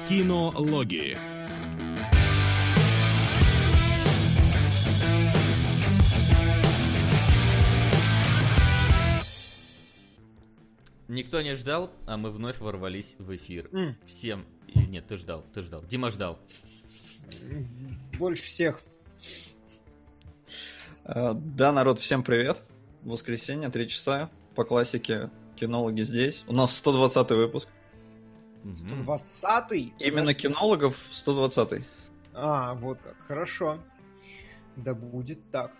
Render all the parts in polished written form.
Кинологии. Никто не ждал, а мы вновь ворвались в эфир. Всем... Нет, ты ждал. Дима ждал. Больше всех. Да, народ, всем привет. Воскресенье, 3 часа. По классике кинологи здесь. У нас 120-й выпуск. 120-й? Именно кинологов 120-й. Вот как. Хорошо. Да будет так.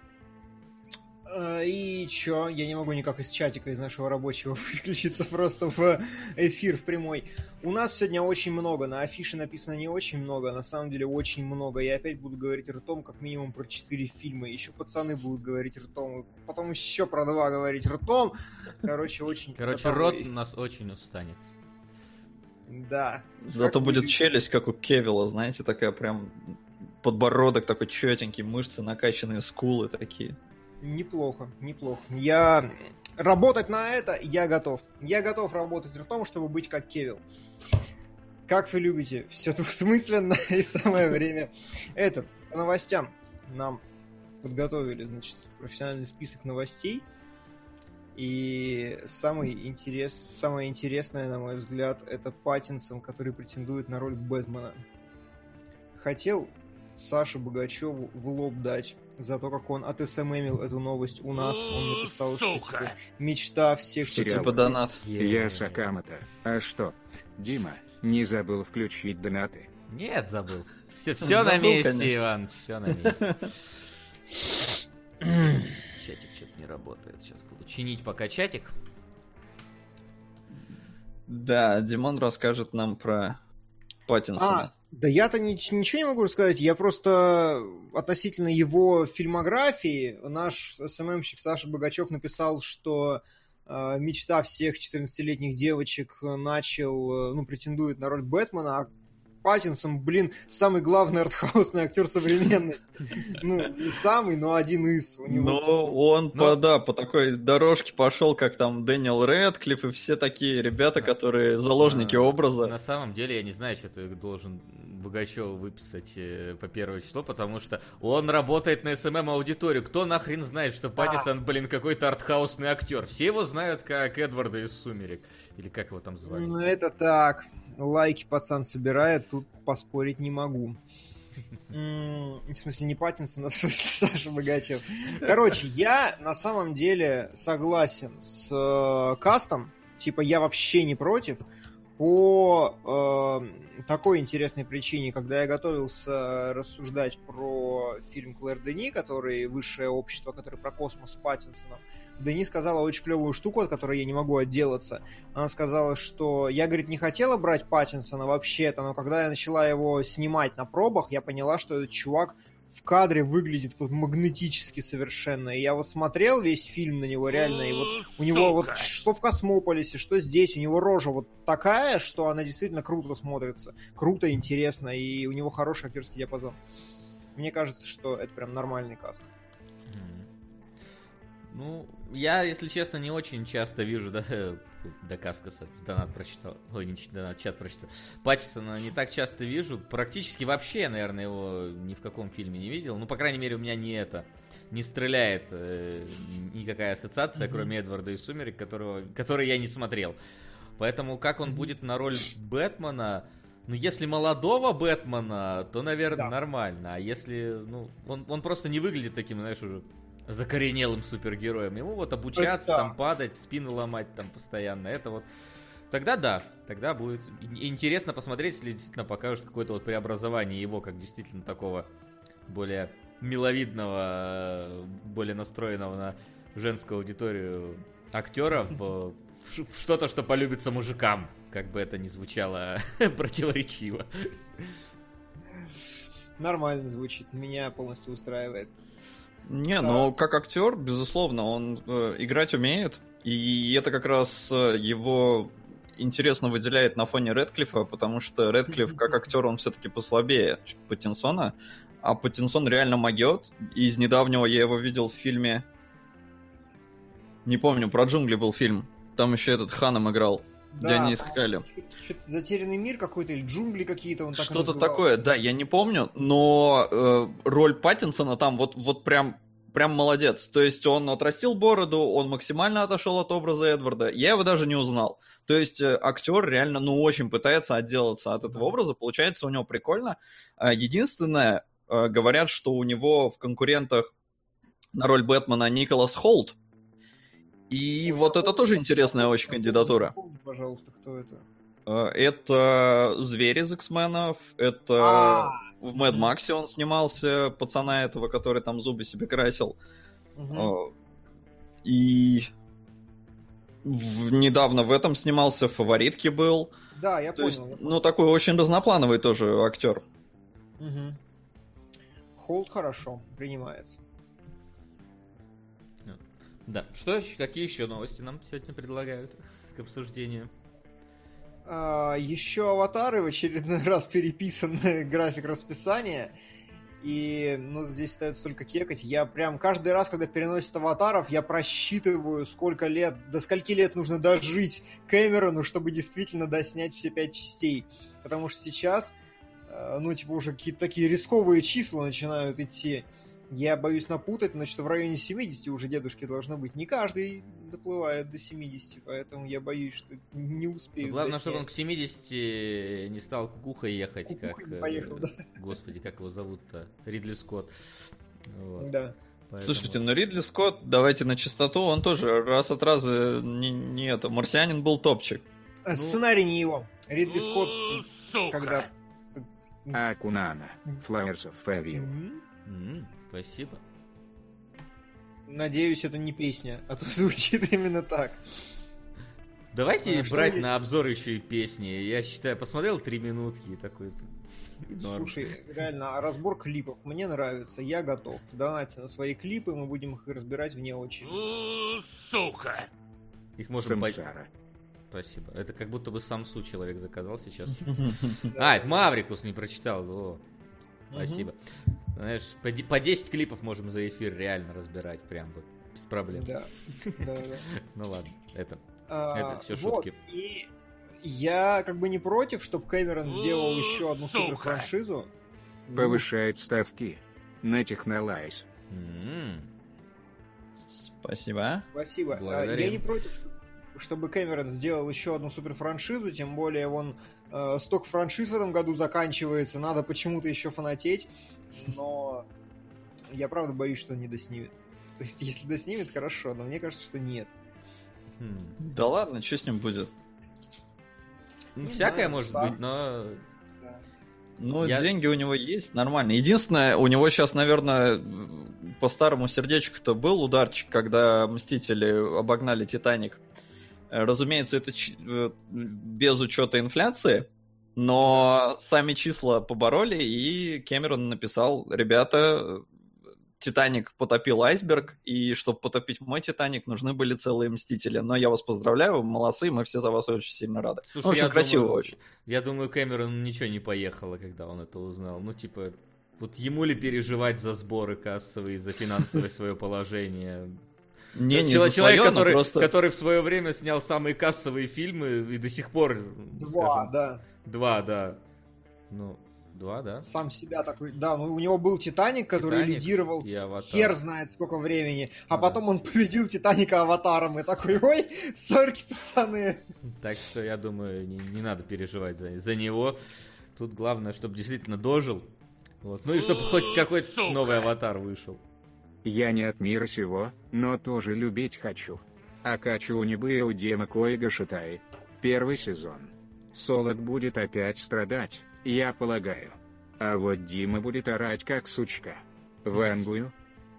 И чё? Я не могу никак из чатика, из нашего рабочего выключиться просто в эфир в прямой. У нас сегодня очень много. На афише написано не очень много, а на самом деле очень много. Я опять буду говорить ртом как минимум про 4 фильма. Еще пацаны будут говорить ртом. Потом еще про 2 говорить ртом. Короче, рот у нас очень устанет. Да. Зато будет челюсть, как у Кевилла, знаете, такая прям... Подбородок такой четенький, мышцы накачанные, скулы такие. Неплохо. Я работать на это я готов. Я готов работать ртом, чтобы быть как Кевилл. Как вы любите, все двусмысленно и самое время. По новостям нам подготовили, значит, профессиональный список новостей. И самое интересное, на мой взгляд, это Паттинсон, который претендует на роль Бэтмена. Хотел Саше Богачеву в лоб дать за то, как он отсммил эту новость у нас. Он написал, что типа, мечта всех... Типа донат. Я Сакамото. А что, Дима, не забыл включить донаты? Нет, забыл. Все на месте, конечно. Иван, все на месте. Чатик что-то не работает. Сейчас буду чинить пока чатик. Да, Димон расскажет нам про Паттинсона. Да я-то ничего не могу рассказать, я просто относительно его фильмографии, наш СММщик Саша Богачев написал, что мечта всех 14-летних девочек претендует на роль Бэтмена, а Паттинсон, самый главный артхаусный актер современности. Не самый, но один из. По такой дорожке пошел, как там Дэниел Рэдклифф и все такие ребята, которые заложники образа. На самом деле, я не знаю, что ты должен Богачева выписать по первое число, потому что он работает на СММ-аудиторию. Кто нахрен знает, что Паттинсон, какой-то артхаусный актер? Все его знают как Эдварда из «Сумерек». Или как его там звали? Это так. Лайки пацан собирает, тут поспорить не могу. В смысле, не Паттинсон, а в смысле Саша Богачев. Короче, я на самом деле согласен с кастом. Типа, я вообще не против. По такой интересной причине, когда я готовился рассуждать про фильм Клэр Дени, который «Высшее общество», который про космос с Паттинсоном, Дени сказала очень клевую штуку, от которой я не могу отделаться. Она сказала, что я, говорит, не хотела брать Паттинсона вообще-то, но когда я начала его снимать на пробах, я поняла, что этот чувак в кадре выглядит магнетически совершенно. И я смотрел весь фильм на него реально, и у него что в «Космополисе», что здесь, у него рожа такая, что она действительно круто смотрится. Круто, интересно, и у него хороший актерский диапазон. Мне кажется, что это прям нормальный каст. Я, если честно, не очень часто вижу, до Каскаса донат прочитал, чат прочитал. Паттинсона не так часто вижу, практически вообще я, наверное, его ни в каком фильме не видел. По крайней мере, у меня не стреляет никакая ассоциация, кроме Эдварда из «Сумерек», который я не смотрел. Поэтому как он будет на роль Бэтмена... если молодого Бэтмена, то, наверное, нормально. А если, он просто не выглядит таким, знаешь, уже закоренелым супергероем. Ему обучаться, там падать, спину ломать там постоянно. Это тогда будет интересно посмотреть, если действительно покажут какое-то преобразование его, как действительно такого более миловидного, более настроенного на женскую аудиторию актера в что-то, что полюбится мужикам, как бы это ни звучало противоречиво. Нормально звучит, меня полностью устраивает. Как актер, безусловно, он играть умеет, и это как раз его интересно выделяет на фоне Рэдклиффа, потому что Рэдклифф как актер, он все-таки послабее Паттинсона, а Паттинсон реально могет. Из недавнего я его видел в фильме, не помню, про джунгли был фильм, там еще этот Ханом играл. Да, где они искали. Что-то затерянный мир какой-то или джунгли какие-то. Он так и Что-то называл. такое, да, я не помню, но роль Паттинсона там вот прям молодец. То есть он отрастил бороду, он максимально отошел от образа Эдварда. Я его даже не узнал. То есть актер реально, очень пытается отделаться от этого образа. Получается у него прикольно. Единственное, говорят, что у него в конкурентах на роль Бэтмена Николас Холт. И вот это тоже интересная очень кандидатура. Напомни, пожалуйста, кто это? Это Зверь из X-менов, это в Мэд Максе он снимался, пацана этого, который там зубы себе красил. И недавно в этом снимался, в «Фаворитке» был. Да, я понял. есть, такой очень разноплановый тоже актер. Холд хорошо принимается. Да. Какие еще новости нам сегодня предлагают к обсуждению? Еще аватары, в очередной раз переписанный график расписания. И здесь остается только кекать. Я прям каждый раз, когда переносят аватаров, я просчитываю, до скольки лет нужно дожить Кэмерону, чтобы действительно доснять все 5 частей. Потому что сейчас, уже какие-то такие рисковые числа начинают идти. Я боюсь напутать, но что в районе 70 уже дедушки должно быть. Не каждый доплывает до 70, поэтому я боюсь, что не успею. Главное, чтобы он к 70 не стал кукухой ехать. Поехал, да. Господи, как его зовут-то? Ридли Скотт. Вот. Да. Поэтому... Слушайте, Ридли Скотт, давайте на чистоту, он тоже раз от раза не это. «Марсианин» был топчик. Сценарий не его. Ридли Скотт, сука. когда... Акунана. Flowers of Fairy. Спасибо. Надеюсь, это не песня, а то звучит именно так. Давайте брать на обзор еще и песни. Я считаю, посмотрел 3 минутки и такой... Слушай, реально, разбор клипов мне нравится, я готов. Донатьте на свои клипы, мы будем их разбирать вне очереди. Сука! Их можно... Самсара. Спасибо. Это как будто бы самсу человек заказал сейчас. Это Маврикус не прочитал. Спасибо. Знаешь, по 10 клипов можем за эфир реально разбирать, прям вот, без проблем. Да. Ну ладно, это все шутки. И я не против, чтобы Кэмерон сделал еще одну суперфраншизу. Повышает ставки на Технолайз. Спасибо. Спасибо. Благодарим. Я не против, чтобы Кэмерон сделал еще одну суперфраншизу, тем более сток франшиз в этом году заканчивается, надо почему-то еще фанатеть, но я правда боюсь, что он не доснимет. То есть, если доснимет, хорошо, но мне кажется, что нет. Да ладно, что с ним будет? Всякое может быть, но... Деньги у него есть, нормально. Единственное, у него сейчас, наверное, по старому сердечку-то был ударчик, когда Мстители обогнали Титаник. Разумеется, это без учета инфляции, но сами числа побороли, и Кэмерон написал: ребята, Титаник потопил айсберг, и чтобы потопить мой Титаник, нужны были целые Мстители. Но я вас поздравляю, вы молодцы, мы все за вас очень сильно рады. Слушай, очень красиво очень. Я думаю, Кэмерону ничего не поехало, когда он это узнал. Вот ему ли переживать за сборы кассовые, за финансовое свое положение? Человек, который в свое время снял самые кассовые фильмы и до сих пор... Два, да. Два, да. Сам себя такой... Да, у него был Титаник, который лидировал хер знает сколько времени. А потом он победил Титаника Аватаром. И такой: ой, сорки, пацаны. Так что я думаю, не надо переживать за него. Тут главное, чтобы действительно дожил. И чтобы хоть какой-то новый Аватар вышел. Я не от мира сего, но тоже любить хочу. Акачу небы у Дема Коига Шитай. 1 сезон. Солод будет опять страдать, я полагаю. А вот Дима будет орать как сучка. Вангую.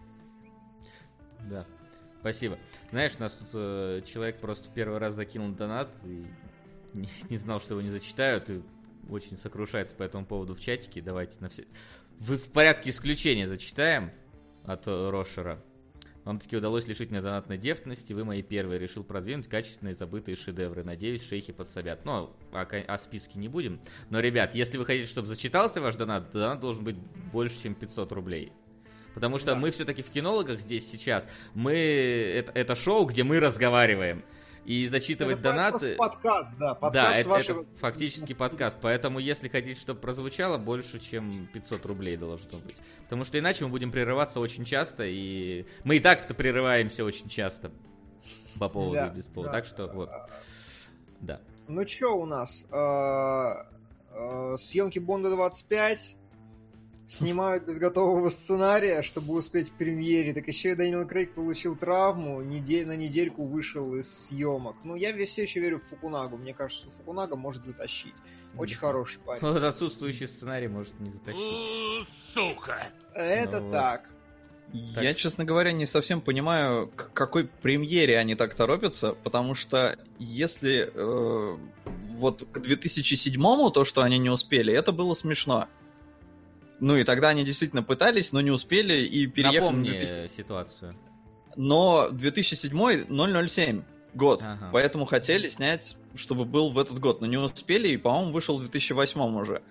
Да, спасибо. Знаешь, у нас тут человек просто в первый раз закинул донат и не знал, что его не зачитают, и очень сокрушается по этому поводу в чатике. Давайте в порядке исключения зачитаем. От Рошера. Вам таки удалось лишить меня донатной девственности. Вы мои первые. Решил продвинуть качественные забытые шедевры. Надеюсь, шейхи подсобят. О списке не будем. Но, ребят, если вы хотите, чтобы зачитался ваш донат, то донат должен быть больше, чем 500 рублей. Потому что мы все-таки в кинологах здесь сейчас. Это шоу, где мы разговариваем. и зачитывать Это донаты... подкаст, да. Да, Подкаст это фактически подкаст, поэтому если хотите, чтобы прозвучало, больше, чем 500 рублей должно быть. Потому что иначе мы будем прерываться очень часто, и мы и так-то прерываемся очень часто по поводу и без повода. Так что вот, да. Ну что у нас? Съемки Бонда 25 снимают без готового сценария, чтобы успеть к премьере. Так еще и Дэниел Крейг получил травму, на недельку вышел из съемок. Ну, я все еще верю в Фукунагу. Мне кажется, что Фукунага может затащить. Очень хороший парень. Вот отсутствующий сценарий может не затащить. Сука! Это Ну, так. Я, честно говоря, не совсем понимаю, к какой премьере они так торопятся, потому что если вот к 2007-му то, что они не успели, это было смешно. Ну и тогда они действительно пытались, но не успели и переехали... Напомни ситуацию. Но 2007 007 год, Ага. поэтому хотели снять, чтобы был в этот год, но не успели, и, по-моему, вышел в 2008 уже.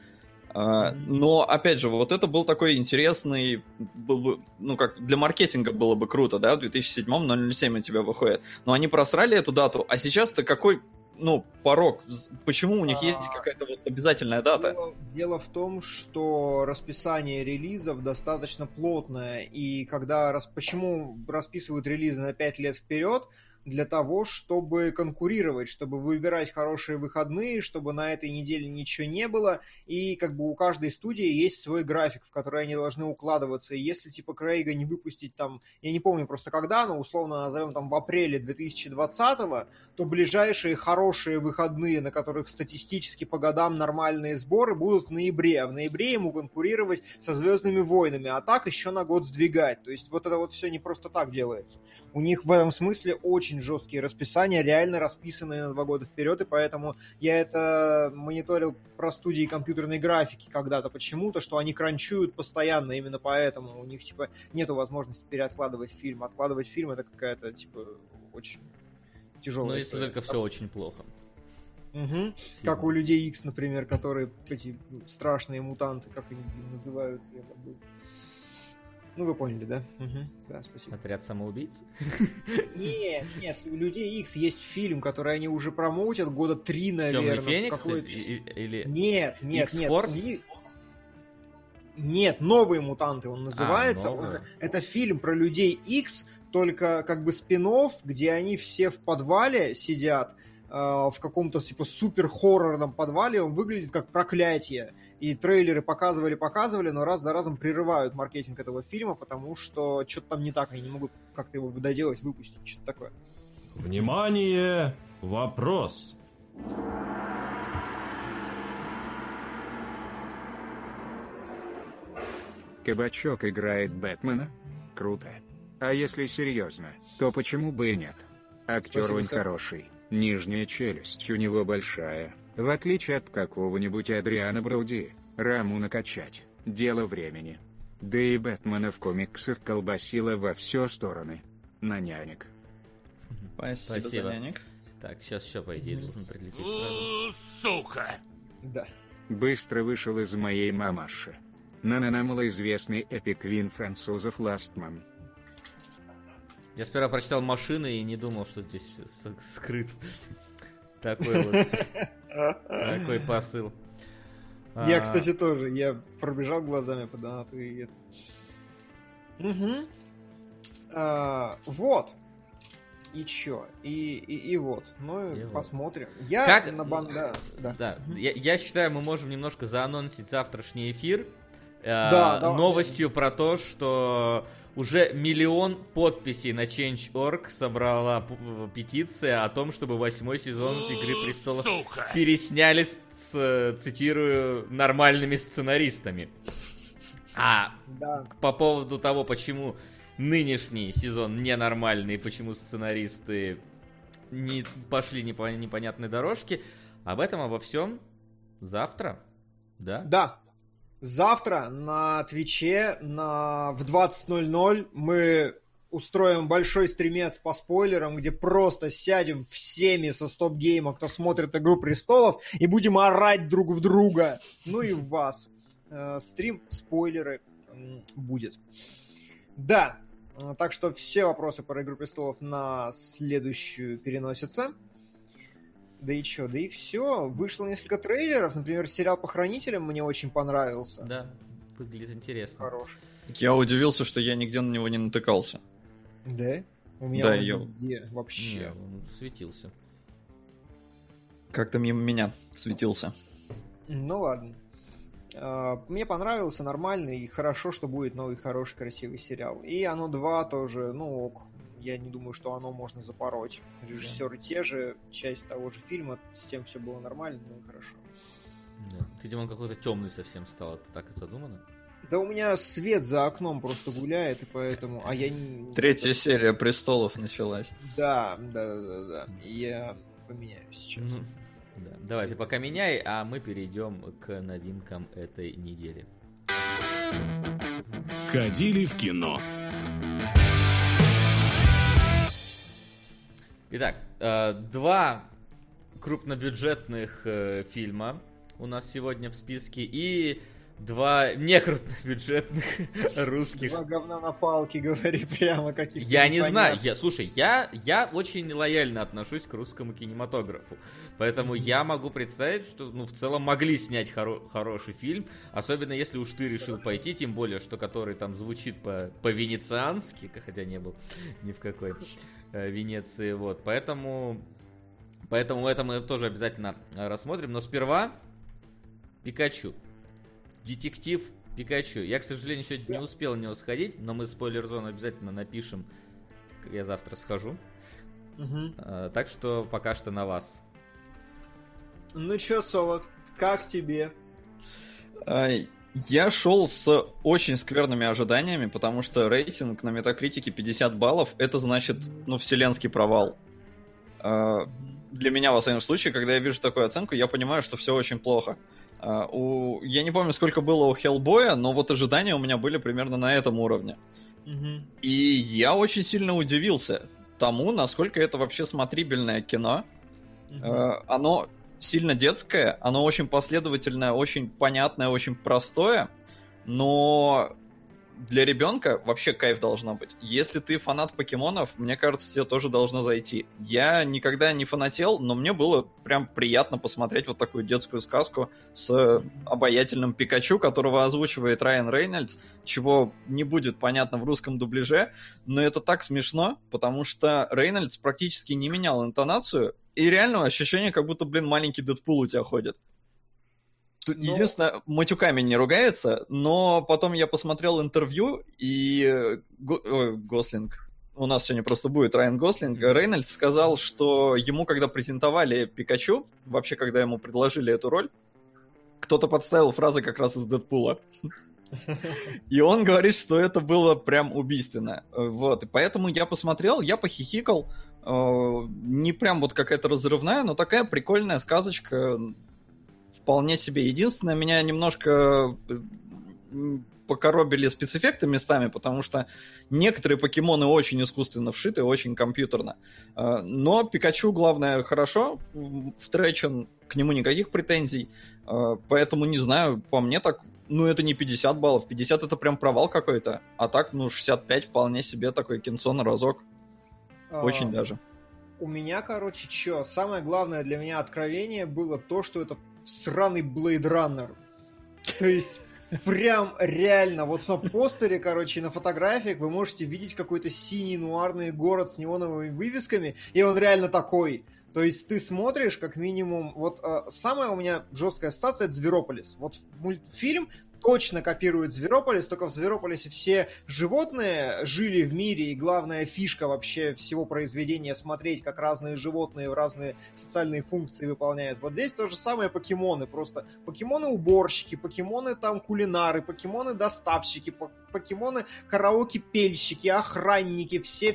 Но, опять же, вот это был такой интересный, был бы, ну, как для маркетинга было бы круто, да, в 2007 007 у тебя выходит. Но они просрали эту дату, а сейчас-то какой, ну, порог? Почему у них есть какая-то вот обязательная дата? Дело в том, что расписание релизов достаточно плотное, и почему расписывают релизы на 5 лет вперед? Для того, чтобы конкурировать, чтобы выбирать хорошие выходные, чтобы на этой неделе ничего не было, и как бы у каждой студии есть свой график, в который они должны укладываться, и если типа Крейга не выпустить там, я не помню просто когда, но условно назовем там в апреле 2020-го, то ближайшие хорошие выходные, на которых статистически по годам нормальные сборы, будут в ноябре, а в ноябре ему конкурировать со «Звездными войнами», а так еще на год сдвигать, то есть вот это вот все не просто так делается. У них в этом смысле очень жесткие расписания, реально расписанные на 2 года вперед, и поэтому я это мониторил про студии компьютерной графики когда-то почему-то, что они кранчуют постоянно, именно поэтому у них типа нету возможности переоткладывать фильм. Откладывать фильм — это какая-то типа очень тяжелая Ну, если история. только все очень плохо. Угу. Как у Людей Икс, например, которые эти страшные мутанты, как они называются, я забыл. Ну, вы поняли, да? Угу. Да, спасибо. Отряд самоубийц? Нет, у Людей Икс есть фильм, который они уже промоутят года 3, наверное. Темный Феникс? Какой... Или... Нет. X-Force? Нет, «Новые мутанты» он называется. Новые. Это фильм про Людей Икс, только как бы спин-офф, где они все в подвале сидят, в каком-то типа супер-хоррорном подвале. Он выглядит как «Проклятие». И трейлеры показывали, но раз за разом прерывают маркетинг этого фильма, потому что что-то там не так, они не могут как-то его доделать, выпустить, что-то такое. Внимание! Вопрос! Кабачок играет Бэтмена? Круто. А если серьезно, то почему бы и нет? Актер Спасибо, он сэр. хороший, нижняя челюсть у него большая. В отличие от какого-нибудь Адриана Броуди, раму накачать – дело времени. Да и Бэтмена в комиксах колбасило во все стороны. На нянек. Спасибо за нянек. Так, сейчас еще, по идее, должен прилететь сразу. Сука! Да. Быстро вышел из моей мамаши. На малоизвестный эпик-вин французов Ластман. Я сперва прочитал «Машины» и не думал, что здесь скрыт такой вот такой посыл. Я, кстати, тоже. Я пробежал глазами по донату и это. Вот. И чё? И вот. Ну, И вот. посмотрим. Я Как- на банда... Да. Да, я считаю, мы можем немножко заанонсить завтрашний эфир Да, да. новостью про то, что уже 1 миллион подписей на Change.org собрала петиция о том, чтобы 8-й сезон «Игры престолов» Сука! пересняли цитирую, нормальными сценаристами. А Да. по поводу того, почему нынешний сезон ненормальный, почему сценаристы не пошли по непонятной дорожке, обо всем завтра, да? Да. Завтра на Твиче в 20:00 мы устроим большой стримец по спойлерам, где просто сядем всеми со стоп-гейма, кто смотрит «Игру престолов», и будем орать друг в друга. Ну и в вас. Стрим спойлеры будет. Да. Так что все вопросы про «Игру престолов» на следующую переносятся. Да и чё, да и все. Вышло несколько трейлеров. Например, сериал по «Хранителям» мне очень понравился. Да, выглядит интересно. Хороший. Я удивился, что я нигде на него не натыкался. Да? У меня Да, он я- нигде вообще. Не, он светился. Как-то мимо меня светился. Ну ладно. Мне понравился, нормальный, и хорошо, что будет новый, хороший, красивый сериал. И «Оно 2» тоже, ну ок. Я не думаю, что «Оно» можно запороть. Режиссеры те же, часть того же фильма, с тем все было нормально, ну и хорошо. Да. Видимо, он какой-то темный совсем стал, это так и задумано. Да у меня свет за окном просто гуляет, и поэтому... А я не... Третья серия «Престолов» началась. Да. Я поменяю сейчас. Ну, да. Давай, ты пока меняй, а мы перейдем к новинкам этой недели. Сходили в кино. Итак, два крупнобюджетных фильма у нас сегодня в списке и два некрупнобюджетных русских. Два говна на палке, говори прямо, каких-то Я не знаю, непонятных. слушай, я очень лояльно отношусь к русскому кинематографу, поэтому я могу представить, что, ну, в целом могли снять хороший фильм, особенно если уж ты решил пойти, тем более, что который там звучит по-венециански, хотя не был ни в какой Венеции, вот, поэтому это мы тоже обязательно рассмотрим, но сперва Пикачу. Детектив Пикачу. Я, к сожалению, сегодня не успел в него сходить, но мы спойлер-зону обязательно напишем. Я завтра схожу. Мгм. Так что пока что на вас. Ну чё, Солод, как тебе? Я шел с очень скверными ожиданиями, потому что рейтинг на Метакритике 50 баллов, это значит, ну, вселенский провал. Для меня, во всяком случае, когда я вижу такую оценку, я понимаю, что все очень плохо. Я не помню, сколько было у Хеллбоя, но вот ожидания у меня были примерно на этом уровне. Мгм. И я очень сильно удивился тому, насколько это вообще смотрибельное кино. Оно сильно детское, оно очень последовательное, очень понятное, очень простое, но для ребенка вообще кайф должно быть. Если ты фанат покемонов, мне кажется, тебе тоже должно зайти. Я никогда не фанател, но мне было прям приятно посмотреть вот такую детскую сказку с обаятельным Пикачу, которого озвучивает Райан Рейнольдс, чего не будет понятно в русском дубляже, но это так смешно, потому что Рейнольдс практически не менял интонацию, и реально ощущение, как будто, блин, маленький Дэдпул у тебя ходит. Единственное, матюками не ругается, но потом я посмотрел интервью, и Гослинг, у нас сегодня просто будет Райан Гослинг, Рейнольдс сказал, что ему, когда презентовали Пикачу, вообще, когда ему предложили эту роль, кто-то подставил фразы как раз из Дэдпула. И он говорит, что это было прям убийственно. Вот, и поэтому я посмотрел, я похихикал, не прям вот какая-то разрывная, но такая прикольная сказочка, вполне себе. Единственное, меня немножко покоробили спецэффекты местами, потому что некоторые покемоны очень искусственно вшиты, очень компьютерно. Но Пикачу, главное, хорошо втречен, к нему никаких претензий. Поэтому, не знаю, по мне так, ну, это не 50 баллов. 50 это прям провал какой-то. А так, ну, 65 вполне себе такой кинцо на разок. Очень даже. У меня, короче, чё, самое главное для меня откровение было то, что это сраный Blade Runner. То есть, прям реально, вот на постере, короче, на фотографиях вы можете видеть какой-то синий нуарный город с неоновыми вывесками, и он реально такой. То есть ты смотришь, как минимум, вот самая у меня жесткая ассоциация — это Зверополис. Вот мультфильм точно копирует Зверополис, только в Зверополисе все животные жили в мире, и главная фишка вообще всего произведения — смотреть, как разные животные разные социальные функции выполняют. Вот здесь то же самое покемоны, просто покемоны-уборщики, покемоны там кулинары, покемоны-доставщики, покемоны караоке-пельщики, охранники, все,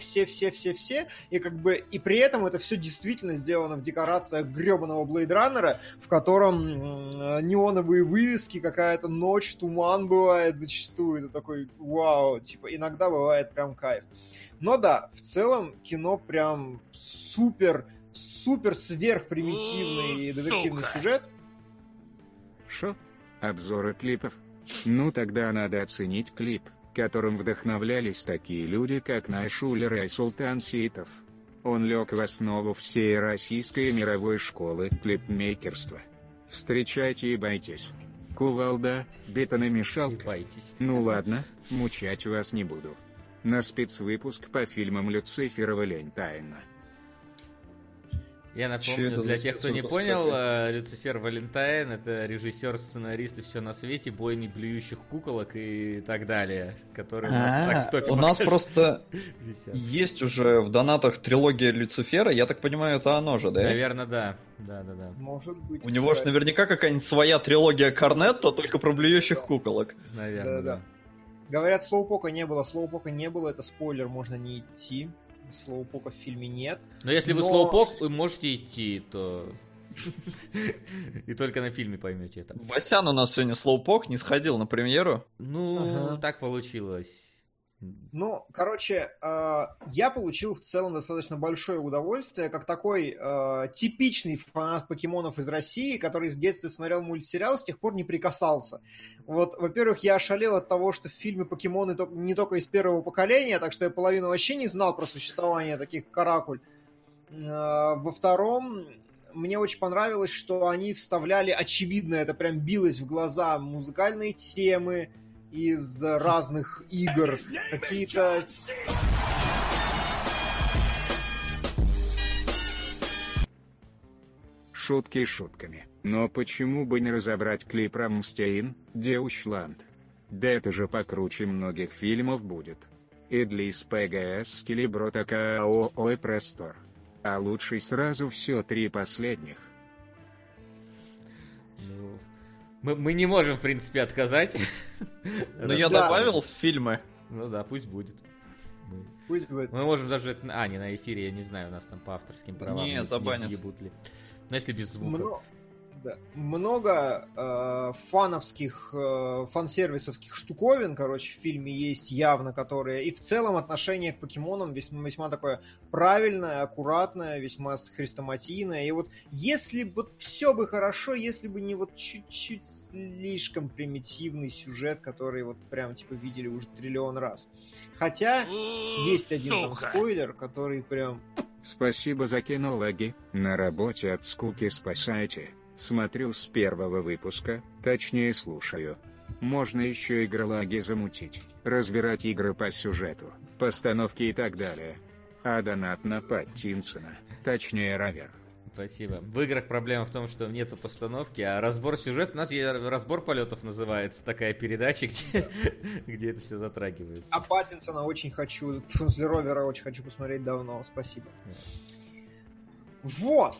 и как бы, и при этом это все действительно сделано в декорациях гребаного Blade Runner, в котором неоновые вывески, какая-то ночь, туман бывает зачастую, это такой вау, типа иногда бывает прям кайф. Но да, в целом кино прям супер сверхпримитивный детективный сюжет. Шо? Обзоры клипов? Ну тогда надо оценить клип. которым вдохновлялись такие люди, как Найшулер и Султан Ситов. Он лег в основу всей российской и мировой школы клипмейкерства. Встречайте и бойтесь. Кувалда, бетономешалка. Бойтесь. Ну ладно, мучать вас не буду. На спецвыпуск по фильмам Люцифера Валентайна. Я Чё напомню, это для за тех, кто не спецвыпуск понял, такой? Люцифер Валентайн — это режиссер, сценарист и все на свете, бойни блюющих куколок и так далее, которые у нас так в топе У нас пока просто висят. есть уже в донатах трилогия Люцифера, я так понимаю, это оно же, да? Наверное, да. Да. Может быть. У него же кстати. наверняка какая-нибудь своя трилогия Корнетто, только про блюющих куколок. Наверное, Да-да. да. Говорят, Слоупока не было, это спойлер, можно не идти. Слоупока в фильме нет. Но если вы Но- слоупок, вы можете идти, то... И только на фильме поймете это. Басян у нас сегодня слоупок, не сходил на премьеру. Ну, Ага. так получилось. Ну, короче, я получил в целом достаточно большое удовольствие, как такой типичный фанат покемонов из России, который в детстве смотрел мультсериал, с тех пор не прикасался. Вот, во-первых, я ошалел от того, что в фильме покемоны не только из первого поколения, так что я половину вообще не знал про существование таких каракуль. Во-втором, мне очень понравилось, что они вставляли, очевидно, это прям билось в глаза, музыкальные темы из разных игр, какие-то... Шутки шутками, но почему бы не разобрать клип Рамстейн, Деучланд? Да это же покруче многих фильмов будет. Идлис ПГС Скелебро такая ой простор. А лучше сразу все 3 последних. Ну, мы не можем, в принципе, отказать. Но я Да. добавил в фильмы. Ну да, пусть будет. Пусть будет. Мы можем даже... не на эфире, я не знаю, у нас там по авторским правам Не, забанят. съебут ли. Но если без звука. Много фановских, фан-сервисовских штуковин, короче, в фильме есть явно, которые... И в целом отношение к покемонам весьма такое правильное, аккуратное, весьма хрестоматийное. И вот если вот все бы хорошо, если бы не вот чуть-чуть слишком примитивный сюжет, который вот прям типа видели уже триллион раз. Хотя есть один там Сука. спойлер, который прям... Спасибо за кинологи, на работе от скуки спасайте. Смотрю с первого выпуска, точнее слушаю. Можно еще игролаги замутить, разбирать игры по сюжету, постановке и так далее. А донат на Паттинсона, точнее Равер. Спасибо. В играх проблема в том, что нету постановки, а разбор сюжета... У нас есть разбор полетов называется, такая передача, где это все затрагивается. А Паттинсона очень хочу, в смысле Ровера очень хочу посмотреть давно, спасибо. Вот.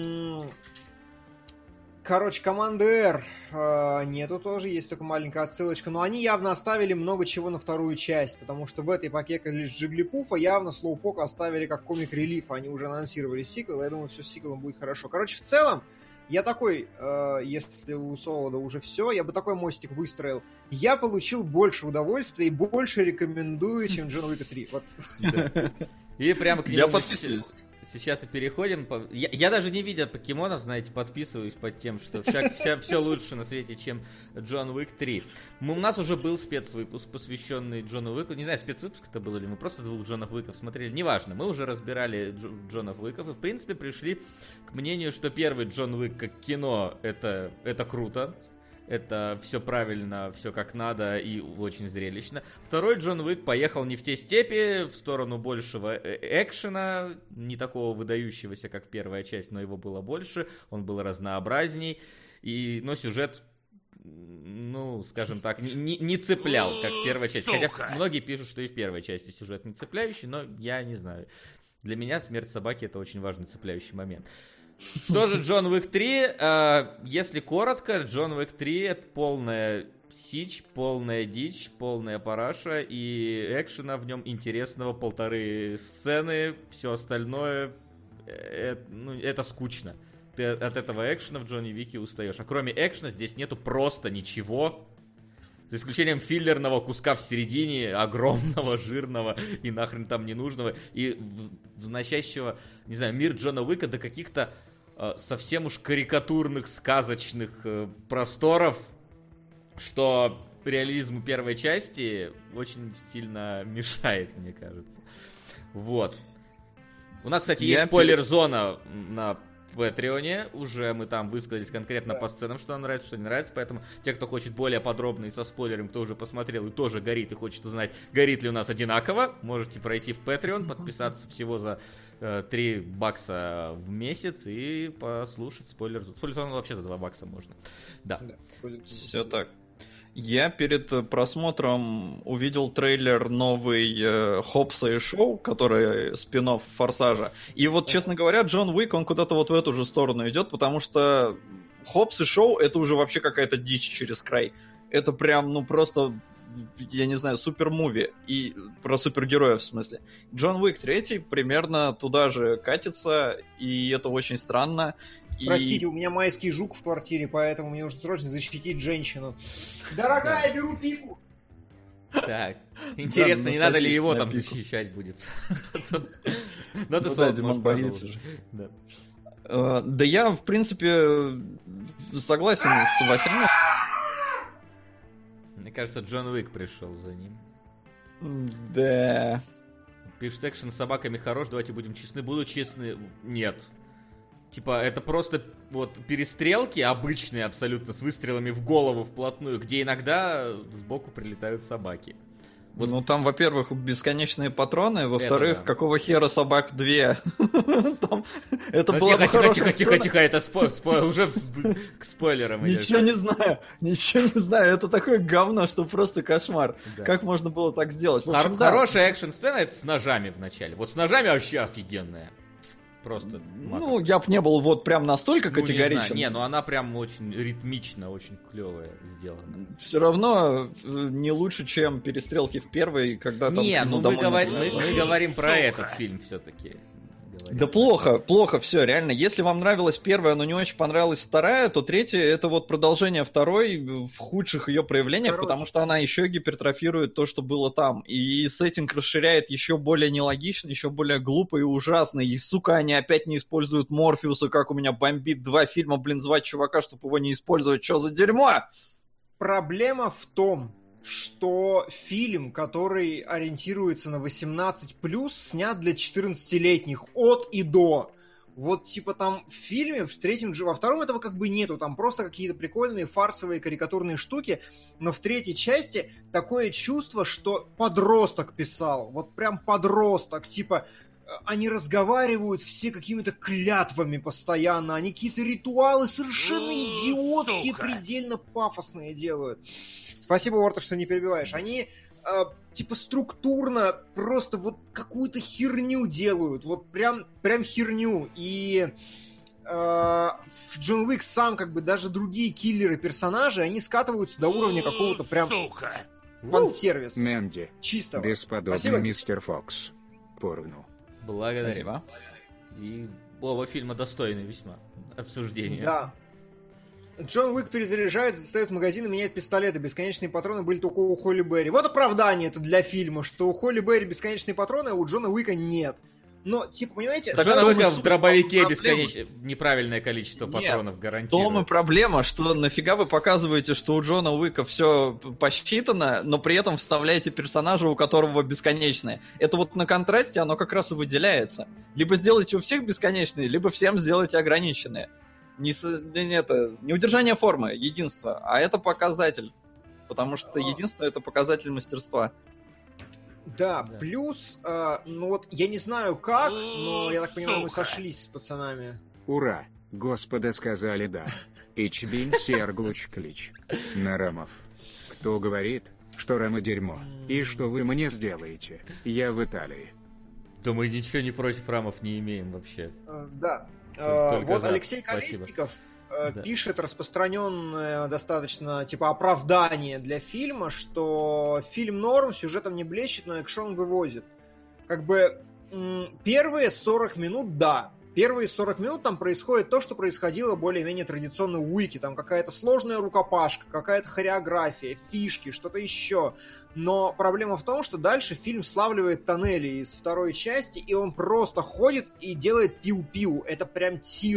Короче, команды R нету тоже, есть только маленькая отсылочка, но они явно оставили много чего на вторую часть, потому что в этой пакете лишь Джиглипуфа явно Слоупока оставили как комик-релиф, они уже анонсировали сиквел, я думаю, все с сиквелом будет хорошо. Короче, в целом, я такой, если у Солода уже все, я бы такой мостик выстроил. Я получил больше удовольствия и больше рекомендую, чем Джон Уик 3. Вот. И прямо к нему Я мы подписываюсь. сейчас и переходим. Я даже не видя покемонов, знаете, подписываюсь под тем, что все лучше на свете, чем Джон Уик 3. У нас уже был спецвыпуск, посвященный Джону Уику. Не знаю, спецвыпуск это был или мы просто 2 Джонов Уиков смотрели. Неважно, мы уже разбирали Джонов Уиков и, в принципе, пришли к мнению, что первый Джон Уик как кино это круто. Это все правильно, все как надо и очень зрелищно. Второй Джон Уик поехал не в те степи, в сторону большего экшена, не такого выдающегося, как первая часть, но его было больше, он был разнообразней, но сюжет, ну, скажем так, не цеплял, как в первой части. Хотя многие пишут, что и в первой части сюжет не цепляющий, но я не знаю. Для меня смерть собаки — это очень важный цепляющий момент. Что же Джон Уик 3? Если коротко, Джон Уик 3 это полная сичь, полная дичь, полная параша, и экшена в нем интересного 1,5 сцены, все остальное это скучно. Ты от этого экшена в Джонни Вике устаешь. А кроме экшена здесь нету просто ничего. За исключением филлерного куска в середине, огромного, жирного и нахрен там ненужного, и вносящего, не знаю, мир Джона Уика до каких-то совсем уж карикатурных, сказочных просторов, что реализму первой части очень сильно мешает, мне кажется. Вот. У нас, кстати, есть спойлер-зона на Патреоне. Уже мы там высказались конкретно по сценам, что нам нравится, что не нравится. Поэтому те, кто хочет более подробно и со спойлером, кто уже посмотрел и тоже горит и хочет узнать, горит ли у нас одинаково, можете пройти в Patreon, подписаться всего за $3 в месяц и послушать спойлер. Спойлер-зону вообще за $2 можно. Да. Все так. Я перед просмотром увидел трейлер новый Хопса и Шоу, который спин-офф Форсажа. И вот, честно говоря, Джон Уик, он куда-то вот в эту же сторону идет, потому что Хопс и Шоу — это уже вообще какая-то дичь через край. Это прям, ну, просто, я не знаю, супер-муви. И про супергероев, в смысле. Джон Уик 3 примерно туда же катится, и это очень странно. Простите, у меня майский жук в квартире, поэтому мне нужно срочно защитить женщину. Дорогая, беру пику! Так, интересно, не надо ли его там защищать будет? Ну да, Димон боится же. Да я, в принципе, согласен с Васяном. Мне кажется, Джон Уик пришел за ним. Да. Пишет, экшен с собаками хорош, давайте будем честны. Буду честны, нет. Типа, это просто вот перестрелки обычные абсолютно, с выстрелами в голову вплотную, где иногда сбоку прилетают собаки. Вот. Ну, там, во-первых, бесконечные патроны, во-вторых, да. Какого хера собак 2? Это было бы хорошо. Тихо, это уже к спойлерам идет. Ничего не знаю, это такое говно, что просто кошмар. Как можно было так сделать? Хорошая экшн-сцена — это с ножами в начале. Вот с ножами вообще офигенная. Просто. Ну, я б не был вот прям настолько категоричен. Не, ну она прям очень ритмично, очень клевая сделана. Все равно не лучше, чем перестрелки в первой, когда там... Не, ну мы говорим про этот фильм все-таки. Да плохо все, реально. Если вам нравилась первая, но не очень понравилась вторая, то третья — это вот продолжение второй в худших ее проявлениях, потому что она еще гипертрофирует то, что было там. И сеттинг расширяет еще более нелогично, еще более глупо и ужасно. И, сука, они опять не используют Морфеуса, как у меня бомбит 2 фильма, звать чувака, чтобы его не использовать. Что за дерьмо? Проблема в том, что фильм, который ориентируется на 18+, снят для 14-летних от и до. Вот типа там в фильме, в третьем, во втором этого как бы нету, там просто какие-то прикольные фарсовые карикатурные штуки, но в третьей части такое чувство, что подросток писал, вот прям подросток, типа они разговаривают все какими-то клятвами постоянно, они какие-то ритуалы совершенно идиотские, предельно пафосные делают. Спасибо, Орта, что не перебиваешь. Они типа структурно просто вот какую-то херню делают, вот прям херню. И Джон Уик сам, как бы даже другие киллеры-персонажи, они скатываются до уровня какого-то прям фан-сервиса. Мэнди. Чистого. Бесподобный Спасибо. Мистер Фокс. Порвну. Благодарю. Спасибо. И оба фильма достойны весьма обсуждения. Да. Джон Уик перезаряжает, достает магазин и меняет пистолеты. Бесконечные патроны были только у Холли Берри. Вот оправдание это для фильма, что у Холли Берри бесконечные патроны, а у Джона Уика нет. Но, типа, понимаете... Так Джона Уика в дробовике бесконечное неправильное количество патронов гарантирует. В том и проблема, что нафига вы показываете, что у Джона Уика все посчитано, но при этом вставляете персонажа, у которого бесконечное. Это вот на контрасте оно как раз и выделяется. Либо сделайте у всех бесконечные, либо всем сделайте ограниченные. Не удержание формы, единство, а это показатель. Потому что единство — это показатель мастерства. Да, плюс, ну вот, я не знаю как, но я так понимаю, мы сошлись с пацанами. Ура! Господа сказали да. Ичбин Серглуч Клич. Нарамов. Кто говорит, что Рама дерьмо, и что вы мне сделаете? Я в Италии. Да мы ничего не против Рамов не имеем вообще. Да. Вот Алексей Колесников пишет распространенное достаточно типа оправдание для фильма, что фильм норм, сюжетом не блещет, но экшон вывозит. Как бы первые 40 минут, да. Первые 40 минут там происходит то, что происходило более-менее традиционно в Уике. Там какая-то сложная рукопашка, какая-то хореография, фишки, что-то еще. Но проблема в том, что дальше фильм славливает тоннели из второй части, и он просто ходит и делает пиу-пиу. Это прям тир.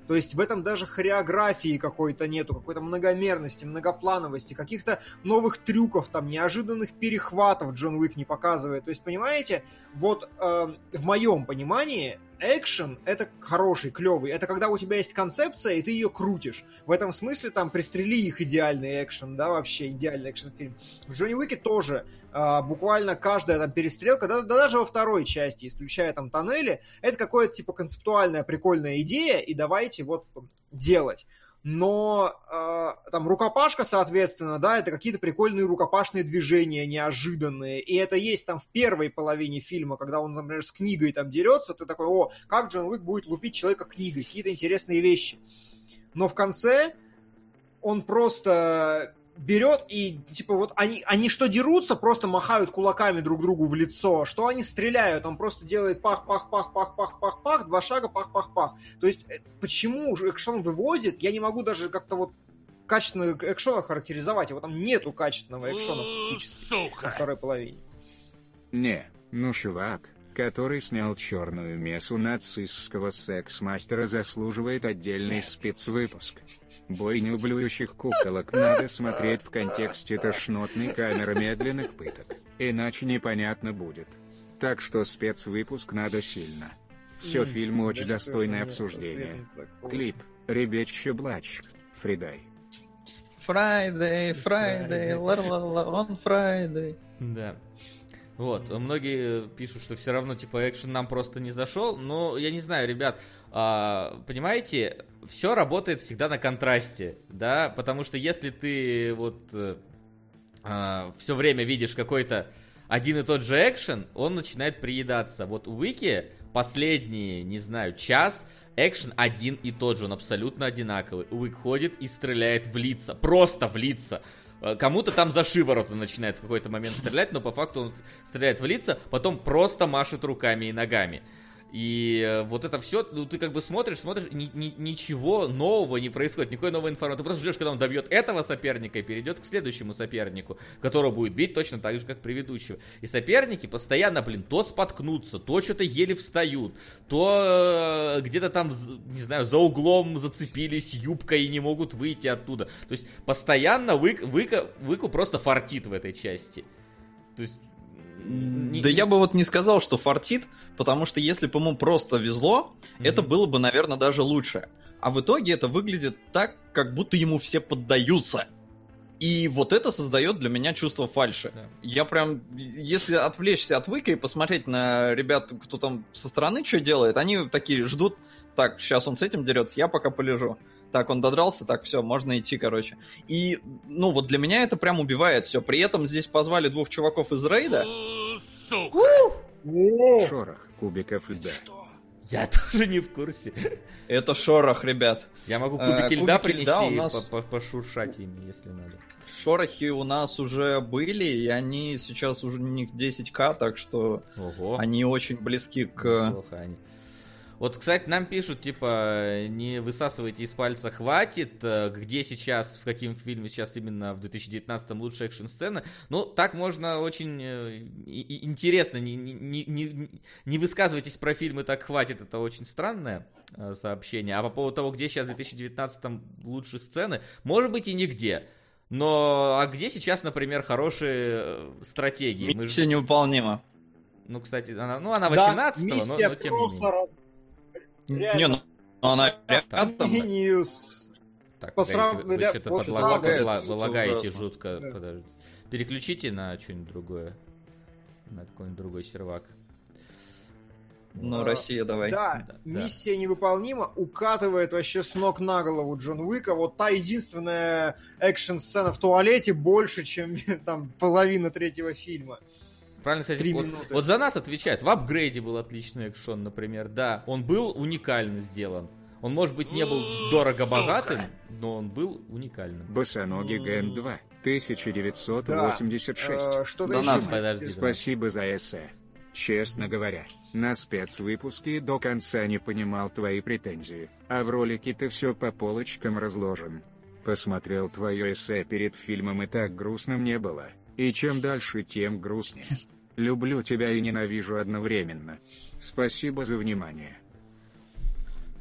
То есть в этом даже хореографии какой-то нету, какой-то многомерности, многоплановости, каких-то новых трюков, там, неожиданных перехватов Джон Уик не показывает. То есть, понимаете, вот в моем понимании экшен — это хороший, клевый. Это когда у тебя есть концепция, и ты ее крутишь. В этом смысле там «Пристрели их» идеальный экшен, да, вообще идеальный экшен-фильм. В Джонни Уике тоже буквально каждая там перестрелка, да даже во второй части, исключая там тоннели, это какая-то типа концептуальная прикольная идея, и давайте вот делать. Но там рукопашка, соответственно, да, это какие-то прикольные рукопашные движения, неожиданные. И это есть там в первой половине фильма, когда он, например, с книгой там дерется, ты такой, о, как Джон Уик будет лупить человека книгой, какие-то интересные вещи. Но в конце он просто берет и, типа, вот они что дерутся, просто махают кулаками друг другу в лицо, что они стреляют, он просто делает пах-пах-пах-пах-пах-пах-пах, 2 шага, пах-пах-пах. То есть, почему же экшон вывозит, я не могу даже как-то вот качественно экшона характеризовать, его там нету качественного экшона фактически во второй половине. Не, ну чувак, который снял черную мессу нацистского секс-мастера, заслуживает отдельный спецвыпуск. Бойню блюющих куколок надо смотреть в контексте тошнотной камеры медленных пыток, иначе непонятно будет. Так что спецвыпуск надо сильно. Все, фильм очень достойное обсуждение. Клип «Ребячий блачк», Фридай. Friday, ла-ла-ла, on Friday. Да. Вот, многие пишут, что все равно, типа, экшен нам просто не зашел, но я не знаю, ребят, понимаете, все работает всегда на контрасте, да, потому что если ты вот все время видишь какой-то один и тот же экшен, он начинает приедаться. Вот у Уики последние, не знаю, час экшен один и тот же, он абсолютно одинаковый. Уик ходит и стреляет в лица, просто в лица. Кому-то там за шиворот он начинает в какой-то момент стрелять, но по факту он стреляет в лица, потом просто машет руками и ногами. И вот это все, ну ты как бы смотришь, ничего нового не происходит, никакой новой информации. Ты просто ждешь, когда он добьет этого соперника и перейдет к следующему сопернику, которого будет бить точно так же, как предыдущего. И соперники постоянно, то споткнутся, то что-то еле встают, то где-то там, не знаю, за углом зацепились юбкой и не могут выйти оттуда. То есть постоянно Уику просто фартит в этой части. То есть... Да я бы вот не сказал, что фартит, потому что если бы ему просто везло, это было бы, наверное, даже лучше. А в итоге это выглядит так, как будто ему все поддаются. И вот это создает для меня чувство фальши. Да. Я прям, если отвлечься от Уика и посмотреть на ребят, кто там со стороны что делает, они такие ждут, так, сейчас он с этим дерется, я пока полежу. Так, он додрался, так, все, можно идти, короче. И, ну, вот для меня это прям убивает все. При этом здесь позвали 2 чуваков из рейда. Шорох кубиков льда. Я тоже не в курсе. Это шорох, ребят. Я могу кубики льда принести у нас... и пошуршать ими, если надо. Шорохи у нас уже были, и они сейчас уже у них 10к, так что они очень близки к... Неплохо они. Вот, кстати, нам пишут, типа, не высасывайте из пальца, хватит, где сейчас, в каком фильме сейчас именно в 2019-м лучшая экшн-сцена. Ну, так можно очень интересно, не высказывайтесь про фильмы «Так хватит», это очень странное сообщение. А по поводу того, где сейчас в 2019-м лучшие сцены, может быть и нигде. Но, а где сейчас, например, хорошие стратегии? Миссия невыполнима. Ну, кстати, она 18-го, но тем не менее. Реально. Не, ну она рядом. Так, вы что-то подлагаете жутко. Да. Подождите. Переключите на что-нибудь другое. На какой-нибудь другой сервак. Ну, Россия, давай. Да, миссия невыполнима, укатывает вообще с ног на голову Джон Уика. Вот та единственная экшн-сцена в туалете больше, чем там половина 3-го фильма. Правильно, кстати, вот за нас отвечает. В «Апгрейде» был отличный экшон, например. Да, он был уникально сделан. Он, может быть, не был дорого-богатым, но он был уникальным. Босоногий Ген 2, 1986. Да. Что-то еще? Спасибо за эссе. Честно говоря, на спецвыпуске до конца не понимал твои претензии, а в ролике ты все по полочкам разложен. Посмотрел твое эссе перед фильмом, и так грустно мне было. И чем дальше, тем грустнее. Люблю тебя и ненавижу одновременно. Спасибо за внимание.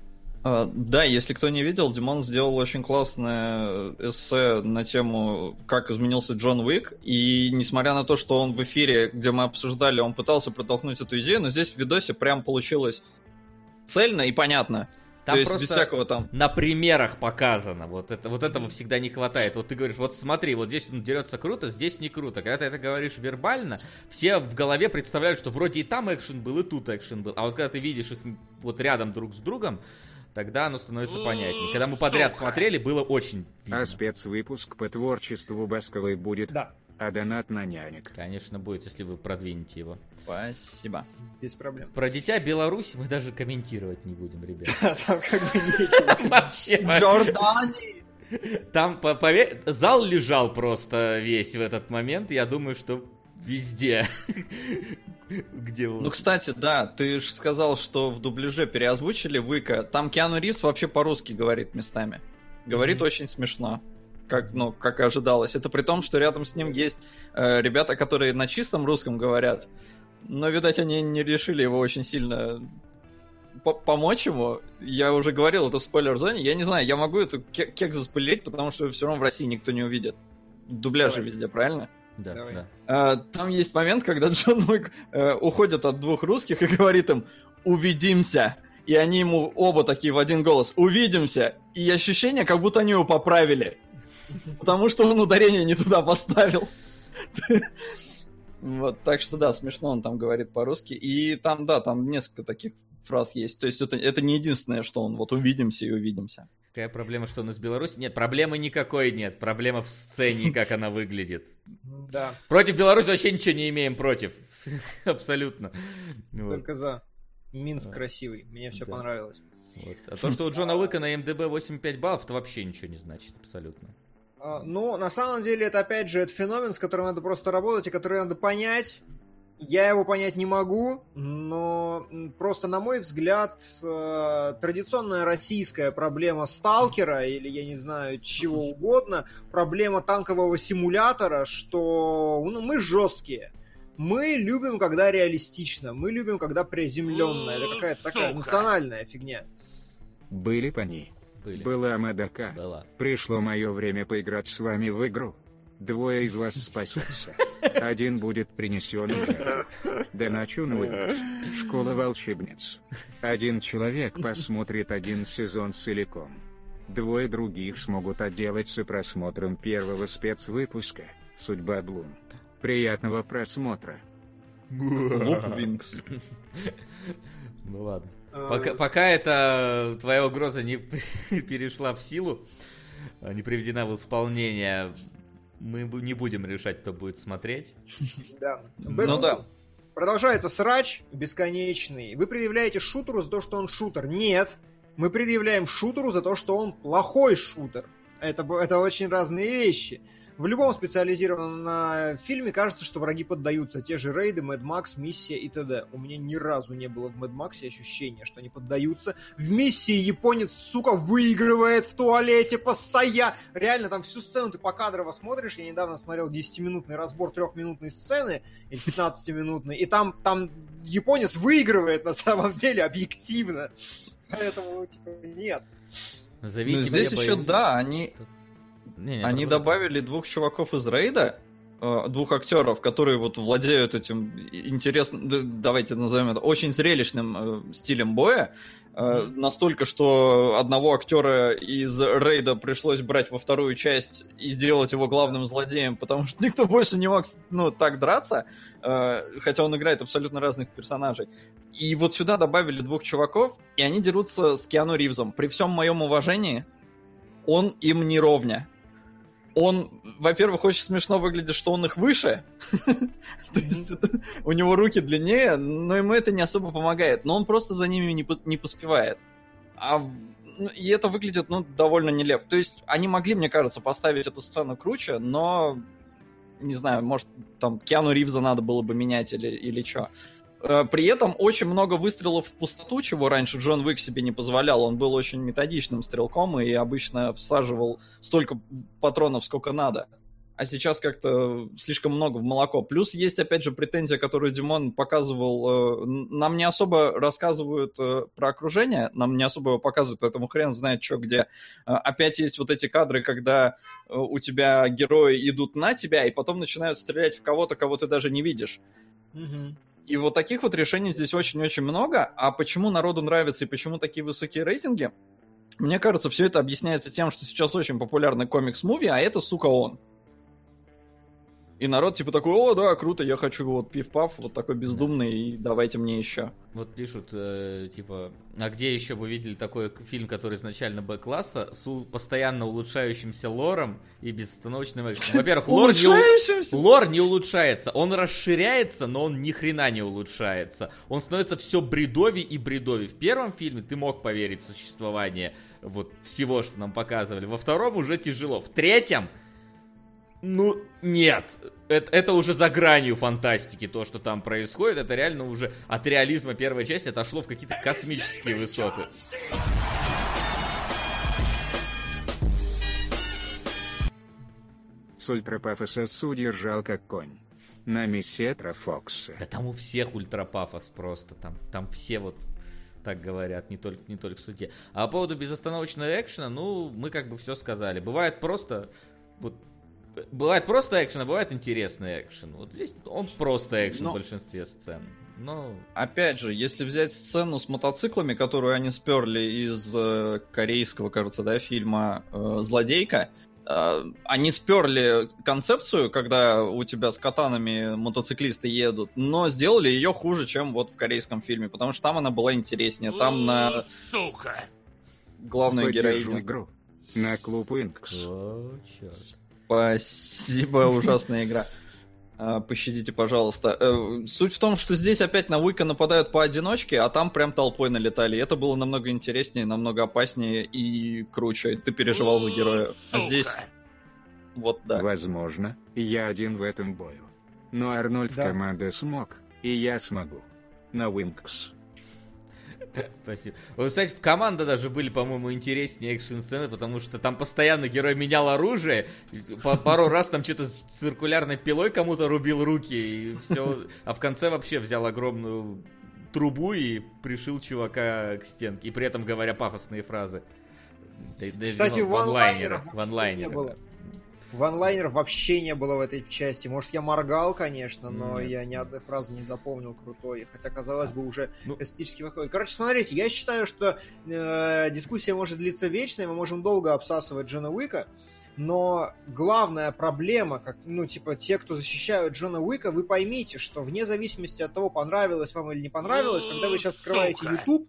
Да, если кто не видел, Димон сделал очень классное эссе на тему, как изменился Джон Уик, и несмотря на то, что он в эфире, где мы обсуждали, он пытался протолкнуть эту идею, но здесь в видосе прям получилось цельно и понятно. Там то есть просто без всякого там... на примерах показано. Вот этого всегда не хватает. Вот ты говоришь, вот смотри, вот здесь он дерется круто, здесь не круто. Когда ты это говоришь вербально, все в голове представляют, что вроде и там экшен был, и тут экшен был. А вот когда ты видишь их вот рядом друг с другом, тогда оно становится понятнее. Когда мы подряд смотрели, было очень видно. А спецвыпуск по творчеству Басковой будет? Да, А донат на нянек? Конечно, будет, если вы продвинете его. Спасибо. без проблем. Про Дитя Беларуси мы даже комментировать не будем, ребят. Там как бы нечего. Вообще. Джордани! Там, поверь, зал лежал просто весь в этот момент. Я думаю, что везде. Где Ну, кстати, да, ты же сказал, что в дубляже переозвучили Уика. Там Киану Ривз вообще по-русски говорит местами. Говорит очень смешно. Как и ожидалось. Это при том, что рядом с ним есть ребята, которые на чистом русском говорят. Но, видать, они не решили его очень сильно помочь ему. Я уже говорил это в спойлер-зоне. Я не знаю, я могу эту кек заспойлерить, потому что все равно в России никто не увидит. Дубляжи везде, правильно? Да, Давай. да. Там есть момент, когда Джон Уик уходит от двух русских и говорит им «Увидимся!» И они ему оба такие в один голос «Увидимся!» И ощущение, как будто они его поправили. Потому что он ударение не туда поставил. Вот, так что да, смешно он там говорит по-русски. И там, да, там несколько таких фраз есть. То есть это не единственное, что он вот «Увидимся» и «Увидимся». Какая проблема, что он из Беларуси? Нет, проблемы никакой нет. Проблема в сцене, как она выглядит. Да, Против Беларуси вообще ничего не имеем против. Абсолютно. Вот. только за. Минск красивый, мне все Да. понравилось. Вот. А то, что у Джона Уика на МДБ 85 баллов, это вообще ничего не значит абсолютно. Ну, на самом деле, это опять же, это феномен, с которым надо просто работать и который надо понять. Я его понять не могу, но просто, на мой взгляд, традиционная российская проблема сталкера, или, я не знаю, чего угодно, проблема танкового симулятора, что мы жесткие. Мы любим, когда реалистично, мы любим, когда приземленно. Это какая-то такая национальная фигня. Были пани. Были. Была Мадака. Была. Пришло мое время поиграть с вами в игру. Двое из вас спасутся. Один будет принесен в жертву. Доначу на вынос. Школа волшебниц. Один человек посмотрит один сезон целиком. Двое других смогут отделаться просмотром первого спецвыпуска «Судьба Блум». Приятного просмотра. Луп Винкс. Ну ладно. Пока эта твоя угроза не перешла в силу, не приведена в исполнение, мы не будем решать, кто будет смотреть. Да. Ну да. Продолжается срач бесконечный. Вы предъявляете шутеру за то, что он шутер. Нет. Мы предъявляем шутеру за то, что он плохой шутер. Это очень разные вещи. В любом специализированном фильме кажется, что враги поддаются. Те же рейды, Mad Max, Миссия и т.д. У меня ни разу не было в Mad Max ощущения, что они поддаются. В Миссии японец, сука, выигрывает в туалете постоянно. Реально, там всю сцену ты покадрово смотришь. Я недавно смотрел 10-минутный разбор 3-минутной сцены, или 15-минутной, и там японец выигрывает на самом деле объективно. Поэтому, типа, нет. Назовите Ну, здесь мне еще, боевик. да, они Не, добавили двух чуваков из рейда, двух актеров, которые вот владеют этим интересным, давайте назовем это, очень зрелищным стилем боя. Настолько, что одного актера из рейда пришлось брать во вторую часть и сделать его главным злодеем, потому что никто больше не мог, так драться, хотя он играет абсолютно разных персонажей. И вот сюда добавили двух чуваков, и они дерутся с Киану Ривзом. При всем моем уважении, он им не ровня. Он, во-первых, очень смешно выглядит, что он их выше. То есть у него руки длиннее, но ему это не особо помогает. Но он просто за ними не поспевает. И это выглядит, довольно нелепо. То есть они могли, мне кажется, поставить эту сцену круче, но, не знаю, может, там Киану Ривза надо было бы менять или что. При этом очень много выстрелов в пустоту, чего раньше Джон Уик себе не позволял. Он был очень методичным стрелком и обычно всаживал столько патронов, сколько надо. а сейчас как-то слишком много в молоко. Плюс есть, опять же, претензия, которую Димон показывал. Нам не особо рассказывают про окружение, нам не особо его показывают, поэтому хрен знает, что где. Опять есть вот эти кадры, когда у тебя герои идут на тебя, и потом начинают стрелять в кого-то, кого ты даже не видишь. Мгм. И вот таких вот решений здесь очень-очень много. А почему народу нравится и почему такие высокие рейтинги? Мне кажется, все это объясняется тем, что сейчас очень популярный комикс-муви, а это, сука, он. И народ типа такой: о, да, круто, я хочу вот пиф-паф, вот такой бездумный, и давайте мне еще. Вот пишут, типа, а где еще вы видели такой фильм, который изначально Б-класса, с постоянно улучшающимся лором и безостановочным экшеном? Во-первых, лор не улучшается, он расширяется, но он ни хрена не улучшается. Он становится все бредовей и бредовей. В первом фильме ты мог поверить в существование вот всего, что нам показывали. Во втором уже тяжело. В третьем... Ну, нет. Это уже за гранью фантастики, то, что там происходит. Это реально уже от реализма первой части отошло в какие-то космические высоты. С ультрапафоса удержал как конь. На мессетра Фокса. Да там у всех ультрапафос просто. Там все вот так говорят, не только в суде. А по поводу безостановочного экшена, ну, мы как бы все сказали. Бывает просто... Вот, бывает просто экшен, а бывает интересный экшен. Вот здесь он просто экшен в большинстве сцен. Но... Опять же, если взять сцену с мотоциклами, которую они сперли из корейского, кажется, да, фильма «Злодейка», они сперли концепцию, когда у тебя с катанами мотоциклисты едут, но сделали ее хуже, чем вот в корейском фильме, потому что там она была интереснее. Там на... Сука! Главную Поддержу героиню. игру. На клуб Инкс. О, черт. Спасибо, ужасная игра. Пощадите, пожалуйста. Суть в том, что здесь опять на Уика нападают поодиночке, а там прям толпой налетали. Это было намного интереснее, намного опаснее и круче. Ты переживал за героя. А здесь... Вот, да. Возможно, я один в этом бою. Но Арнольд в Да. команде смог, и я смогу. На Инкс. Спасибо. Вот, кстати, в команде даже были, по-моему, интереснее экшн-сцены, потому что там постоянно герой менял оружие, пару раз там что-то с циркулярной пилой кому-то рубил руки, и все. А в конце вообще взял огромную трубу и пришил чувака к стенке, и при этом говоря пафосные фразы. Кстати, ванлайнеров не ванлайнеры. было. Ванлайнеров вообще не было в этой части. Может, я моргал, конечно, но Нет. я ни одной фразы не запомнил крутой. Хотя, казалось бы, уже Ну. эстетически выходит. Короче, смотрите, я считаю, что дискуссия может длиться вечно, и мы можем долго обсасывать Джона Уика, но главная проблема, как, ну, типа, те, кто защищают Джона Уика, вы поймите, что вне зависимости от того, понравилось вам или не понравилось, когда вы сейчас открываете Сука. YouTube,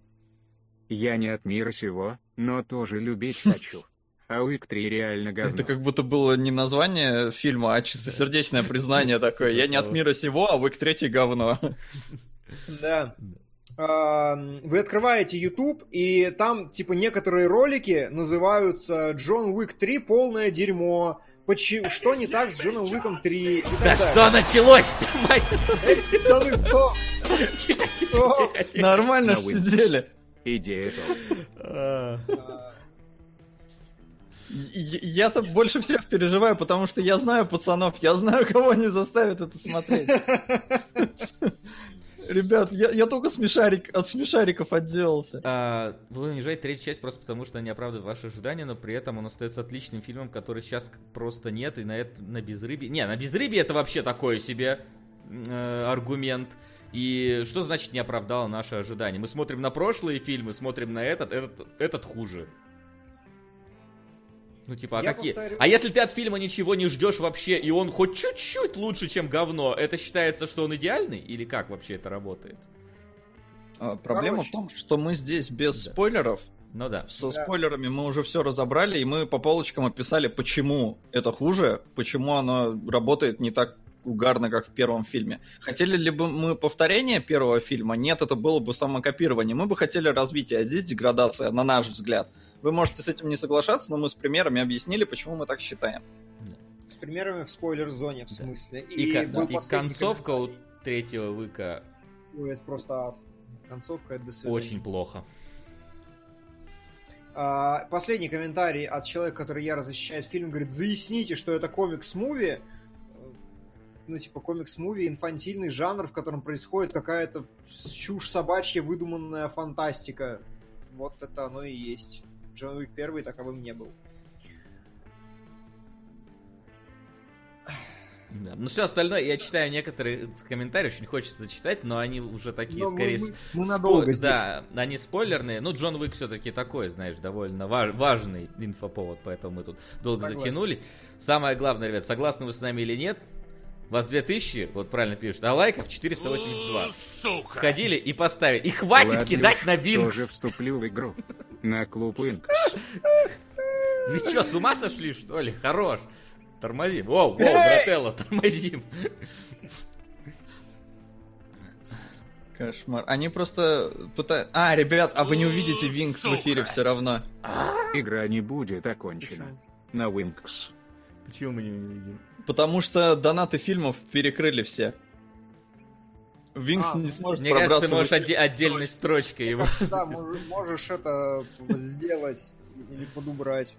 Я не от мира сего, но тоже любить хочу. А Уик 3 реально говно. Это как будто было не название фильма, а чистосердечное признание такое. Я не от мира сего, а Уик 3 говно. да. Вы открываете YouTube, и там, типа, некоторые ролики называются «Джон Уик 3. Полное дерьмо». Что не так с Джоном Уиком 3? И так Да далее. что началось-то, мать? Пацаны, стоп! Тихо, Стоп! тихо. Нормально На ж Windows. сидели. Идея топ. Я-то больше всех переживаю, потому что я знаю пацанов, я знаю, кого они заставят это смотреть. Ребят, я только от смешариков отделался. Вы унижаете третью часть просто потому, что они оправдывают ваши ожидания, но при этом он остается отличным фильмом, который сейчас просто нет, и на безрыбье... Не, на безрыбье это вообще такое себе аргумент. И что значит не оправдало наши ожидания? Мы смотрим на прошлые фильмы, смотрим на этот хуже. Ну, типа, Я какие? повторю. А если ты от фильма ничего не ждешь вообще, и он хоть чуть-чуть лучше, чем говно, это считается, что он идеальный? Или как вообще это работает? Проблема Короче. в том, что мы здесь без Да. спойлеров. Ну да. Со Да. спойлерами мы уже все разобрали, и мы по полочкам описали, почему это хуже, почему оно работает не так угарно, как в первом фильме. Хотели ли бы мы повторение первого фильма? Нет, это было бы самокопирование. Мы бы хотели развития, а здесь деградация, на наш взгляд. Вы можете с этим не соглашаться, но мы с примерами объяснили, почему мы так считаем. С примерами в спойлер-зоне, в Да. смысле. И был последний концовка у комментарий. третьего Уика Ой, это просто ад. Концовка, это до свидания. очень плохо. Последний комментарий от человека, который яро защищает фильм, говорит: заясните, что это комикс-муви. Ну, типа, комикс-муви, инфантильный жанр, в котором происходит какая-то чушь собачья, выдуманная фантастика. Вот это оно и есть. Джон Уик 1 таковым не был. Да. Ну, все остальное, я читаю некоторые комментарии, очень хочется зачитать, но они уже такие, Но скорее... мы надолго здесь. Да, они спойлерные. Ну, Джон Уик все-таки такой, знаешь, довольно важный инфоповод, поэтому мы тут долго затянулись. Самое главное, ребят, согласны вы с нами или нет, вас 2000, вот правильно пишут, а лайков 482. Сука! Сходили и поставили. И хватит Ладно кидать уж, на Винкс. тоже вступлю в игру. На клуб Инкс. Вы что, с ума сошли, что ли? Хорош. Тормозим. Воу, брателло, тормозим. Кошмар. Они просто пытаются... ребят, а вы не увидите Винкс в эфире все равно. Игра не будет окончена. На Инкс. Почему мы не видим? Потому что донаты фильмов перекрыли все. Винкс не сможет Мне кажется, ты пробраться. можешь отдельной строчкой его... Да, можешь это сделать или подубрать.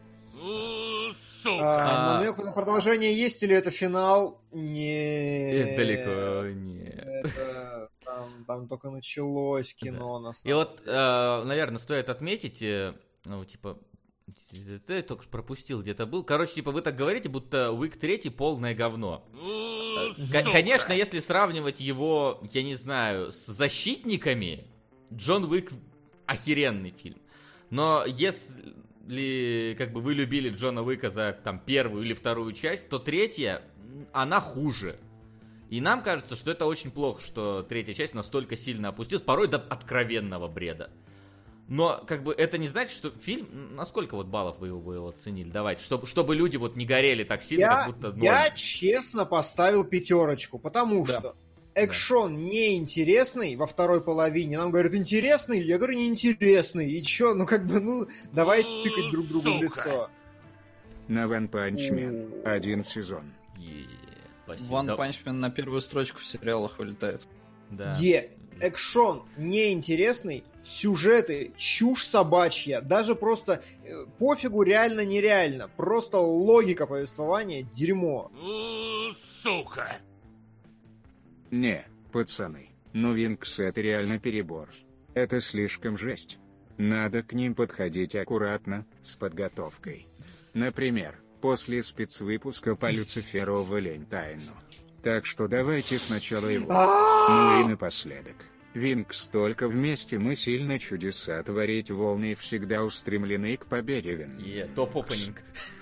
Сука! Намек на продолжение есть или это финал? Нет. Далеко нет. Это там только началось кино, на И самом вот, наверное, стоит отметить, ну, типа, ты только что пропустил, где-то был. Короче, типа, вы так говорите, будто Уик 3 полное говно. Конечно, если сравнивать его, я не знаю, с «Защитниками», Джон Уик охеренный фильм. Но если как бы вы любили Джона Уика за там первую или вторую часть, то третья, она хуже. И нам кажется, что это очень плохо, что третья часть настолько сильно опустилась, порой до откровенного бреда. Но как бы это не значит, что фильм... Насколько вот баллов вы его оценили? Давайте, чтобы люди вот не горели так сильно, как будто... Я честно поставил 5, потому что экшон неинтересный во второй половине. Нам говорят, интересный, я говорю, неинтересный. И чё, давайте тыкать друг другу в лицо. На One Punch Man 1 сезон. Спасибо. Ван Панчмен на первую строчку в сериалах вылетает. Да. Экшон неинтересный, сюжеты чушь собачья, даже просто пофигу реально нереально, просто логика повествования дерьмо. Сука! Не, пацаны, ну Винкс это реально перебор. Это слишком жесть. Надо к ним подходить аккуратно, с подготовкой. Например, после спецвыпуска по Люциферу Валентайну. Так что давайте сначала его. Ну и напоследок. Винкс, только вместе мы сильно чудеса творить, волны всегда устремлены к победе. Топ-опенинг.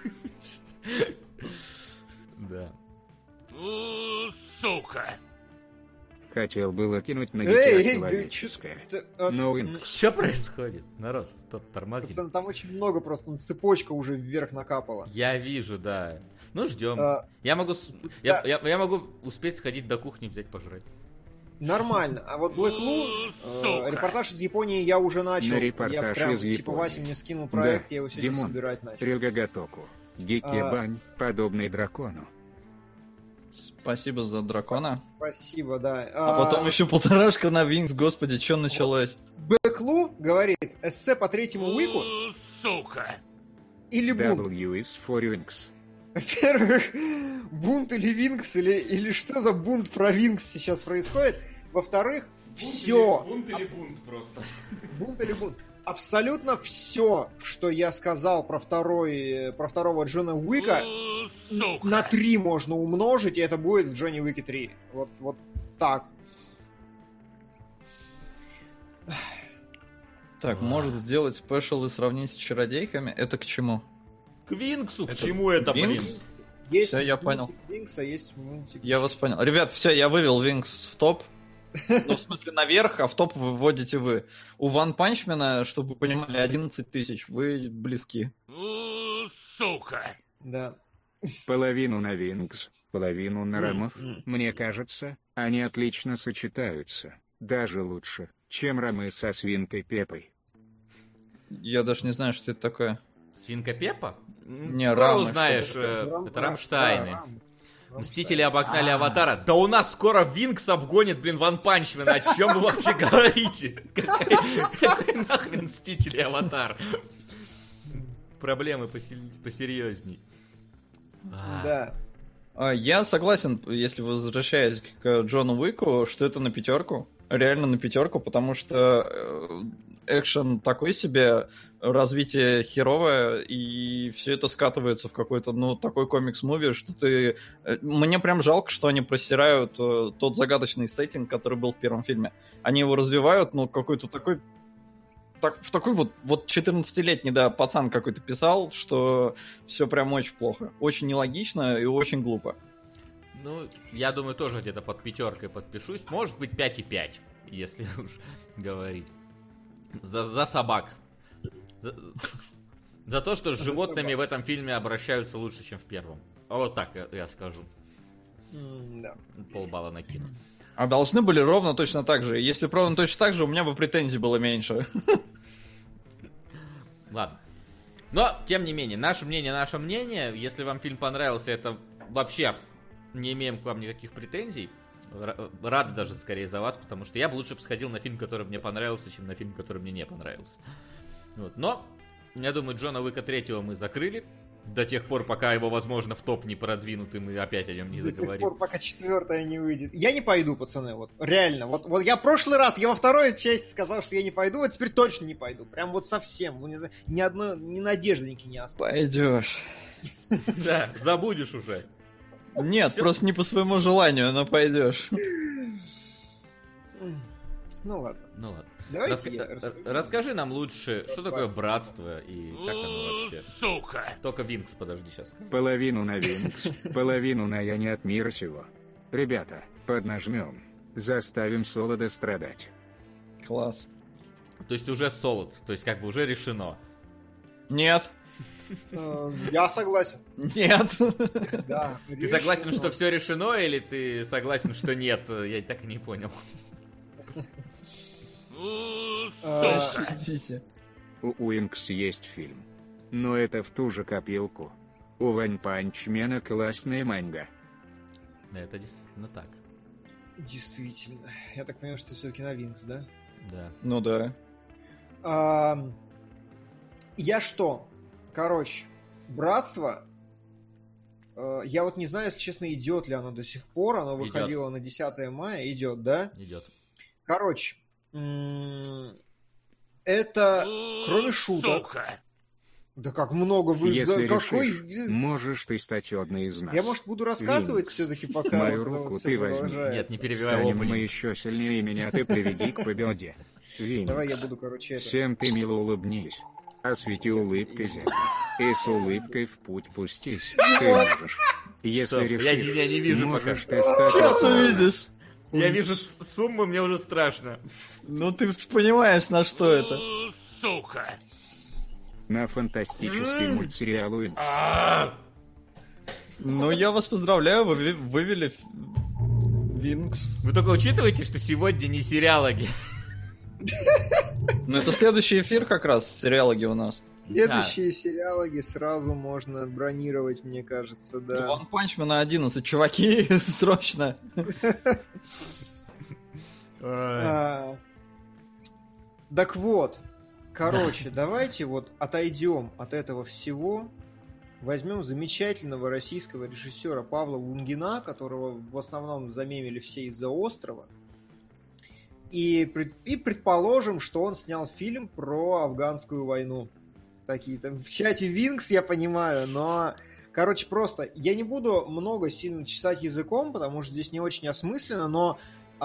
Да. Сука! Хотел было кинуть на дитя человеческое. Но Что происходит? Народ, тормозит. Пацаны, там очень много просто, цепочка уже вверх накапала. Я вижу, да. Ну, ждем. Я могу успеть сходить до кухни, взять пожрать. Нормально. А вот Black Lu, репортаж из Японии я уже начал. На репортаж я прям, из Японии. типа, Вася мне скинул проект, Да, я его сегодня Димон, собирать начал. Рюгагатоку. Гикебань, подобный дракону. Спасибо за дракона. Спасибо, да. А потом еще полторашка на Винкс, господи, что началось? Black Lu говорит, эссе по 3-му Уику Сука! или бунт? W is for Wings. Во-первых, бунт или Винкс, или что за бунт про Винкс сейчас происходит. Во-вторых, все. Бунт или бунт просто. Бунт или бунт. Абсолютно все, что я сказал про второго Джона Уика, Сука! на 3 можно умножить, и это будет в Джонни Уике 3. Вот так. Так, может сделать спешл и сравнить с чародейками? Это к чему? К Винксу, к чему это, блин? Винкс? Есть Всё, я мультик понял. Винкса, есть мультик. Я вас понял. Ребят, все, я вывел Винкс в топ. Ну, в смысле, наверх, а в топ вы вводите вы. У Ван Панчмена, чтобы вы понимали, 11 тысяч. Вы близки. Сука! Да. Половину на Винкс, половину на Рамов. Мне кажется, они отлично сочетаются. Даже лучше, чем Рамы со свинкой Пеппой. Я даже не знаю, что это такое. Свинка Пеппа? Не, Скоро Рамы, узнаешь, что это Рамштайны. Да, Рам. Мстители обогнали Аватара. Да у нас скоро Винкс обгонит, блин, Ван Панчмена. О чем вы вообще говорите? Какой нахрен Мстители Аватар? проблемы посерьезней. Да. Я согласен, если возвращаясь к Джону Уику, что это на 5. Реально на 5, потому что экшен такой себе, развитие херовое, и все это скатывается в какой-то, такой комикс-муви, что ты... Мне прям жалко, что они просирают тот загадочный сеттинг, который был в первом фильме. Они его развивают, какой-то такой... в такой вот 14-летний, да, пацан какой-то писал, что все прям очень плохо. Очень нелогично и очень глупо. Ну, я думаю, тоже где-то под 5 подпишусь. Может быть, 5,5, если уж говорить. За собак. За то, что с животными собак. в этом фильме обращаются лучше, чем в первом. А вот так я скажу. Да. Полбалла накину. А должны были ровно точно так же. Если бы ровно точно так же, у меня бы претензий было меньше. Ладно. Но, тем не менее, наше мнение. Если вам фильм понравился, это вообще не имеем к вам никаких претензий. Рады даже скорее за вас, потому что я бы лучше сходил на фильм, который мне понравился, чем на фильм, который мне не понравился. Вот. Но, я думаю, Джона Уика 3 мы закрыли. До тех пор, пока его, возможно, в топ не продвинут, и мы опять о нем не заговорим. До тех пор, пока 4 не выйдет. Я не пойду, пацаны, вот реально. Вот я прошлый раз, я во второй части сказал, что я не пойду, а теперь точно не пойду. Прям вот совсем. Ни одной, ни надежденьки не осталось. Пойдешь. Да, забудешь уже. Нет, просто не по своему желанию, но пойдешь. Ну ладно. Ну ладно. Давайте я расскажу. Расскажи нам лучше, что такое братство и как оно вообще. Сука! Только Винкс, подожди, сейчас скажу. Половину на Винкс, половину на Я не от мира сего. Ребята, поднажмем. Заставим Солода страдать. Класс. То есть уже солод, то есть как бы уже решено. Нет. Я согласен. Нет. Да. Ты согласен, что все решено, или ты согласен, что нет? Я так и не понял. Сука! Идите. У Уинкс есть фильм. Но это в ту же копилку. У Ван Панчмена классная манга. Да, это действительно так. Действительно. Я так понимаю, что все-таки на Винкс, да? Да. Ну да. Я что? Короче, братство. Я вот не знаю, если честно, идет ли оно до сих пор. Оно Идет. выходило на 10 мая. Идет, да? Идет. Короче, это кроме шуток. Сука! Да как много вы... Если какой... решишь, можешь ты стать одной из нас. Я, может, буду рассказывать Винкс. все-таки, пока Мою вот это руку вот ты всё возьми. продолжается. Нет, не перебивай Станем мы опенинг. еще сильнее меня, ты приведи к победе. Винкс. Давай я буду, короче, это... Всем ты мило улыбнись. Освети улыбкой землю. И с улыбкой в путь пустись. Ты можешь. Если Стоп, решишь, я не вижу можешь пока. ты стать... Сейчас увидишь. Я вижу сумму, мне уже страшно. Ну ты понимаешь, на что это. Сука! На фантастический мультсериал Уинкс. Ну я вас поздравляю, вы вывели Винкс. Вы только учитываете, что сегодня не сериалоги. Ну это следующий эфир как раз, сериалоги у нас. Следующие сериалоги сразу можно бронировать, мне кажется, да. Ван Панчмена 11, чуваки, срочно. Так вот, короче, давайте вот отойдем от этого всего, возьмем замечательного российского режиссера Павла Лунгина, которого в основном замемили все из-за острова, и предположим, что он снял фильм про афганскую войну. Такие там в чате Винкс, я понимаю, но... Короче, просто я не буду много сильно чесать языком, потому что здесь не очень осмысленно, но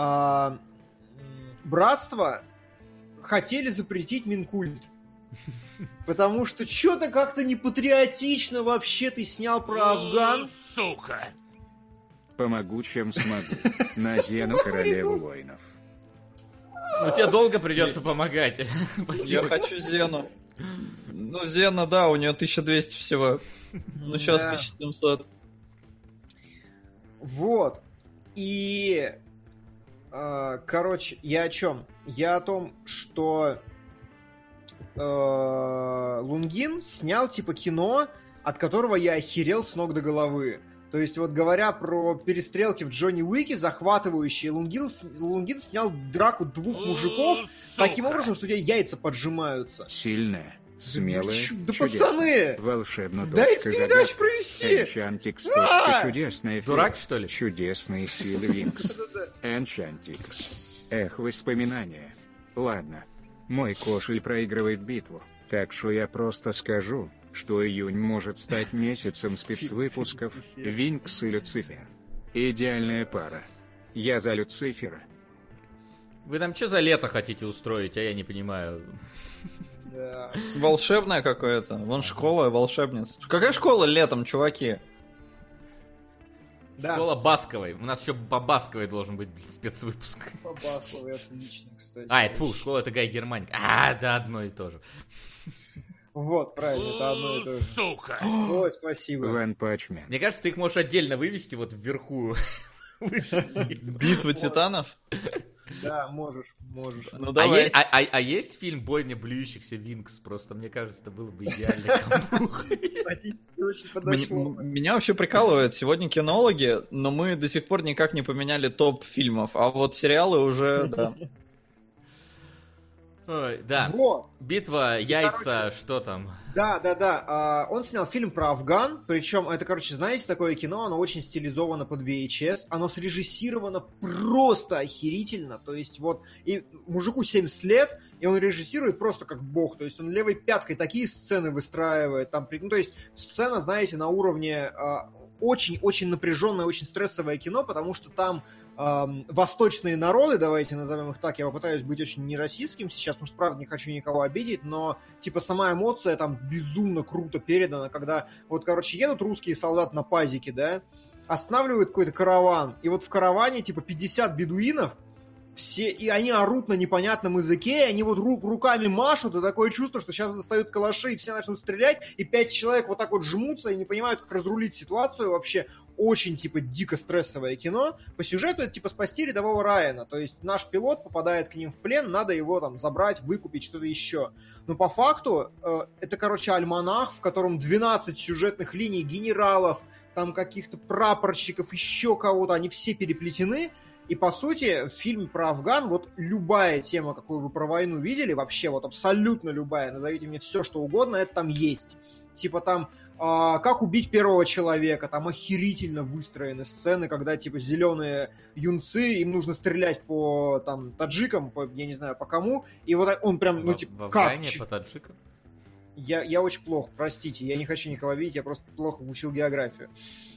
братство хотели запретить Минкульт. Потому что что-то как-то не патриотично вообще ты снял про Афган. Сука! Помогу, чем смогу. На Зену королеву воинов. Ну тебе долго придется помогать. Я Спасибо. хочу Зену. Ну, Зена, да, у нее 1200 всего. Ну, сейчас Да. 1700. Вот. И... короче, я о чем? Я о том, что Лунгин снял типа кино, от которого я охерел с ног до головы. То есть, вот говоря про перестрелки в Джонни Уике, захватывающие, Лунгин снял драку двух мужиков таким образом, что у тебя яйца поджимаются. Сильная, Смелые, Да чудесные, пацаны! волшебно. Дайте передачу провести! Энчантикс. Чудесная Дурак, фея. что ли? Чудесные силы Винкс. Энчантикс. Эх, воспоминания. Ладно. Мой кошель проигрывает битву, так что я просто скажу, что июнь может стать месяцем спецвыпусков Винкс и Люцифер. Идеальная пара. Я за Люцифера. Вы нам что за лето хотите устроить, а я не понимаю. Да. Волшебное какое-то. Вон школа волшебниц. Какая школа летом, чуваки? Да. Школа Басковой. У нас еще по Басковой должен быть спецвыпуск. По Басковой отлично, кстати. Фу, школа это Гай Германик. Да, одно и то же. Вот, правильно, это одно и то же. Сука! Ой, спасибо. Ван Пачмен. Мне кажется, ты их можешь отдельно вывести вот вверху. Битва титанов? Да, можешь. Ну давай. А есть фильм «Бойня блюющихся Винкс»? Просто мне кажется, это было бы идеально. Очень подошло. Меня вообще прикалывает. Сегодня кинологи, но мы до сих пор никак не поменяли топ фильмов. А вот сериалы уже, да. Ой, да. Вот. Битва, яйца, что там? Да. Он снял фильм про Афган, причем это, знаете, такое кино, оно очень стилизовано под VHS, оно срежиссировано просто охерительно, то есть вот, и мужику 70 лет, и он режиссирует просто как бог, то есть он левой пяткой такие сцены выстраивает, там, то есть сцена, знаете, на уровне очень-очень напряженное, очень стрессовое кино, потому что там восточные народы, давайте назовем их так, я попытаюсь быть очень нерасистским сейчас, потому что, правда, не хочу никого обидеть, но, типа, сама эмоция там безумно круто передана, когда, вот, едут русские солдаты на пазике, да, останавливают какой-то караван, и вот в караване, типа, 50 бедуинов, все, и они орут на непонятном языке, и они вот руками машут, и такое чувство, что сейчас достают калаши, и все начнут стрелять, и 5 человек вот так вот жмутся и не понимают, как разрулить ситуацию. Вообще очень, типа, дико стрессовое кино. По сюжету это, типа, спасти рядового Райана. То есть наш пилот попадает к ним в плен, надо его там забрать, выкупить, что-то еще. Но по факту это, альманах, в котором 12 сюжетных линий генералов, там каких-то прапорщиков, еще кого-то, они все переплетены. И, по сути, в фильме про Афган, вот любая тема, какую вы про войну видели, вообще вот абсолютно любая, назовите мне все, что угодно, это там есть. Типа там, как убить первого человека, там охерительно выстроены сцены, когда, типа, зеленые юнцы, им нужно стрелять по, там, таджикам, по, я не знаю, по кому, и вот он прям, ну, типа, в Афгане по таджикам? Я очень плохо, простите, я не хочу никого видеть, я просто плохо учил географию.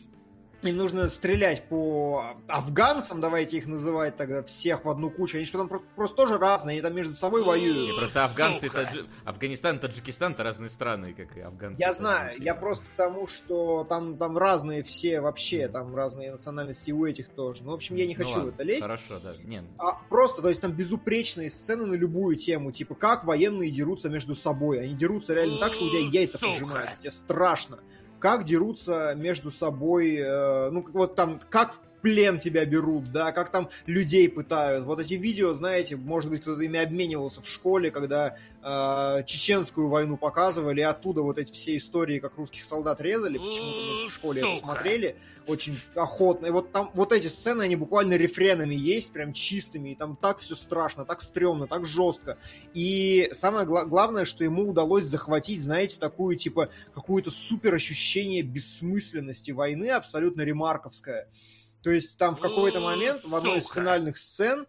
Им нужно стрелять по афганцам, давайте их называть тогда, всех в одну кучу. Они что там просто тоже разные, они там между собой воюют. И просто афганцы и Афганистан и Таджикистан — это разные страны, как и афганцы. Я знаю, я просто к тому, что там разные все вообще, там разные национальности у этих тоже. Ну, в общем, я не хочу в это лезть. Хорошо, да. Просто, то есть там безупречные сцены на любую тему, типа как военные дерутся между собой. Они дерутся реально так, что у тебя яйца поджимаются, тебе страшно. Как дерутся между собой, вот там, как в плен тебя берут, да, как там людей пытают. Вот эти видео, знаете, может быть, кто-то ими обменивался в школе, когда чеченскую войну показывали, и оттуда вот эти все истории, как русских солдат резали, почему-то мы в школе это смотрели очень охотно. И вот там вот эти сцены, они буквально рефренами есть, прям чистыми, и там так все страшно, так стрёмно, так жестко. И самое главное, что ему удалось захватить, знаете, такую, типа, какое-то супер ощущение бессмысленности войны, абсолютно ремарковское. То есть там в какой-то момент, в одной из финальных сцен,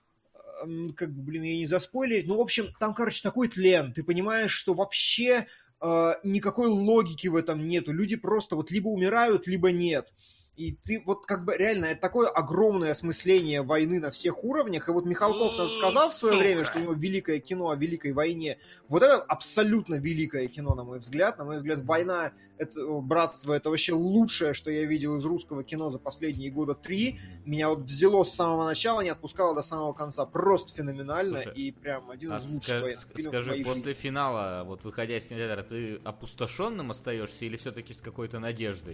я не заспойлерить, в общем, там, такой тлен. Ты понимаешь, что вообще никакой логики в этом нету. Люди просто вот либо умирают, либо нет. И ты вот реально, это такое огромное осмысление войны на всех уровнях. И вот Михалков сказал в свое время, что у него великое кино о Великой войне. Вот это абсолютно великое кино, на мой взгляд. На мой взгляд, «Война», «Братство» — это вообще лучшее, что я видел из русского кино за последние года 3. Меня вот взяло с самого начала, не отпускало до самого конца. Просто феноменально. Слушай, и прям один из лучших военных фильмов. Скажи, после финала, вот выходя из кинотеатра, ты опустошенным остаешься или все-таки с какой-то надеждой?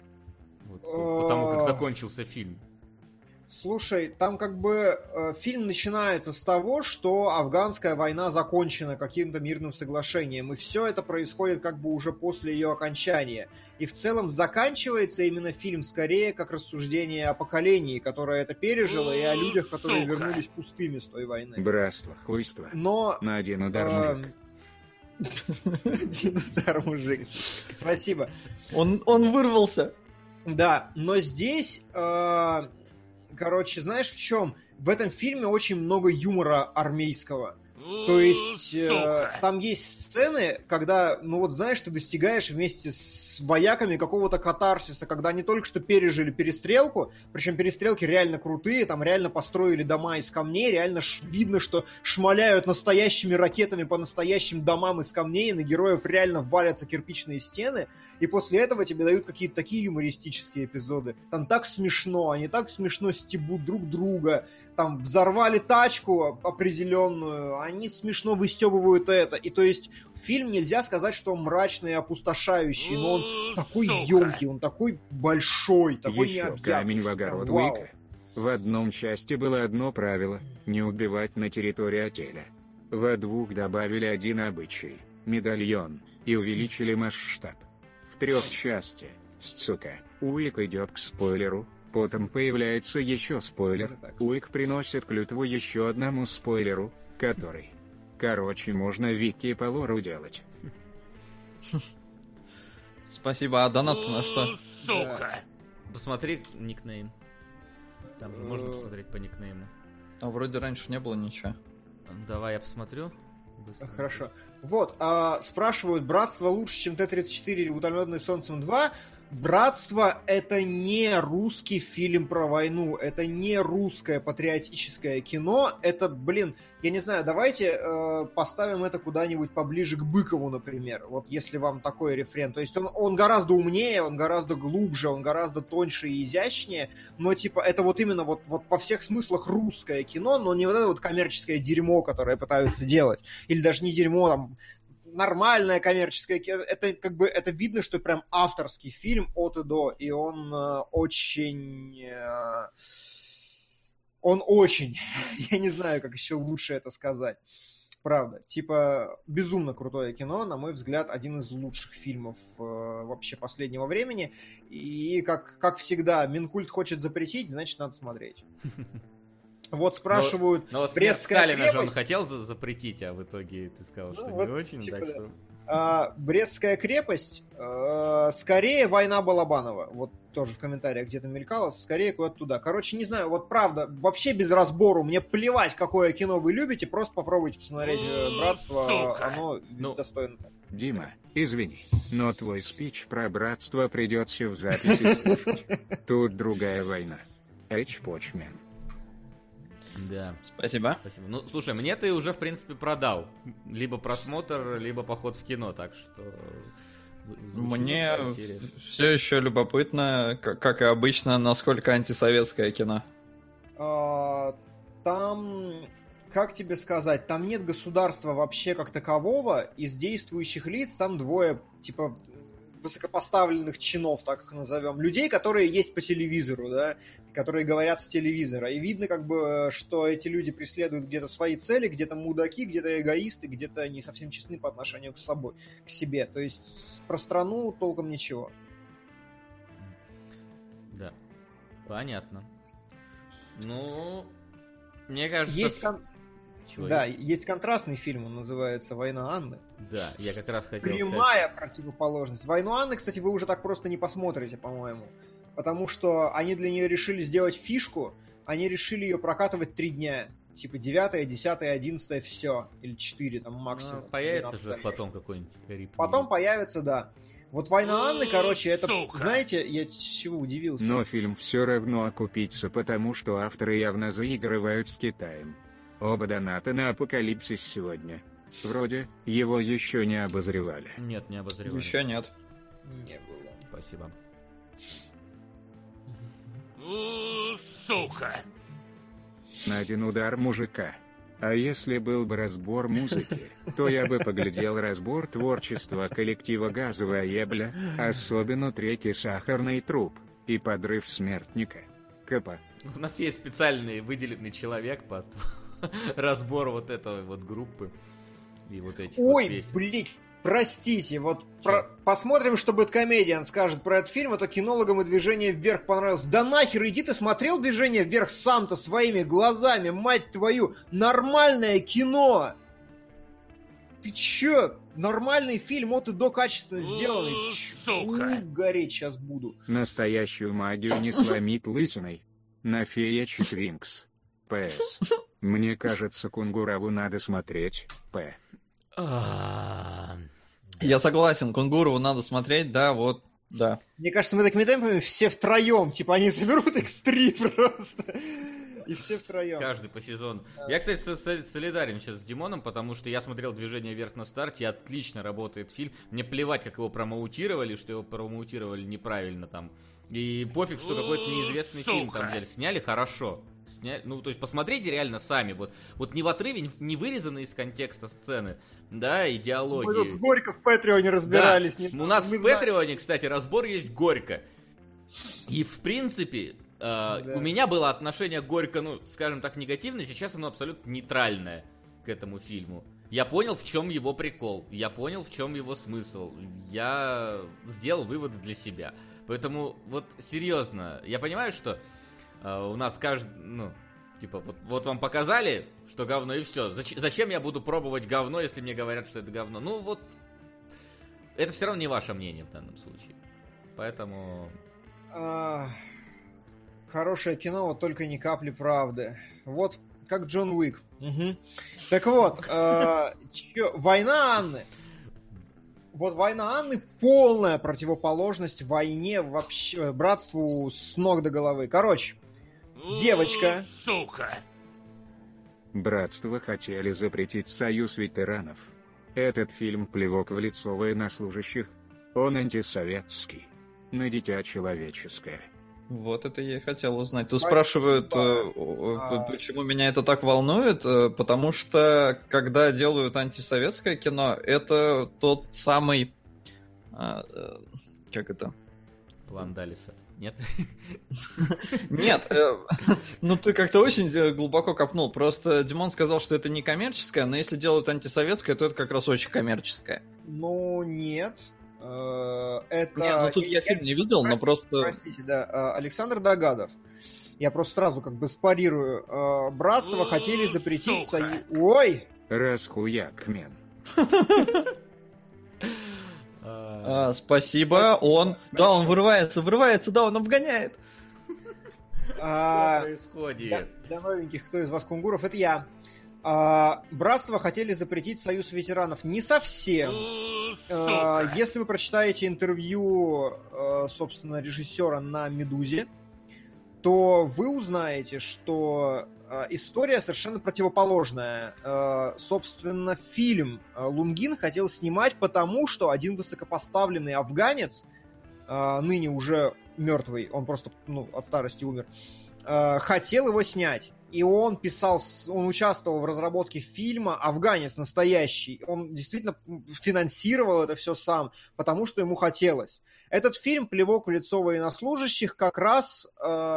Потому как закончился фильм. Слушай, там фильм начинается с того, что афганская война закончена каким-то мирным соглашением, и все это происходит уже после ее окончания. И в целом заканчивается именно фильм скорее как рассуждение о поколении, которое это пережило, и о людях, которые вернулись пустыми с той войны. Братство, хуйство. Но на один удар Один удар, мужик. Спасибо. Он вырвался. Да, но здесь, короче, знаешь в чем? В этом фильме очень много юмора армейского. То есть там есть сцены, когда, ну вот знаешь, ты достигаешь вместе с вояками какого-то катарсиса, когда они только что пережили перестрелку, причем перестрелки реально крутые, там реально построили дома из камней, реально видно, что шмаляют настоящими ракетами по настоящим домам из камней, и на героев реально валятся кирпичные стены, и после этого тебе дают какие-то такие юмористические эпизоды. Там так смешно, они так смешно стебут друг друга, там взорвали тачку определенную, они смешно выстебывают это. И то есть фильм нельзя сказать, что он мрачный и опустошающий, но он такой емкий, он такой большой, такой Еще необъятный. камень в огород Вау. Уика. В одном части было одно правило – не убивать на территории отеля. Во двух добавили один обычай – медальон, и увеличили масштаб. В трех части, сука, Уик идет к спойлеру, потом появляется еще спойлер, Это так. Уик приносит клятву еще одному спойлеру, который... Короче, можно вики по лору делать. Спасибо, а донат на что? Сука! Посмотри никнейм. Там же можно посмотреть по никнейму. А вроде раньше не было ничего. Давай я посмотрю. Быстро. Хорошо. Вот, спрашивают, «Братство лучше, чем Т-34 или «Утомленный солнцем 2»? «Братство» — это не русский фильм про войну, это не русское патриотическое кино, это, блин, я не знаю, давайте поставим это куда-нибудь поближе к Быкову, например, вот если вам такой рефрен. То есть он гораздо умнее, он гораздо глубже, он гораздо тоньше и изящнее, но типа это вот именно вот во всех смыслах русское кино, но не вот это вот коммерческое дерьмо, которое пытаются делать. Или даже не дерьмо, там, нормальное коммерческое кино. Это как бы это видно, что прям авторский фильм от и до, и он очень... Он очень... Я не знаю, как еще лучше это сказать. Правда. Типа, безумно крутое кино, на мой взгляд, один из лучших фильмов вообще последнего времени. И, как всегда, Минкульт хочет запретить, значит, надо смотреть. Вот спрашивают, Но вот Брестская Сталина же он крепость... хотел запретить, а в итоге ты сказал, что вот не очень. типа Так да. что... Брестская крепость, скорее война Балабанова. Вот тоже в комментариях где-то мелькало, скорее куда-то туда. Короче, не знаю, вот правда, вообще без разбору, мне плевать, какое кино вы любите, просто попробуйте посмотреть «Братство», Сука. оно Ну. достойно. Дима, извини, но твой спич про братство придется в записи слушать. Тут другая война. Эчпочмен. Да. Спасибо. Спасибо. Ну, слушай, мне ты уже, в принципе, продал. Либо просмотр, либо поход в кино, так что... звучит Мне интересно. все еще любопытно, как и обычно, насколько антисоветское кино. Там, как тебе сказать, там нет государства вообще как такового, из действующих лиц там двое, типа, высокопоставленных чинов, так их назовем, людей, которые есть по телевизору, да, которые говорят с телевизора. И видно, как бы, что эти люди преследуют где-то свои цели, где-то мудаки, где-то эгоисты, где-то не совсем честны по отношению к себе. То есть про страну толком ничего. Да. Понятно. Ну, мне кажется... Есть, Чего да, есть? есть контрастный фильм, он называется «Война Анны». Да, я как раз хотел сказать. Прямая противоположность. «Войну Анны», кстати, вы уже так просто не посмотрите, по-моему. Потому что они для нее решили сделать фишку, они решили ее прокатывать 3 дня. Типа 9, 10, 11, все. Или 4 там максимум. Ну, появится 12, же потом какой-нибудь рип. Потом появится, да. Вот «Война Анны», короче, это... Сука. Знаете, я чего удивился? Но фильм все равно окупится, потому что авторы явно заигрывают с Китаем. Оба доната на Апокалипсис сегодня. Вроде, его еще не обозревали. Нет, не обозревали. Еще нет. Не было. Спасибо. Сука! На один удар мужика. А если был бы разбор музыки, то я бы поглядел разбор творчества коллектива «Газовая ебля», особенно треки «Сахарный труп» и «Подрыв смертника». КП. У нас есть специальный выделенный человек под разбор вот этой вот группы и вот этих вот Ой, песен. блин, простите, вот Чё? посмотрим, что Бэткомедиан скажет про этот фильм, а то кинологам и «Движение вверх» понравилось. Да нахер, иди ты смотрел «Движение вверх» сам-то своими глазами, мать твою, нормальное кино! Ты чё? нормальный фильм от и до качественно сделанный. Сука. Гореть сейчас буду. Настоящую магию не сломить лысиной. На фея Читринкс. П.С. Мне кажется, Кунгураву надо смотреть. П. Я согласен, Кунгурову надо смотреть, да, вот, да. Мне кажется, мы такими темпами все втроем, типа они соберут X3 просто. И все втроем. Каждый по сезону. Я, кстати, солидарен сейчас с Димоном, потому что я смотрел «Движение вверх» на старте, и отлично работает фильм. Мне плевать, как его промоутировали, что его промоутировали неправильно там. И пофиг, что какой-то неизвестный фильм там взяли. Сняли хорошо. Ну, то есть, посмотрите реально сами. Вот не в отрыве, не вырезаны из контекста сцены, да, и диалоги. Мы тут с Горько в Патреоне разбирались. Да. У нас в Патреоне, кстати, разбор есть Горько. И, в принципе... У меня было отношение к Горько, ну, скажем так, негативное, сейчас оно абсолютно нейтральное к этому фильму. Я понял, в чем его прикол, я понял, в чем его смысл, я сделал выводы для себя. Поэтому, вот, серьезно, я понимаю, что у нас каждый, ну, типа, вот вам показали, что говно, и все. Зачем я буду пробовать говно, если мне говорят, что это говно? Ну, вот, это все равно не ваше мнение в данном случае. Поэтому... Хорошее кино, вот только ни капли правды. Вот как Джон Уик. Угу. Так вот, «Война Анны». Вот «Война Анны» полная противоположность войне, вообще, братству с ног до головы. Короче, девочка... Сука. Братство хотели запретить союз ветеранов. Этот фильм плевок в лицо военнослужащих. Он антисоветский. На дитя человеческое. Вот это я и хотел узнать. Тут Спасибо. спрашивают, почему меня это так волнует, потому что, когда делают антисоветское кино, это тот самый... как это? План Далиса. Нет? Нет, ну ты как-то очень глубоко копнул. Просто Димон сказал, что это не коммерческое, но если делают антисоветское, то это как раз очень коммерческое. Ну, нет. Это... Нет, ну тут я фильм не видел, но просто... Простите, да. Александр Догадов. Я просто сразу как бы спарирую. Братство хотели запретить союз... Ой! Расхуякмен. Спасибо, он... Да, он вырывается, да, он обгоняет. Что происходит? Для новеньких, кто из вас кунгуров, это я. Братство хотели запретить союз ветеранов. Не совсем. Если вы прочитаете интервью, собственно, режиссера на «Медузе», то вы узнаете, что история совершенно противоположная. Собственно, фильм Лунгин хотел снимать, потому что один высокопоставленный афганец, ныне уже мертвый, он просто от старости умер, хотел его снять. И он участвовал в разработке фильма, афганец настоящий. Он действительно финансировал это все сам, потому что ему хотелось. Этот фильм «Плевок в лицо военнослужащих» как раз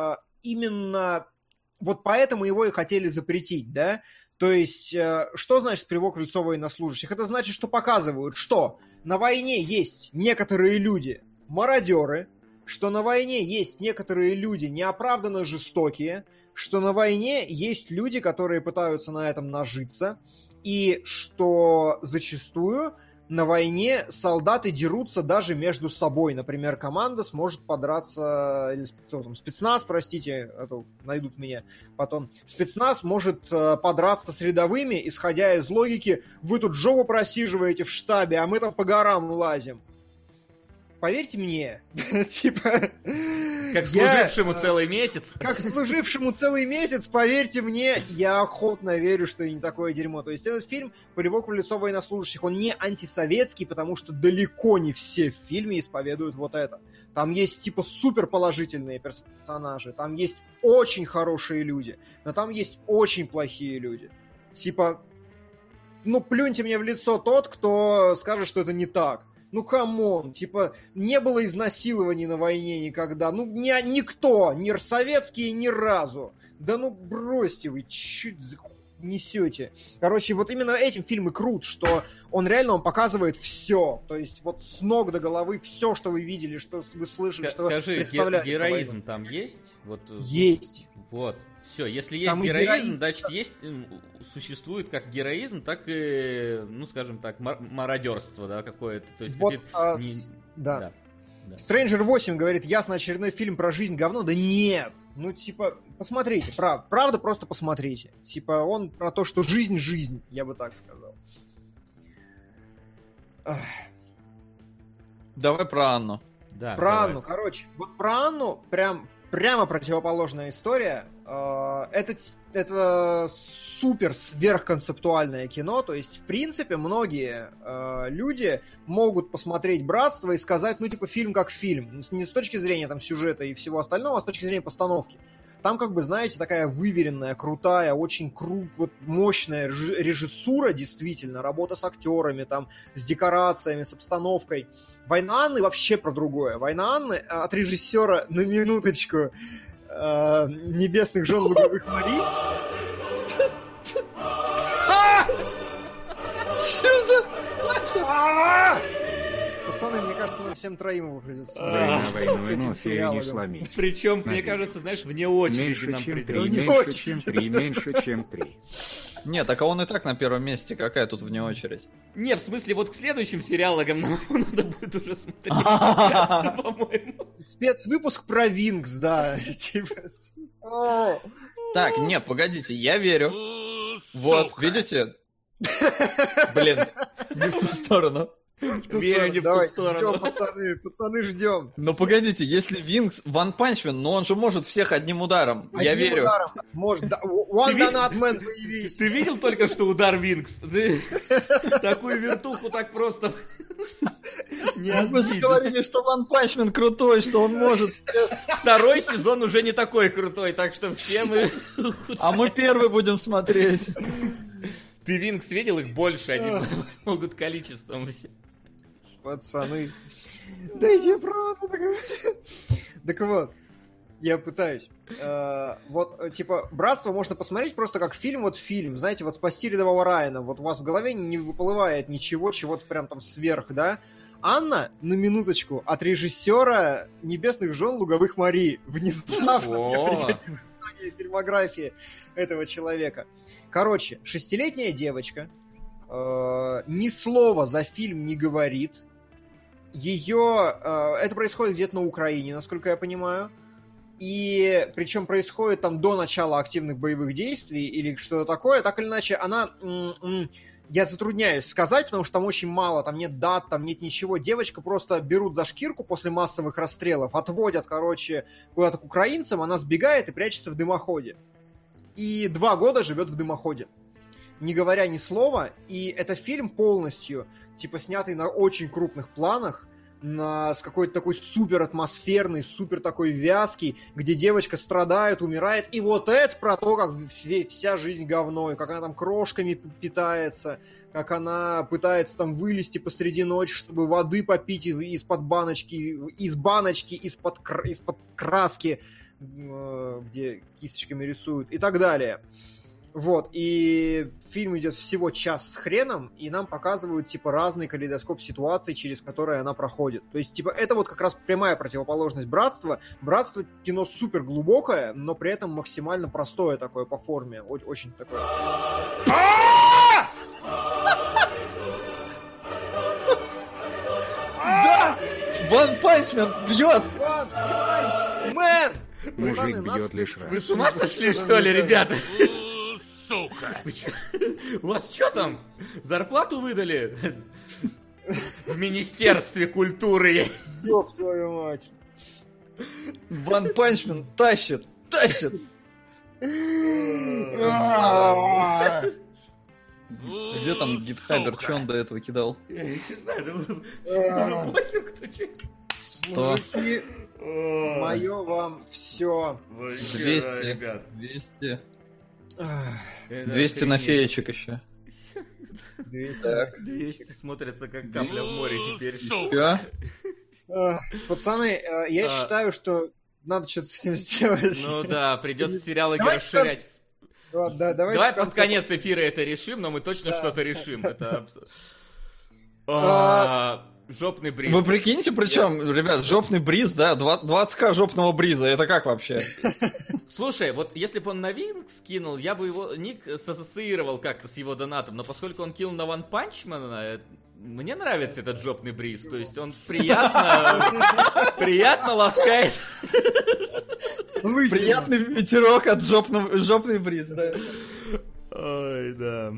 именно вот поэтому его и хотели запретить, да? То есть, что значит «Плевок в лицо военнослужащих»? Это значит, что показывают, что на войне есть некоторые люди, мародеры, что на войне есть некоторые люди неоправданно жестокие, что на войне есть люди, которые пытаются на этом нажиться, и что зачастую на войне солдаты дерутся даже между собой. Например, команда сможет подраться, или спецназ, простите, это найдут меня потом, спецназ может подраться с рядовыми, исходя из логики, вы тут жопу просиживаете в штабе, а мы там по горам лазим. Поверьте мне, типа... Как служившему целый месяц. Как служившему целый месяц, поверьте мне, я охотно верю, что и не такое дерьмо. То есть этот фильм «Плевок в лицо военнослужащих», он не антисоветский, потому что далеко не все в фильме исповедуют вот это. Там есть типа суперположительные персонажи, там есть очень хорошие люди, но там есть очень плохие люди. Типа, плюньте мне в лицо тот, кто скажет, что это не так. Ну, камон, типа, не было изнасилований на войне никогда. никто, ни советские, ни разу. Да бросьте вы, несете? Короче, вот именно этим фильм и крут, что он показывает все. То есть вот с ног до головы все, что вы видели, что вы слышали, что вы Скажи, представляли. героизм там есть? Вот, Есть. Вот. Все, если есть Там и героизм, героизм, значит, существует как героизм, так и, ну, скажем так, мародерство, да, какое-то. То есть, Вот, да. Stranger 8 говорит, ясно, очередной фильм про жизнь говно. Да нет. Ну, типа, посмотрите, правда, просто посмотрите. Типа, он про то, что жизнь, я бы так сказал. Давай про Анну. Да, Про давай. Анну, короче. Вот про Анну прямо противоположная история. Это супер сверхконцептуальное кино. То есть, в принципе, многие люди могут посмотреть «Братство» и сказать, ну, типа, фильм как фильм. Не с точки зрения там сюжета и всего остального, а с точки зрения постановки. Там, как бы, знаете, такая выверенная, крутая, очень вот мощная режиссура, действительно, работа с актерами, там, с декорациями, с обстановкой. «Война Анны» вообще про другое. «Война Анны» от режиссера, на минуточку, «Небесных жен луговых морей». Что за... Пацаны, мне кажется, нам всем троим его придется. Война войной, Этим но фею не сериалом. сломить. Причем, мне Наверное. кажется, знаешь, вне очереди Меньше, нам чем придется. 3, Не меньше, очень. чем 3, меньше, чем 3. Нет, так а он и так на первом месте. Какая тут вне очередь? Не, в смысле, вот к следующим сериалам нам надо будет уже смотреть, по-моему. Спецвыпуск про Винкс, да. Типа. Так, не, погодите, я верю. Вот, Сука. видите? Блин, не в ту сторону. Верю не в ту Давайте, сторону. ждем, пацаны, ждем. Но погодите, если Винкс Ван Панчмен, но он же может всех одним ударом. Я Одним верю. ударом. Может, да. One видел? Donut Man, появись. Ты видел только что удар Винкс? Ты такую вертуху так просто не Мы же отбить. говорили, что Ван Панчмен крутой, что он может. Второй сезон уже не такой крутой, так что все мы... А мы первый будем смотреть. Ты Винкс видел? Их больше, они могут количеством все. Пацаны. Дайте я правду договорю. Так вот, я пытаюсь. Вот, типа, «Братство» можно посмотреть просто как фильм, вот фильм. Знаете, вот «Спасти рядового Райана». Вот у вас в голове не выплывает ничего, чего-то прям там сверх, да? «Анна», на минуточку, от режиссера «Небесных жен луговых морей». Внезапно О, фильмографии этого человека. Короче, 6-летняя девочка ни слова за фильм не говорит. Это происходит где-то на Украине, насколько я понимаю. И причем происходит там до начала активных боевых действий или что-то такое. Так или иначе, она... Я затрудняюсь сказать, потому что там очень мало, там нет дат, там нет ничего. Девочка просто берут за шкирку после массовых расстрелов, отводят, короче, куда-то к украинцам, она сбегает и прячется в дымоходе. И 2 года живет в дымоходе, не говоря ни слова. И это фильм полностью, типа, снятый на очень крупных планах, с какой-то такой супер атмосферный, супер такой вязкий, где девочка страдает, умирает. И вот это про то, как вся жизнь говно, и как она там крошками питается, как она пытается там вылезти посреди ночи, чтобы воды попить из-под баночки, из-под краски, где кисточками рисуют, и так далее. Вот, и фильм идет всего час с хреном, и нам показывают, типа, разный калейдоскоп ситуаций, через которые она проходит. То есть, типа, это вот как раз прямая противоположность «Братства». «Братство» кино супер глубокое, но при этом максимально простое такое по форме. Очень такое... Да! Ван Панчмен бьет! Мэн! Мужик Пацаны, надо бьет лишь вы раз. с ума сошли, что ли, ребята? Сука. У вас что там? Зарплату выдали? В Министерстве культуры. Ёб твою мать. Ван Панчмен тащит! Где там Гитхабер? Что он до этого кидал? Я не знаю, да блокер кто-то. Что? Мужики, мое вам все. 200. 200 на феечек еще. 200 смотрятся как капля в море теперь. Сука. Пацаны, я считаю, что надо что-то с этим сделать. Ну да, придется сериалы Давайте расширять. Ладно, Давай под конец эфира это решим, но мы точно что-то решим. Это жопный бриз. Вы прикиньте, причем, ребят, жопный бриз, да, 20к жопного бриза, это как вообще? Слушай, вот если бы он на Винкс кинул, я бы его ник ассоциировал как-то с его донатом, но поскольку он кинул на One Punch Man, мне нравится этот жопный бриз, то есть он приятно ласкает. Приятный ветерок от жопный бриз, да. Ой, да.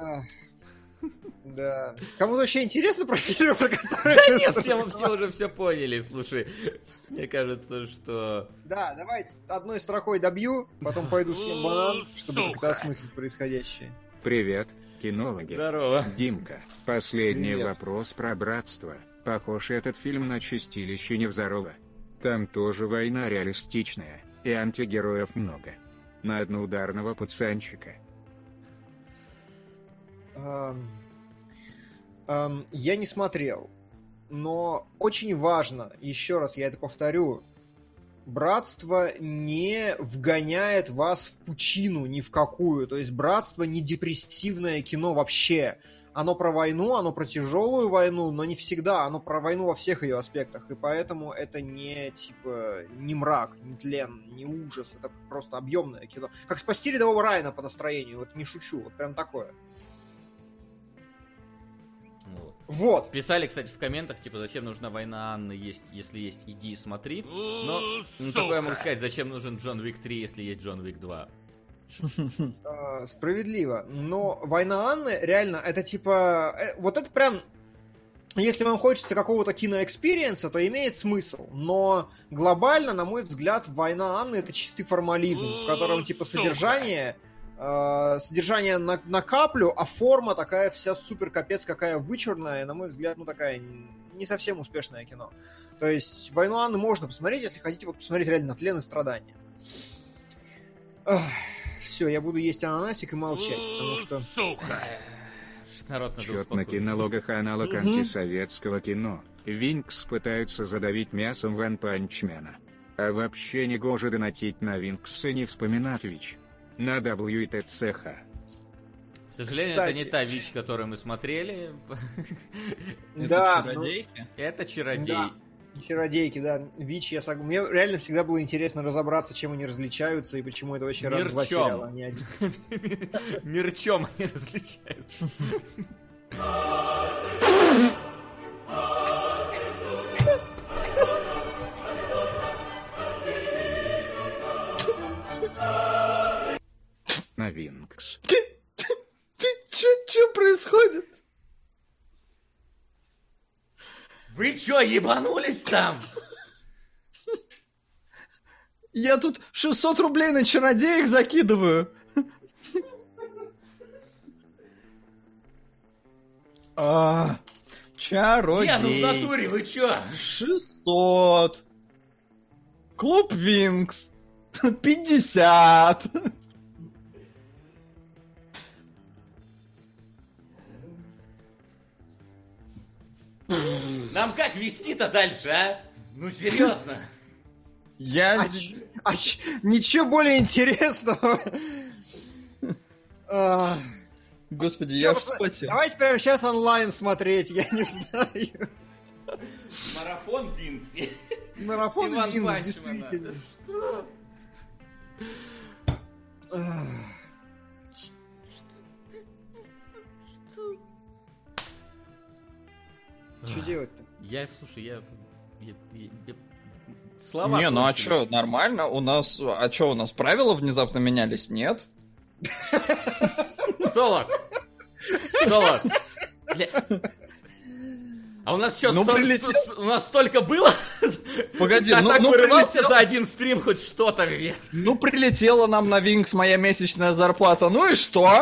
Да. Кому-то вообще интересно про фильм, про который... Да нет, все уже все поняли, слушай. Мне кажется, что... Да, давайте одной строкой добью, потом пойду съем банан, чтобы как-то осмыслить происходящее. Привет, кинологи. Здорово. Димка, последний Привет. вопрос про братство. Похож этот фильм на Чистилище Невзорова. Там тоже война реалистичная, и антигероев много. На одноударного пацанчика. Я не смотрел, но очень важно, еще раз я это повторю, братство не вгоняет вас в пучину ни в какую, то есть братство не депрессивное кино вообще. Оно про войну, оно про тяжелую войну, но не всегда, оно про войну во всех ее аспектах, и поэтому это не, типа, не мрак, не тлен, не ужас, это просто объемное кино. Как «Спасти рядового Райана» по настроению, вот не шучу, вот прям такое. Вот. Писали, кстати, в комментах, типа, зачем нужна война Анны, если есть иди и смотри. Но такое я могу сказать, зачем нужен Джон Уик 3, если есть Джон Уик 2. Справедливо. Но война Анны, реально, это типа... Вот это прям... Если вам хочется какого-то киноэкспириенса, то имеет смысл. Но глобально, на мой взгляд, война Анны — это чистый формализм, в котором, типа, содержание на каплю, а форма такая вся супер капец какая вычурная, на мой взгляд, ну такая не совсем успешное кино. То есть «Войну Анны» можно посмотреть, если хотите вот посмотреть реально на тлен и страдания. Все, я буду есть ананасик и молчать, потому что... Сука! Народ надо Счет на успокоить. кинологах аналог антисоветского кино. Винкс пытается задавить мясом Ван Панчмена. А вообще не гоже донатить на Винкс и не вспоминать ВИЧ. На WTCH. К сожалению, Кстати. это не та ВИЧ, которую мы смотрели. Да, чародейки? Это чародей. Да. Чародейки, да. ВИЧ, я согласен. Мне реально всегда было интересно разобраться, чем они различаются и почему это вообще раз два Мирчом. сериала, а не один. Мирчом они различаются. На Винкс. Че происходит? Вы чё, ебанулись там? Я тут 600 рублей на чародеек закидываю. Чародей. Не, ну в натуре вы чё? 600. Клуб Винкс. 50. Нам как вести-то дальше, а? Ну серьезно. Ничего более интересного. Господи, я Просто вспотел. Давайте прямо сейчас онлайн смотреть, я не знаю. Марафон Винкс. Марафон Иван Винкс, Панчман, действительно. Что? Что делать-то? Слушай, слова Не, ну а кончились. чё, нормально? У нас правила внезапно менялись? Нет? Солод! Бля. А у нас что, Ну, прилетел. у нас столько было? Погоди, Я так вырывался прилетел. за один стрим хоть что-то вверх. Ну, прилетела нам на Винкс моя месячная зарплата. Ну и что?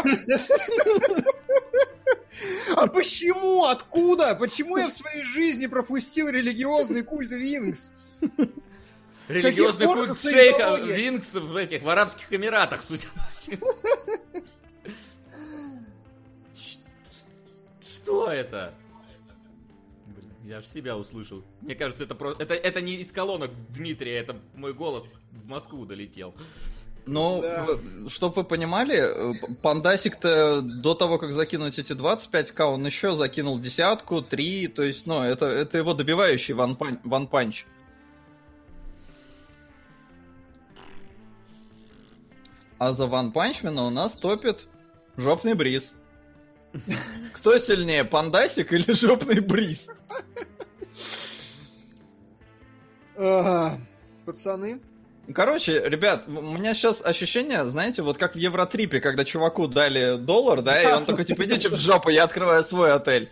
А почему? Откуда? Почему я в своей жизни пропустил религиозный культ Винкс? Религиозный пор культ это шейха саентология? Винкс в Арабских Эмиратах, судя по всему. Что это? Блин, я аж себя услышал. Мне кажется, это просто... Это не из колонок Дмитрия, это мой голос в Москву долетел. Ну, Да. чтобы вы понимали, Пандасик-то до того, как закинуть эти 25к, он еще закинул 10, 3, то есть, ну, это его добивающий ван-панч. А за ван-панчмена у нас топит жопный бриз. Кто сильнее, Пандасик или жопный бриз? Пацаны, Короче, ребят, у меня сейчас ощущение, знаете, вот как в Евротрипе, когда чуваку дали $1, да, и он такой, типа, идите в жопу, я открываю свой отель.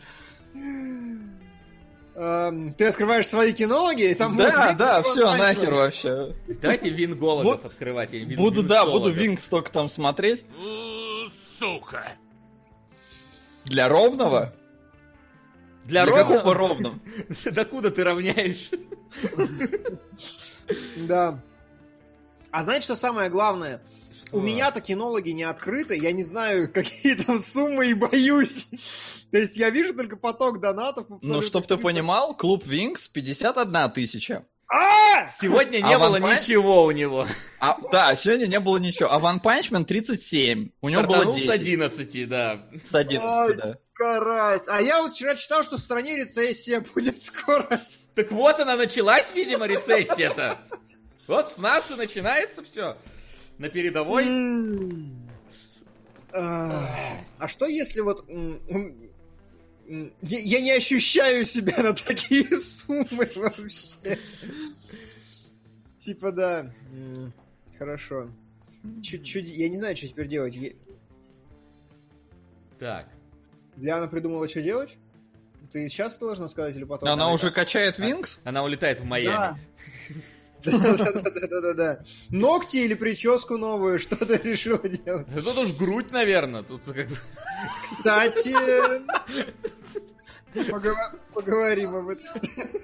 ты открываешь свои кинологи, и там будет Да, видно, да, что все, он нахер танцует. вообще. Давайте Вин Голодов Вот открывать. или Буду Винксологов. Винкс только там смотреть. Сука. Для ровного? Для какого ровного? ровного? Докуда ты равняешь? Да. А знаете, что самое главное? Что? У меня-то кинологи не открыты, я не знаю, какие там суммы, и боюсь. То есть я вижу только поток донатов. Ну, абсолютно чтоб ты тупо. понимал, клуб Винкс 51 тысяча. Сегодня не А было Ван Панч- ничего у него. Да, сегодня не было ничего. А Ван Панчмен 37. У него было Стартанул 10. с 11, да. С 11, да. Карась. А я вот вчера читал, что в стране рецессия будет скоро. Так вот она началась, видимо, рецессия-то. Вот с нас и начинается все. На передовой. А что если вот... Я не ощущаю себя на такие суммы вообще. Типа, да. Хорошо. Я не знаю, что теперь делать. Так. Диана придумала, что делать? Ты сейчас должна сказать или потом? Она уже качает Винкс? Она улетает в Майами. Да. Ногти или прическу новую, что ты решила делать? Да тут уж грудь, наверное. Тут как бы... Кстати, поговорим об этом.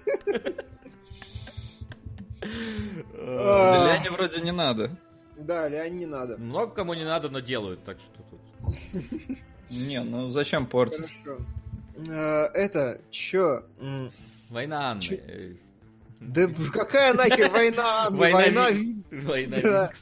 Ляне вроде не надо. Да, Ляне не надо. Много кому не надо, но делают, так что тут... Не, ну зачем портить? Хорошо. Это, чё? Война Анны. Чё? Да какая нахер война? Война Война Да. Винкс.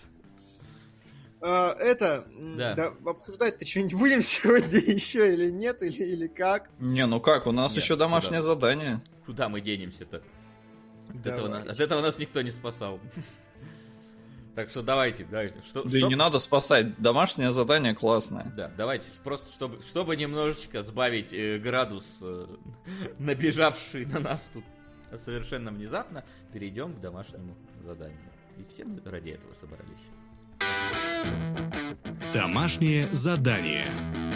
Это, Да. обсуждать-то что-нибудь будем сегодня еще или нет, или как? Не, ну как, у нас Нет, еще домашнее куда? задание. Куда мы денемся-то? Давайте. От этого нас никто не спасал. Так что давайте. Да и не надо спасать, домашнее задание классное. Да, давайте, просто чтобы немножечко сбавить градус, набежавший на нас тут совершенно внезапно, перейдем к домашнему заданию. Ведь все мы ради этого собрались. Домашнее задание.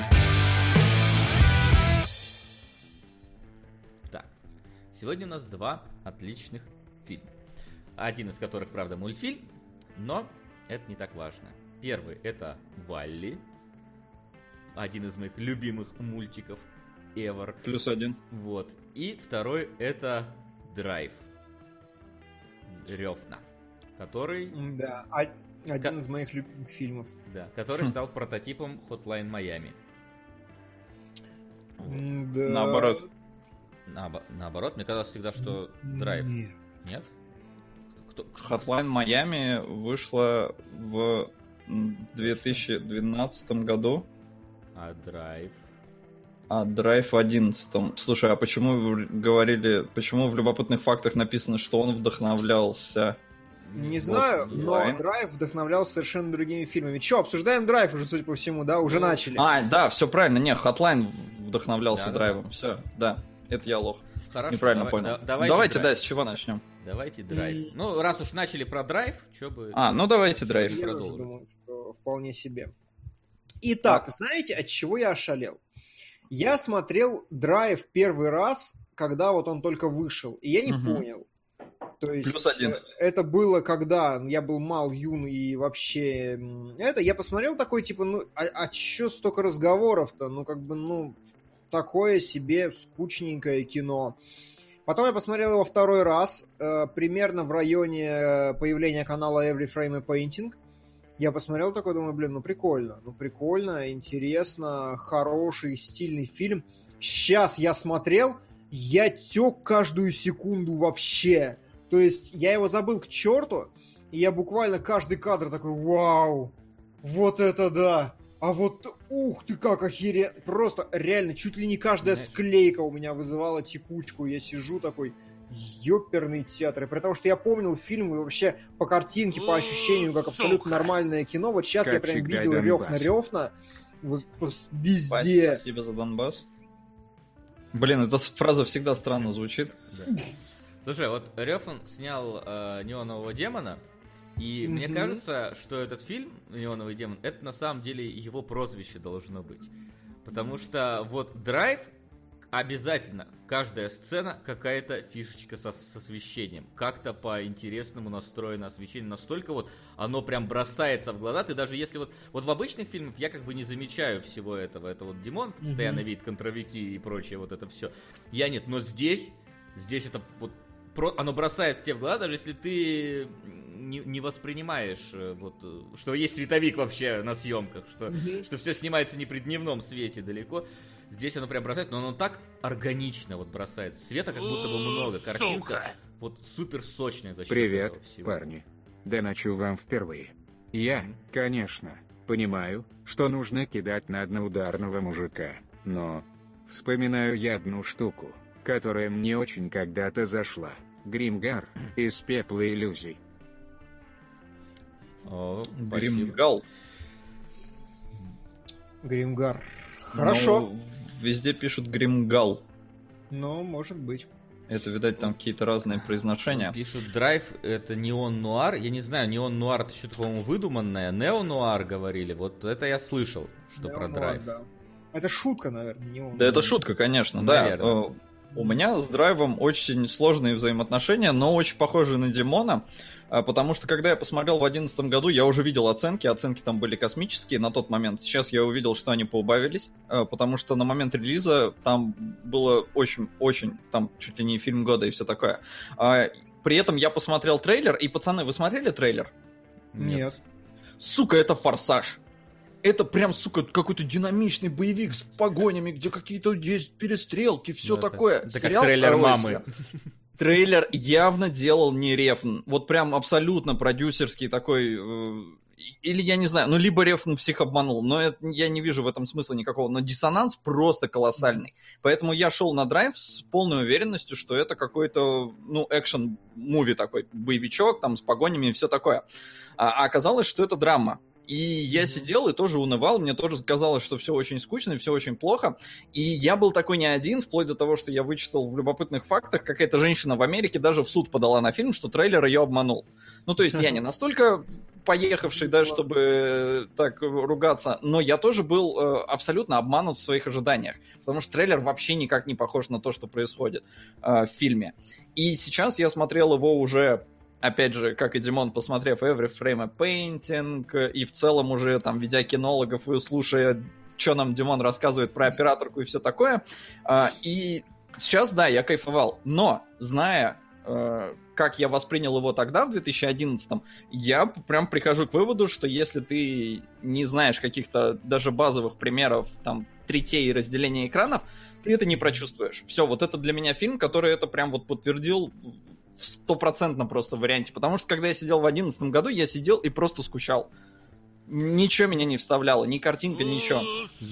Так, сегодня у нас два отличных фильма. Один из которых, правда, мультфильм, но это не так важно. Первый — это «Валли», один из моих любимых мультиков ever. +1. Вот. И второй — это «Драйв». Рёфна, который, Да, один из моих любимых фильмов. да, который стал прототипом Hotline Miami. Да. Наоборот. Наоборот, мне казалось всегда, что «Драйв». Нет. Нет? Кто? Hotline Miami вышла в 2012 году, А «Драйв»? а Драйв в 2011. Слушай, а почему вы говорили, почему в любопытных фактах написано, что он вдохновлялся? Не Вот, знаю, не но знаю. Драйв вдохновлялся совершенно другими фильмами. Че, обсуждаем Драйв уже, судя по всему, да? Уже начали. А, да, все правильно, не, Hotline вдохновлялся Да, да. Драйвом. Все, да, это я лох. Хорошо, Неправильно давай- понял. давайте да, «Драйв». с чего начнем? Давайте «Драйв». Ну, раз уж начали про «Драйв», что бы... А, ну давайте Драйв. Я тоже продолжим. думаю, что вполне себе. Итак, знаете, от чего я ошалел? Я смотрел Драйв первый раз, когда вот он только вышел, и я не Мгм. понял. То есть +1. это было, когда я был мал, юн и вообще это. Я посмотрел такой, типа, ну, а чё столько разговоров-то? Ну, как бы, ну, такое себе скучненькое кино. Потом я посмотрел его второй раз, примерно в районе появления канала Every Frame a Painting. Я посмотрел такой, думаю, блин, ну прикольно, интересно, хороший, стильный фильм. Сейчас я смотрел, я тек каждую секунду вообще. То есть я его забыл к черту, И я буквально каждый кадр такой: вау, вот это да! А вот, ух ты, как охеренно! Просто реально, чуть ли не каждая склейка у меня вызывала текучку. Я сижу такой: ёперный театр. И при том, что я помнил фильм и вообще по картинке, по ощущению, как абсолютно нормальное кино. Вот сейчас я прям видел рёвна-рёвна везде. Спасибо за Донбасс. Блин, эта фраза всегда странно звучит. Да. Слушай, вот Рёфн снял «Неонового демона», и мне кажется, что этот фильм «Неоновый демон» это на самом деле его прозвище должно быть. Потому что вот «Драйв» обязательно, каждая сцена какая-то фишечка с освещением. Как-то по-интересному настроено освещение. Настолько вот оно прям бросается в глаза. Ты даже если вот в обычных фильмах я как бы не замечаю всего этого. Это вот Димон постоянно видит контровики и прочее вот это все. Я нет, но здесь это вот оно бросается тебе в глаза, даже если ты не воспринимаешь, вот, что есть световик вообще на съемках, что все снимается не при дневном свете далеко. Здесь оно прям бросается, но оно так органично вот бросается. Света как будто бы много, картинка вот супер сочная за счет Привет, этого всего. парни. Доначу вам впервые. Я, конечно, понимаю, что нужно кидать на одноударного мужика, но вспоминаю я одну штуку, которая мне очень когда-то зашла. Гримгар из «Пепла иллюзий». О, Гримгал. Гримгар. Хорошо. Ну, везде пишут Гримгал. Ну, может быть. Это, видать, там какие-то разные произношения. Пишут «Драйв» — это неон-нуар. Я не знаю, неон-нуар — это что-то, по-моему, выдуманное. Нео-нуар говорили. Вот это я слышал, что про «Драйв». Да. Это шутка, наверное, не он. Да, это шутка, конечно, Наверное. Да. У меня с Драйвом очень сложные взаимоотношения, но очень похожие на Димона, потому что когда я посмотрел в 2011 году, я уже видел оценки там были космические на тот момент. Сейчас я увидел, что они поубавились, потому что на момент релиза там было очень-очень, там чуть ли не фильм года и все такое. При этом я посмотрел трейлер, и, пацаны, вы смотрели трейлер? Нет. Сука, это «Форсаж». Это прям, сука, какой-то динамичный боевик с погонями, где какие-то есть перестрелки, все Да, такое. это как Сериал трейлер короче. «Мамы». Трейлер явно делал не Рефн. Вот прям абсолютно продюсерский такой... Или я не знаю, ну либо Рефн всех обманул, но я не вижу в этом смысла никакого. Но диссонанс просто колоссальный. Поэтому я шел на Драйв с полной уверенностью, что это какой-то, ну, экшен-муви такой, боевичок там с погонями и все такое. А оказалось, что это драма. И я сидел и тоже унывал, мне тоже казалось, что все очень скучно и все очень плохо. И я был такой не один, вплоть до того, что я вычитал в любопытных фактах, какая-то женщина в Америке даже в суд подала на фильм, что трейлер ее обманул. Ну, то есть я не настолько поехавший, да, чтобы так ругаться, но я тоже был абсолютно обманут в своих ожиданиях, потому что трейлер вообще никак не похож на то, что происходит в фильме. И сейчас я смотрел его уже... Опять же, как и Димон, посмотрев Every Frame a Painting, и в целом уже там ведя кинологов и слушая, что нам Димон рассказывает про операторку и все такое. И сейчас, да, я кайфовал. Но, зная, как я воспринял его тогда, в 2011-м, я прям прихожу к выводу, что если ты не знаешь каких-то даже базовых примеров, там, третей и разделения экранов, ты это не прочувствуешь. Все, вот это для меня фильм, который это прям вот подтвердил в 100% просто варианте. Потому что, когда я сидел в 2011 году, я сидел и просто скучал. Ничего меня не вставляло, ни картинка, ничего.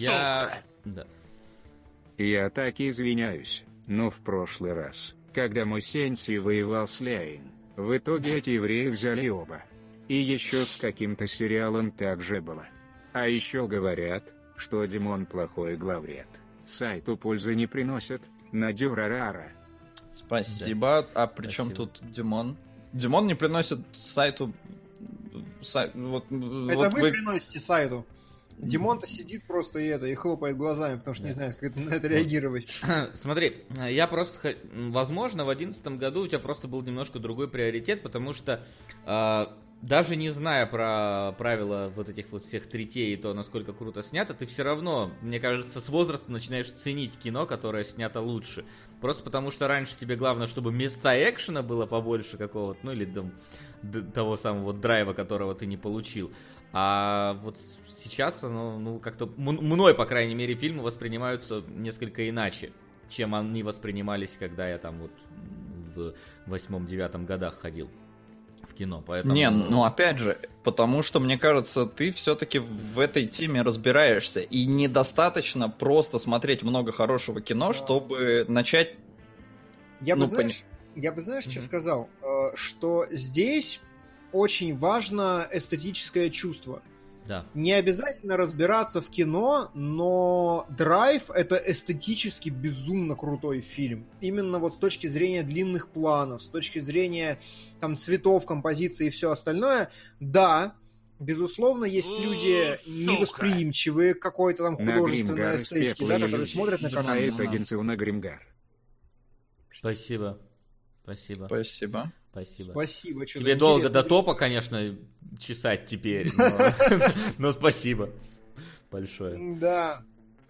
Я так и извиняюсь, но в прошлый раз, когда мой Сенси воевал с Ляйн, в итоге эти евреи взяли оба. И еще с каким-то сериалом так же было. А еще говорят, что Димон плохой главред. Сайту пользы не приносит, надюрарара. Спасибо. Да. А при чем тут Димон? Димон не приносит сайту... Это вот вы приносите сайту. Димон-то сидит просто и хлопает глазами, потому что не знает, как на это реагировать. Смотри, я просто... Возможно, в 2011 году у тебя просто был немножко другой приоритет, потому что... Даже не зная про правила вот этих вот всех третей и то, насколько круто снято, ты все равно, мне кажется, с возрастом начинаешь ценить кино, которое снято лучше. Просто потому что раньше тебе главное, чтобы места экшена было побольше какого-то, ну или там того самого драйва, которого ты не получил. А вот сейчас оно, ну как-то, мной, по крайней мере, фильмы воспринимаются несколько иначе, чем они воспринимались, когда я там вот в 8-9 годах ходил. в кино, поэтому... Не, ну опять же, потому что, мне кажется, ты все-таки в этой теме разбираешься, и недостаточно просто смотреть много хорошего кино, чтобы начать... Я бы, знаешь, что сказал? Что здесь очень важно эстетическое чувство. Да. Не обязательно разбираться в кино, но «Драйв» — это эстетически безумно крутой фильм. Именно вот с точки зрения длинных планов, с точки зрения там цветов, композиции и все остальное. Да, безусловно, есть люди невосприимчивые к какой-то там художественной эстетике, да, которые смотрят на канал. на Гримгар. Спасибо. Спасибо. Тебе долго до топа, конечно, чесать теперь, но спасибо большое. Да.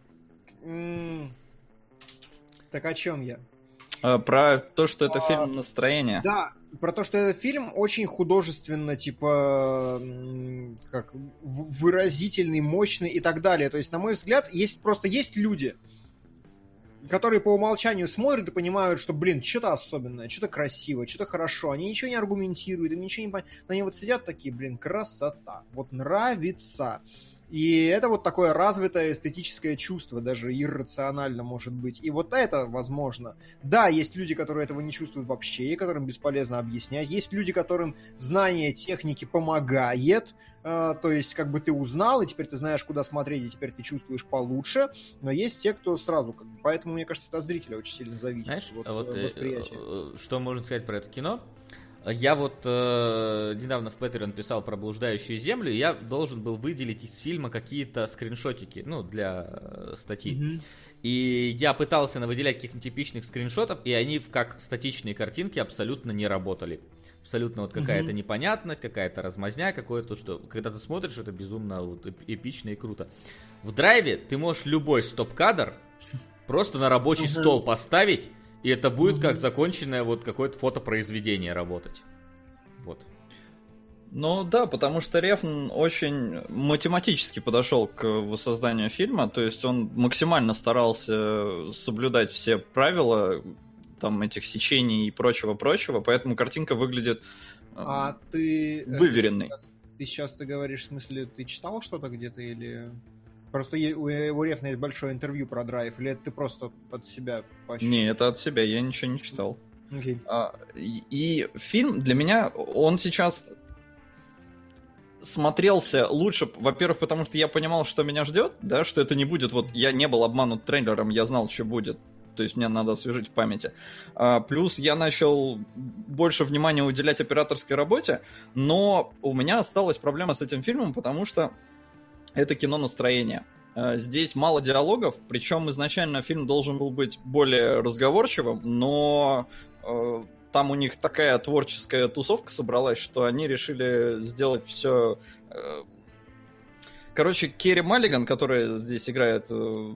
Так о чем я? Про то, что это фильм настроения. Да, про то, что этот фильм очень художественно, типа, как выразительный, мощный и так далее. То есть, на мой взгляд, есть люди, которые по умолчанию смотрят и понимают, что, блин, что-то особенное, что-то красивое, что-то хорошо. Они ничего не аргументируют, им ничего не понятно. Но они вот сидят такие, блин, красота, вот нравится. И это вот такое развитое эстетическое чувство, даже иррационально может быть. И вот это возможно. Да, есть люди, которые этого не чувствуют вообще, и которым бесполезно объяснять. Есть люди, которым знание техники помогает. То есть, как бы ты узнал, и теперь ты знаешь, куда смотреть, и теперь ты чувствуешь получше. Но есть те, кто сразу, как бы, поэтому, мне кажется, это от зрителя очень сильно зависит. Знаешь, восприятие. Что можно сказать про это кино? Я вот недавно в Patreon писал про «Блуждающую землю», и я должен был выделить из фильма какие-то скриншотики, для статьи. Mm-hmm. И я пытался выделять каких-нибудь типичных скриншотов, и они как статичные картинки абсолютно не работали. Абсолютно вот какая-то непонятность, какая-то размазня, какое-то, что когда ты смотришь, это безумно эпично и круто. В «Драйве» ты можешь любой стоп-кадр просто на рабочий стол поставить, и это будет как законченное вот какое-то фотопроизведение работать. Вот. Ну да, потому что Рефн очень математически подошел к воссозданию фильма, то есть он максимально старался соблюдать все правила там этих сечений и прочего, поэтому картинка выглядит выверенной. Ты сейчас говоришь, в смысле, ты читал что-то где-то или... Просто у Рефна есть большое интервью про «Драйв», или это ты просто от себя поощрил? Не, это от себя, я ничего не читал. Okay. И фильм для меня, он сейчас смотрелся лучше, во-первых, потому что я понимал, что меня ждет, да, что это не будет, вот я не был обманут трейлером, я знал, что будет. То есть мне надо освежить в памяти. Плюс я начал больше внимания уделять операторской работе, но у меня осталась проблема с этим фильмом, потому что это кино настроения. Здесь мало диалогов, причем изначально фильм должен был быть более разговорчивым, но там у них такая творческая тусовка собралась, что они решили сделать все... Короче, Керри Маллиган, которая здесь играет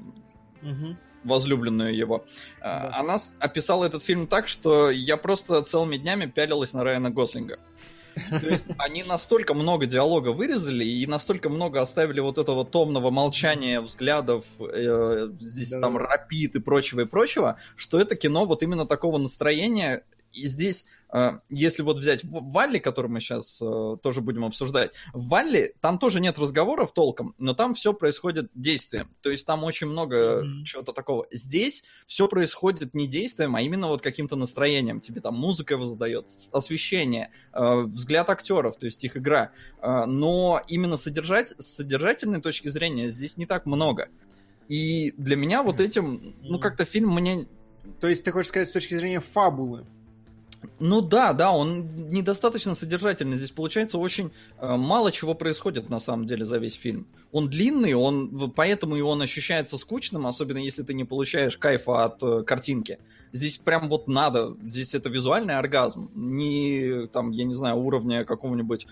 возлюбленную его, она описала этот фильм так, что я просто целыми днями пялилась на Райана Гослинга. То есть они настолько много диалога вырезали и настолько много оставили вот этого томного молчания, взглядов, здесь там рапид и прочего, что это кино вот именно такого настроения. И здесь, если вот взять Валли, который мы сейчас тоже будем обсуждать, в Валли там тоже нет разговоров толком, но там все происходит действием. То есть там очень много чего-то такого. Здесь все происходит не действием, а именно вот каким-то настроением. Тебе там музыка его задает, освещение, взгляд актеров, то есть их игра. Но именно с содержательной точки зрения здесь не так много. И для меня вот этим, как-то фильм мне... То есть ты хочешь сказать с точки зрения фабулы? Ну да, он недостаточно содержательный. Здесь получается очень мало чего происходит на самом деле за весь фильм. Он длинный, поэтому и он ощущается скучным, особенно если ты не получаешь кайфа от картинки. Здесь прям вот надо, здесь это визуальный оргазм. Не там, я не знаю, уровня какого-нибудь...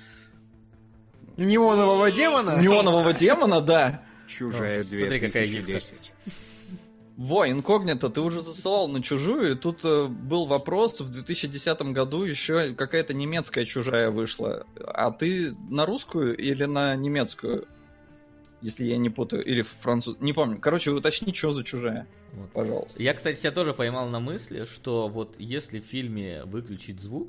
Неонового демона? Неонового демона, да. Чужая 2010. Во, инкогнито, ты уже засылал на чужую, и тут был вопрос, в 2010 году еще какая-то немецкая чужая вышла. А ты на русскую или на немецкую? Если я не путаю, или французскую, не помню. Короче, уточни, что за чужая, вот. Пожалуйста. Я, кстати, себя тоже поймал на мысли, что вот если в фильме выключить звук,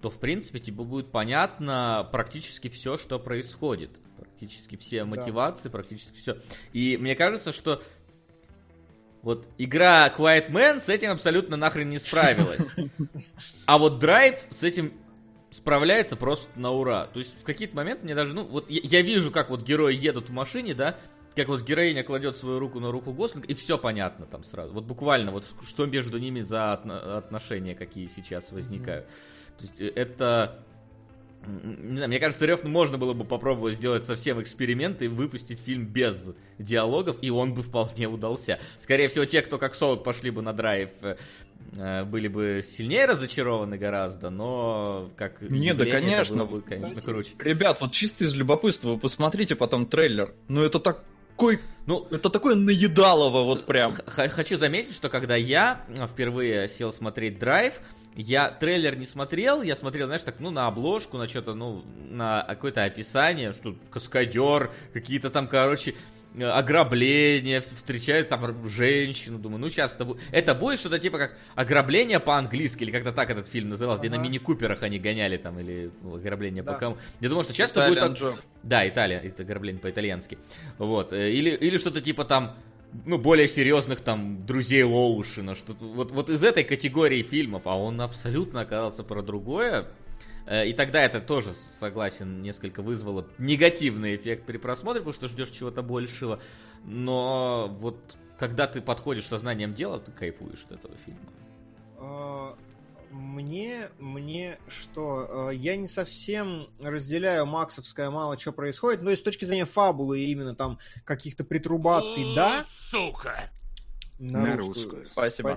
то, в принципе, тебе будет понятно практически все, что происходит. Практически все мотивации, практически все. И мне кажется, что вот игра Quiet Man с этим абсолютно нахрен не справилась. А вот Drive с этим справляется просто на ура. То есть в какие-то моменты мне даже, я вижу, как вот герои едут в машине, да, как вот героиня кладет свою руку на руку Гослинга, и все понятно там сразу. Вот буквально, вот что между ними за отношения, какие сейчас возникают. То есть это... Не знаю, мне кажется, Рёфну можно было бы попробовать сделать совсем эксперимент и выпустить фильм без диалогов, и он бы вполне удался. Скорее всего, те, кто как Солод пошли бы на Драйв, были бы сильнее разочарованы гораздо, но как не, да, конечно, это было бы, конечно, круче. Ребят, вот чисто из любопытства, вы посмотрите потом трейлер. Ну это такой... это такое наедалово вот прям. Хочу заметить, что когда я впервые сел смотреть Драйв, я трейлер не смотрел, я смотрел, знаешь, так, на обложку, на что-то, на какое-то описание, что каскадер, какие-то там, ограбления, встречают там женщину, думаю, сейчас это будет что-то типа как ограбление по-английски, или как-то так этот фильм назывался, где на мини-куперах они гоняли там, или ограбление по кому. Я думал, что сейчас это будет так... Да, Италия, это ограбление по-итальянски. Вот, или что-то типа там, более серьезных там друзей Оушена, что вот из этой категории фильмов, а он абсолютно оказался про другое. И тогда это тоже, согласен, несколько вызвало негативный эффект при просмотре, потому что ждешь чего-то большего. Но вот когда ты подходишь сознанием дела, ты кайфуешь от этого фильма. Мне что? Я не совсем разделяю максовское мало что происходит, но и с точки зрения фабулы и именно там каких-то притрубаций, да? Сука! На русскую. Спасибо.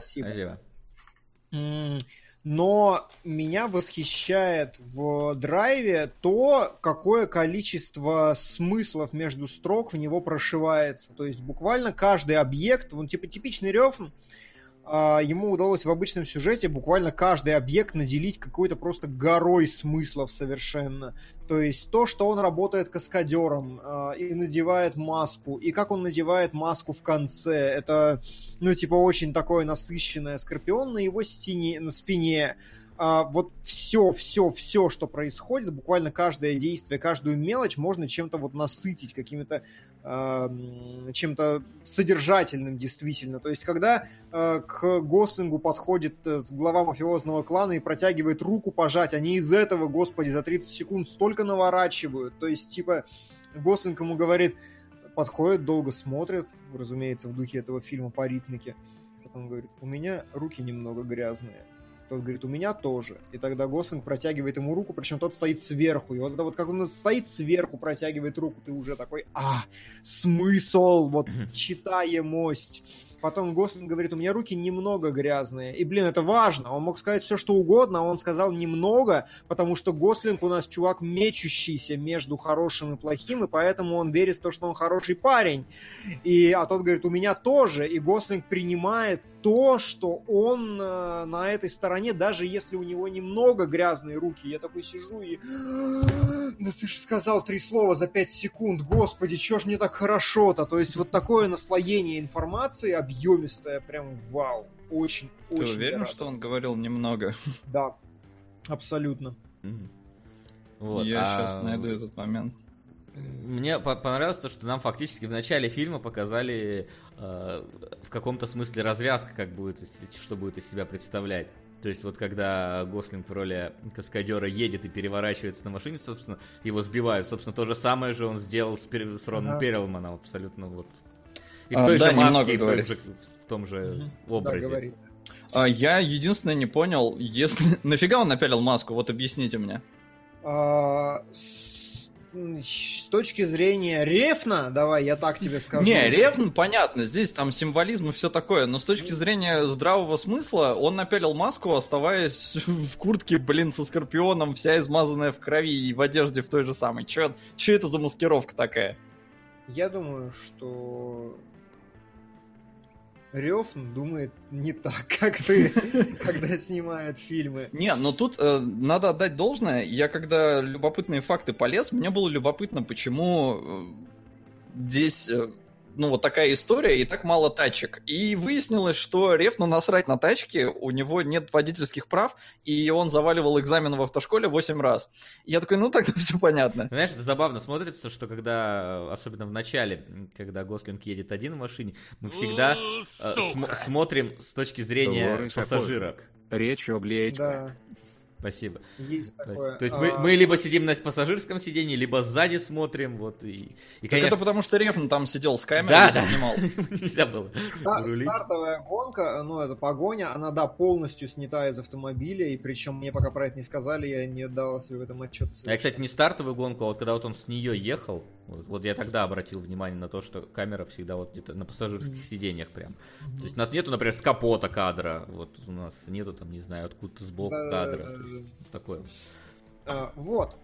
Но меня восхищает в Драйве то, какое количество смыслов между строк в него прошивается. То есть буквально каждый объект, типа типичный Рёфн, ему удалось в обычном сюжете буквально каждый объект наделить какой-то просто горой смыслов совершенно. То есть то, что он работает каскадером и надевает маску, и как он надевает маску в конце. Это, очень такое насыщенное. Скорпион на его на спине. Вот все, что происходит, буквально каждое действие, каждую мелочь можно чем-то насытить, каким-то чем-то содержательным действительно. То есть, когда к Гослингу подходит глава мафиозного клана и протягивает руку пожать, они из этого, господи, за 30 секунд столько наворачивают. То есть, Гослинг ему говорит, подходит, долго смотрит, разумеется, в духе этого фильма по ритмике. Потом говорит, у меня руки немного грязные. Тот говорит, у меня тоже. И тогда Гослинг протягивает ему руку, причем тот стоит сверху. И вот как он стоит сверху, протягивает руку, ты уже такой, смысл, читаемость. Потом Гослинг говорит, у меня руки немного грязные. И, это важно. Он мог сказать все, что угодно, а он сказал немного, потому что Гослинг у нас чувак мечущийся между хорошим и плохим, и поэтому он верит в то, что он хороший парень. А тот говорит, у меня тоже. И Гослинг принимает то, что он на этой стороне, даже если у него немного грязные руки. Я такой сижу и... Да ты же сказал 3 слова за 5 секунд. Господи, чё ж мне так хорошо-то? То есть такое наслоение информации объемистое, прям вау. Очень. Ты уверен, что он говорил немного? Да, абсолютно. Я сейчас найду этот момент. Мне понравилось то, что нам фактически в начале фильма показали в каком-то смысле развязка, что будет из себя представлять. То есть когда Гослинг в роли каскадера едет и переворачивается на машине, собственно, его сбивают. Собственно, то же самое же он сделал с Роном Перлманом абсолютно И в той же маске, и в том же образе. Я единственное не понял, нафига он напялил маску? Вот объясните мне. С точки зрения Рефна, давай я так тебе скажу. Не, Рефн, понятно, здесь там символизм и все такое, но с точки зрения здравого смысла он напялил маску, оставаясь в куртке, со Скорпионом, вся измазанная в крови и в одежде в той же самой. Че это за маскировка такая? Я думаю, что Рёфн думает не так, как ты, когда снимает фильмы. Не, но тут надо отдать должное. Я когда любопытные факты полез, мне было любопытно, почему здесь ну, вот такая история и так мало тачек. И выяснилось, что Рефну насрать на тачки, у него нет водительских прав, и он заваливал экзамен в автошколе 8 раз. И я такой, ну, тогда все понятно. Знаешь, это забавно смотрится, что когда, особенно в начале, когда Гослинг едет один в машине, мы всегда смотрим с точки зрения пассажира. Речь об лейтке. Да. Спасибо. Есть такое. То есть мы либо сидим на пассажирском сидении, либо сзади смотрим, вот, и конечно... Это потому что Рефн там сидел с камерой и снимал. Нельзя было рулить. Стартовая гонка, ну, это погоня, она, да, полностью снята из автомобиля, и причем мне пока про это не сказали, я не отдавал себе в этом отчет. Я, кстати, не стартовую гонку, а вот когда вот он с нее ехал, вот я тогда обратил внимание на то, что камера всегда вот где-то на пассажирских сиденьях прям. То есть у нас нету, например, с капота кадра, вот у нас нету там, не знаю, откуда-то сбоку кадра. Такое. Вот.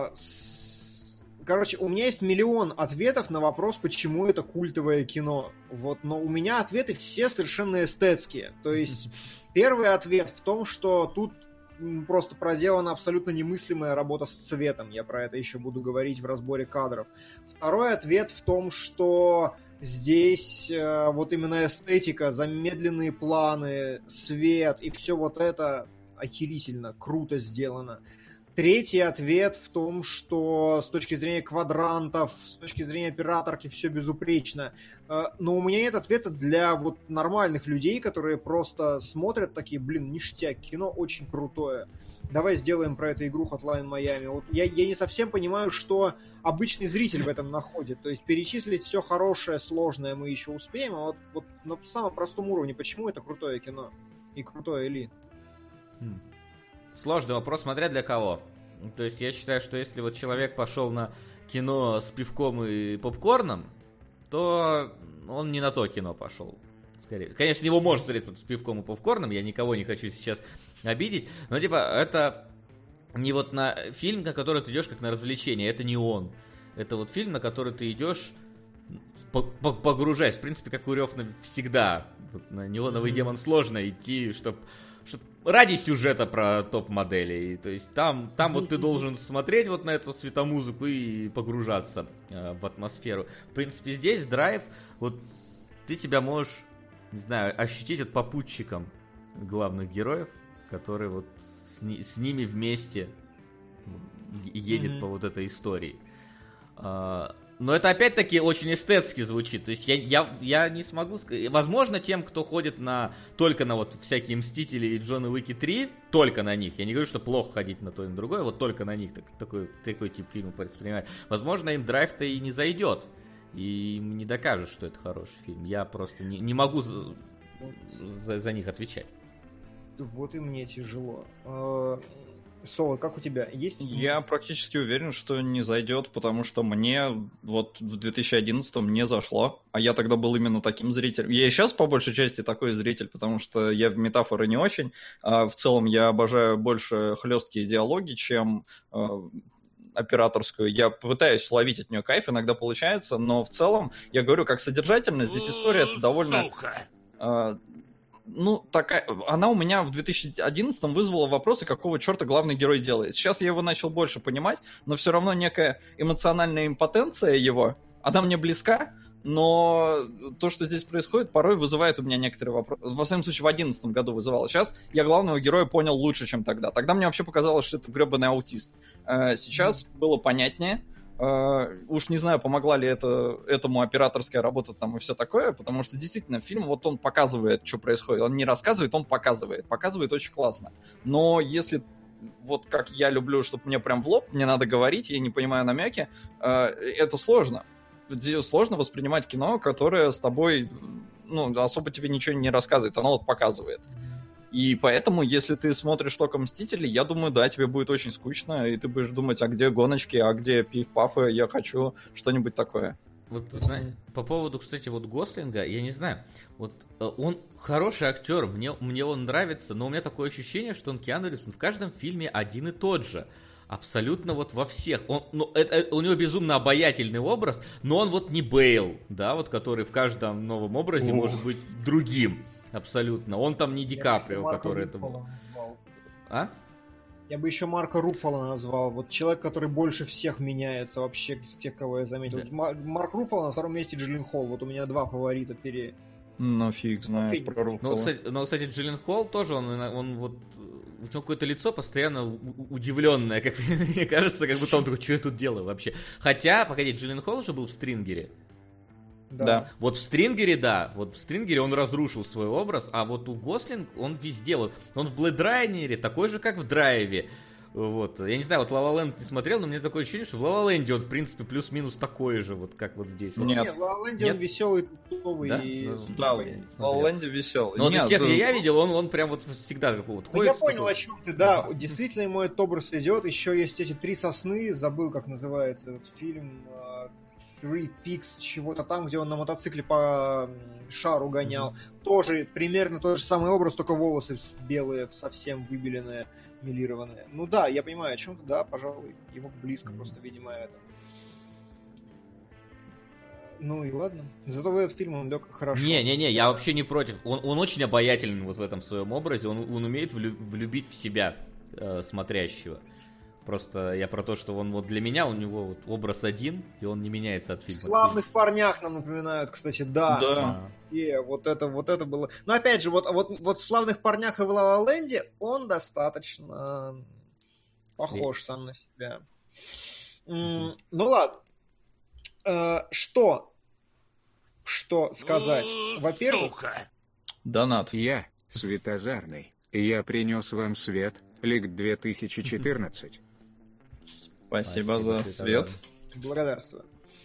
Короче, у меня есть миллион ответов на вопрос, почему это культовое кино. Вот, но у меня ответы все совершенно эстетские. То есть, первый ответ в том, что тут просто проделана абсолютно немыслимая работа с цветом. Я про это еще буду говорить в разборе кадров. Второй ответ в том, что здесь вот именно эстетика, замедленные планы, свет и все вот это охерительно, круто сделано. Третий ответ в том, что с точки зрения квадрантов, с точки зрения операторки все безупречно. Но у меня нет ответа для вот нормальных людей, которые просто смотрят такие, блин, ништяк, кино очень крутое. Давай сделаем про эту игру Hotline Miami. Вот я не совсем понимаю, что обычный зритель в этом находит. То есть перечислить все хорошее, сложное мы еще успеем, а вот на самом простом уровне, почему это крутое кино и крутое Ли? Сложный вопрос, смотря для кого. То есть я считаю, что если вот человек пошел на кино с пивком и попкорном, то он не на то кино пошел. Скорее. Конечно, его можно смотреть тут с пивком и попкорном, я никого не хочу сейчас обидеть, но типа это не вот на фильм, на который ты идешь как на развлечение, это не он. Это вот фильм, на который ты идешь погружаясь. В принципе, как у Рёфна всегда. Вот на неоновый демон сложно идти, чтобы ради сюжета про топ-моделей. То есть там вот ты должен смотреть вот на эту светомузыку и погружаться в атмосферу. В принципе, здесь драйв, вот ты себя можешь, не знаю, ощутить от попутчиком главных героев, который вот с ними вместе едет по вот этой истории. Но это опять-таки очень эстетски звучит. То есть я не смогу сказать. Возможно, тем, кто ходит только на вот всякие Мстители и Джона Уики 3, только на них. Я не говорю, что плохо ходить на то и на другое, вот только на них такой тип фильма воспринимать. Возможно, им драйв-то и не зайдет. И им не докажут, что это хороший фильм. Я просто не могу за них отвечать. Вот и мне тяжело. Соло, как у тебя? Есть? Я практически уверен, что не зайдет, потому что мне вот в 2011-м не зашло, а я тогда был именно таким зрителем. Я и сейчас по большей части такой зритель, потому что я в метафоры не очень, а в целом я обожаю больше хлесткие диалоги, чем операторскую. Я пытаюсь ловить от нее кайф, иногда получается, но в целом, я говорю, как содержательно, здесь история это довольно... такая, она у меня в 2011-м вызвала вопросы, какого черта главный герой делает. Сейчас я его начал больше понимать, но все равно некая эмоциональная импотенция его, она мне близка, но то, что здесь происходит, порой вызывает у меня некоторые вопросы. Во всяком случае, в 2011 году вызывало. Сейчас я главного героя понял лучше, чем тогда. Тогда мне вообще показалось, что это гребаный аутист. Сейчас было понятнее. Уж не знаю, помогла ли этому операторская работа там и все такое, потому что действительно фильм, вот он показывает, что происходит. Он не рассказывает, он показывает. Показывает очень классно. Но если вот как я люблю, чтобы мне прям в лоб, мне надо говорить, я не понимаю намеки, это сложно. Сложно воспринимать кино, которое с тобой, особо тебе ничего не рассказывает, оно вот показывает. И поэтому, если ты смотришь только «Мстители», я думаю, да, тебе будет очень скучно, и ты будешь думать, а где гоночки, а где пиф-пафы, я хочу что-нибудь такое. Вот, знаешь, по поводу, кстати, вот Гослинга, я не знаю, вот он хороший актер, мне он нравится, но у меня такое ощущение, что он Киану Ривз, в каждом фильме один и тот же. Абсолютно вот во всех. У него безумно обаятельный образ, но он вот не Бейл, да, вот который в каждом новом образе может быть другим. Абсолютно. Он там не Ди Каприо, который это... А? Я бы еще Марка Руффало назвал. Вот человек, который больше всех меняется вообще из тех, кого я заметил. Да. Марк Руффало, на втором месте Джилленхол. Вот у меня два фаворита Ну, фиг знает фиг. про Руффало. Кстати, Джилленхол тоже, он вот... У него какое-то лицо постоянно удивленное, как мне кажется, как будто он такой, что я тут делаю вообще. Хотя, погоди, Джилленхол же был в Стрингере. Да. Вот в Стрингере, да, вот в Стрингере он разрушил свой образ, а вот у Гослинг он везде, вот он в Блэйд Райнере такой же, как в Драйве. Вот, я не знаю, вот Ла Ла Ленд не смотрел, но у меня такое ощущение, что в Ла Ла Ленде он, в принципе, плюс-минус такой же, вот как вот здесь. Нет. В Ла Ла Ленде он веселый, тупой Да? и... Ну, Да, я не в смотрел. Ла Ленде веселый. Но вот из Нет, тех, где я видел, он прям вот всегда такой вот Ну, ходит. я понял, такой. о чем ты, да. Действительно, ему этот образ идет. Еще есть эти «Три сосны», забыл, как называется этот фильм. Three Peaks, чего-то там, где он на мотоцикле по шару гонял. Тоже примерно тот же самый образ, только волосы белые, совсем выбеленные, милированные. Ну да, я понимаю, о чем ты, да, пожалуй. Ему близко просто, видимо, это. Ну и ладно. Зато в этот фильм он лег хорошо. Не-не-не, я вообще не против. Он очень обаятельный вот в этом своем образе. Он умеет влюбить в себя смотрящего. Просто я про то, что он вот для меня, у него вот образ один, и он не меняется от В фильма. «Славных парнях» нам напоминают, кстати, да. Да. И вот это было. Но опять же, вот в «Славных парнях» и в «Ла Ла Ленде» он достаточно похож сам на себя. Ну ладно. Что сказать? Во-первых, Сука. Донат. Я, Светозарный, я принес вам свет, Лик 2014. Спасибо за свет. благодарствую.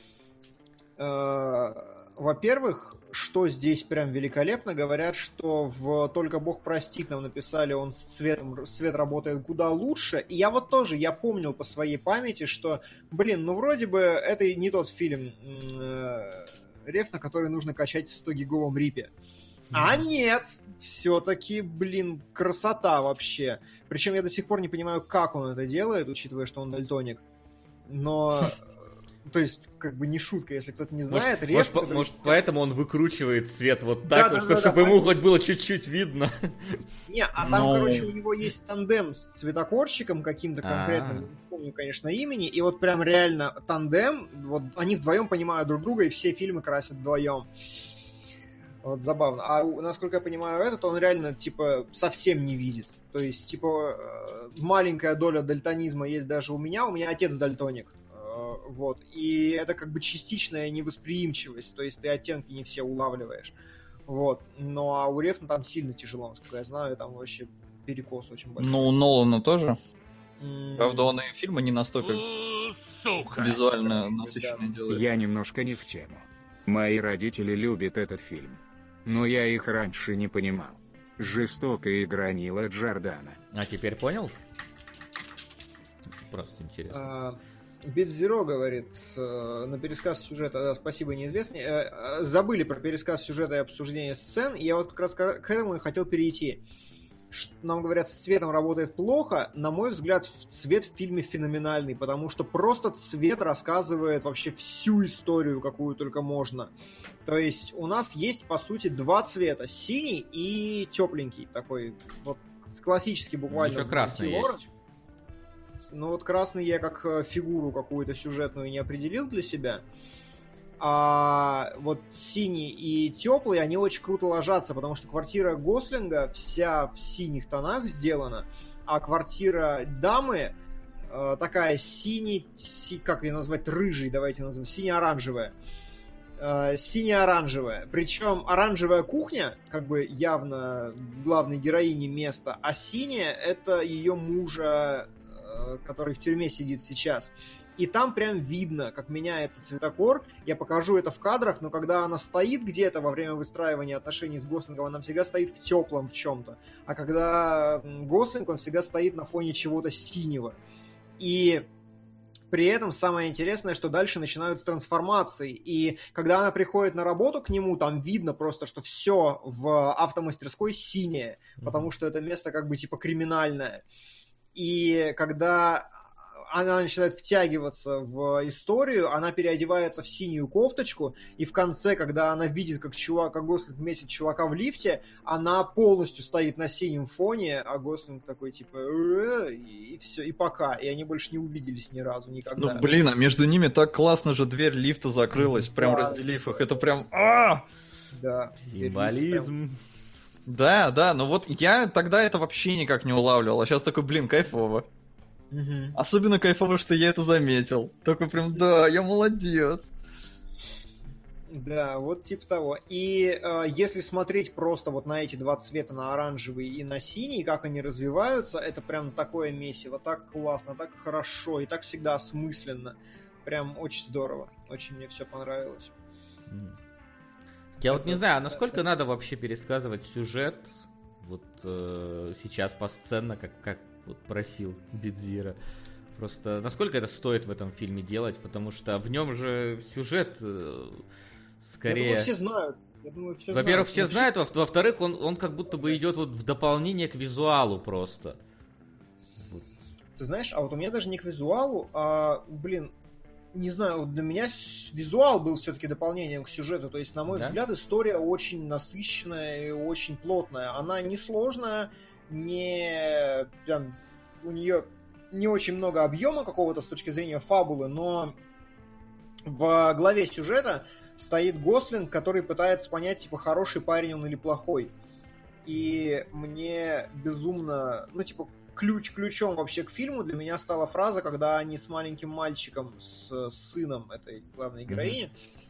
Во-первых, что здесь прям великолепно, говорят, что в «Только Бог простит» нам написали, он свет работает куда лучше. И я вот тоже, я помнил по своей памяти, что, ну вроде бы это не тот фильм Рефна, который нужно качать в 100-гиговом рипе. А нет, все-таки, красота вообще. Причем я до сих пор не понимаю, как он это делает, учитывая, что он дальтоник. Но... То есть, не шутка, если кто-то не знает. Может, поэтому он выкручивает свет вот так, чтобы ему хоть было чуть-чуть видно. Не, а там, у него есть тандем с цветокорщиком каким-то конкретным, не помню, конечно, имени, и вот прям реально тандем, вот они вдвоем понимают друг друга, и все фильмы красят вдвоем. Вот забавно. А насколько я понимаю, он реально, совсем не видит. То есть, маленькая доля дальтонизма есть даже у меня отец дальтоник. Вот. И это частичная невосприимчивость, то есть ты оттенки не все улавливаешь. Вот. Ну а у Рефна там сильно тяжело, насколько я знаю, там вообще перекос очень большой. Ну, у Нолана тоже. Правда, он и фильмы не настолько Сука. визуально насыщенные делает. Я немножко не в тему. Мои родители любят этот фильм. Но я их раньше не понимал. Жестокая игра Нила Джордана. А теперь понял? Просто интересно. Битзеро говорит, на пересказ сюжета, да, спасибо, неизвестный, забыли про пересказ сюжета и обсуждение сцен, и я вот как раз к этому и хотел перейти. Нам говорят, с цветом работает плохо, на мой взгляд, цвет в фильме феноменальный, потому что просто цвет рассказывает вообще всю историю, какую только можно. То есть у нас есть, по сути, два цвета, синий и тепленький, такой, вот классический буквально. Еще красный есть. Ну вот красный я как фигуру какую-то сюжетную не определил для себя. А вот синий и теплый, они очень круто ложатся, потому что квартира Гослинга вся в синих тонах сделана, а квартира дамы такая как ее назвать, рыжий, давайте назовем, сине-оранжевая. Сине-оранжевая. Причем оранжевая кухня, явно главной героине место, а синяя это ее мужа, который в тюрьме сидит сейчас. И там прям видно, как меняется цветокор. Я покажу это в кадрах, но когда она стоит где-то во время выстраивания отношений с Гослингом, она всегда стоит в теплом в чем-то. А когда Гослинг, он всегда стоит на фоне чего-то синего. И при этом самое интересное, что дальше начинаются трансформации. И когда она приходит на работу к нему, там видно просто, что все в автомастерской синее, потому что это место криминальное. И когда она начинает втягиваться в историю, она переодевается в синюю кофточку, и в конце, когда она видит, как Гослинг месит чувака в лифте, она полностью стоит на синем фоне, а Гослинг такой, типа, и все, и пока. И они больше не увиделись ни разу, никогда. Ну, блин, а между ними так классно же дверь лифта закрылась, прям разделив их. Это прям... Да. Символизм. Да, но вот я тогда это вообще никак не улавливал, а сейчас такой, блин, кайфово. Угу. Особенно кайфово, что я это заметил. Такой прям, да, я молодец. Да, вот типа того. И если смотреть просто вот на эти два цвета, на оранжевый и на синий, как они развиваются, это прям такое месиво, так классно, так хорошо и так всегда осмысленно. Прям очень здорово. Очень мне все понравилось. Я вот не знаю, а насколько надо вообще пересказывать сюжет вот сейчас посценно, как вот просил Бидзира. Просто насколько это стоит в этом фильме делать, потому что в нем же сюжет скорее... Я думаю, все знают. Во-первых, все знают, во-вторых, он как будто бы идет вот в дополнение к визуалу просто. Вот. Ты знаешь, а вот у меня даже не к визуалу, а, не знаю, вот для меня визуал был все-таки дополнением к сюжету. То есть, на мой взгляд, история очень насыщенная и очень плотная. Она не сложная, не прям у нее не очень много объема какого-то с точки зрения фабулы, но в главе сюжета стоит Гослинг, который пытается понять, типа, хороший парень он или плохой. И мне безумно, ключом вообще к фильму для меня стала фраза, когда они с маленьким мальчиком, с сыном этой главной героини,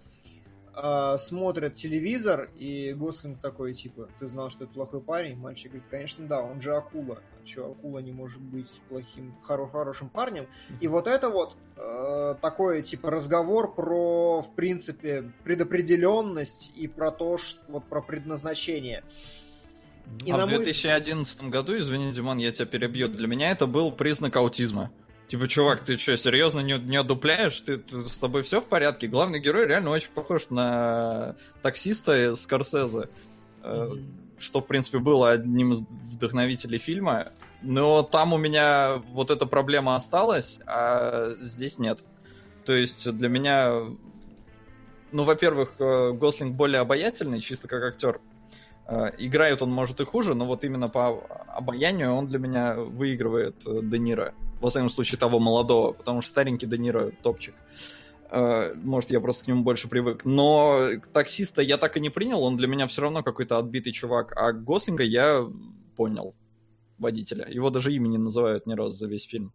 смотрят телевизор, и Гослинг такой, типа, ты знал, что это плохой парень? Мальчик говорит, конечно, да, он же акула. А что, акула не может быть плохим, хорошим парнем? И вот это вот такой, типа, разговор про, в принципе, предопределенность и про то, что, вот про предназначение. И в 2011 году, извини, Димон, я тебя перебью, для меня это был признак аутизма. Типа, чувак, ты что, серьезно не одупляешь? Ты с тобой все в порядке? Главный герой реально очень похож на таксиста Скорсезе, что, в принципе, было одним из вдохновителей фильма. Но там у меня вот эта проблема осталась, а здесь нет. То есть для меня, во-первых, Гослинг более обаятельный, чисто как актер. Играет он, может, и хуже, но вот именно по обаянию он для меня выигрывает Де Ниро. Во всяком случае, того молодого, потому что старенький Де Ниро топчик. Может, я просто к нему больше привык. Но таксиста я так и не принял, он для меня все равно какой-то отбитый чувак. А Гослинга я понял, водителя. Его даже имя не называют ни разу за весь фильм.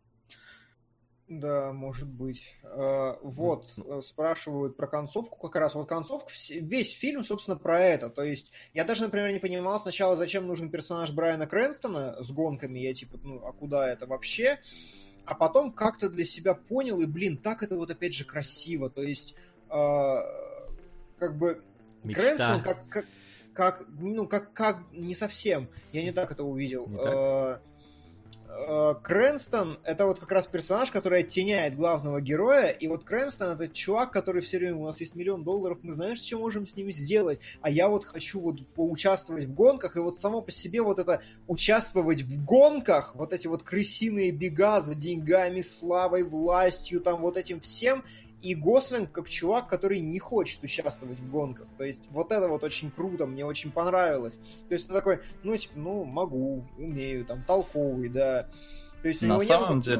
Да, может быть. Вот, спрашивают про концовку как раз. Вот концовка, весь фильм, собственно, про это. То есть, я даже, например, не понимал сначала, зачем нужен персонаж Брайана Крэнстона с гонками. Я типа, а куда это вообще? А потом как-то для себя понял, и, так это вот опять же красиво. То есть, как бы... Мечта. Крэнстон как не совсем. Я не так это увидел. Крэнстон — это вот как раз персонаж, который оттеняет главного героя, и вот Крэнстон — это чувак, который все время, у нас есть $1 миллион, мы знаем, что можем с ними сделать, а я вот хочу вот поучаствовать в гонках, и вот само по себе вот это участвовать в гонках, вот эти вот крысиные бега за деньгами, славой, властью, там вот этим всем, и Гослинг как чувак, который не хочет участвовать в гонках. То есть вот это вот очень круто, мне очень понравилось. То есть он такой, могу, умею, там, толковый, да. То есть на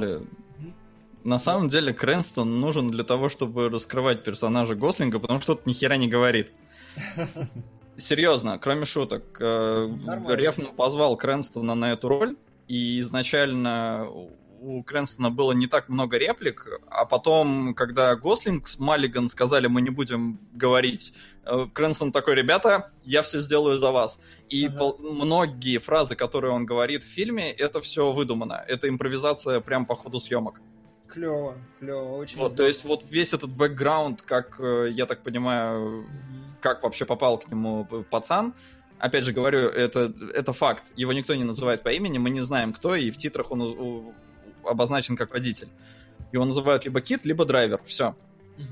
самом деле Крэнстон нужен для того, чтобы раскрывать персонажа Гослинга, потому что тот ни хера не говорит. Серьезно, кроме шуток. Рефн позвал Крэнстона на эту роль, и изначально у Крэнстона было не так много реплик, а потом, когда Гослинг с Маллиган сказали, мы не будем говорить, Крэнстон такой, ребята, я все сделаю за вас. И многие фразы, которые он говорит в фильме, это все выдумано. Это импровизация прям по ходу съемок. Клево, очень вот, то есть вот весь этот бэкграунд, как, я так понимаю, как вообще попал к нему пацан, опять же говорю, это факт. Его никто не называет по имени, мы не знаем, кто, и в титрах он обозначен как водитель. Его называют либо Кит, либо драйвер. Все.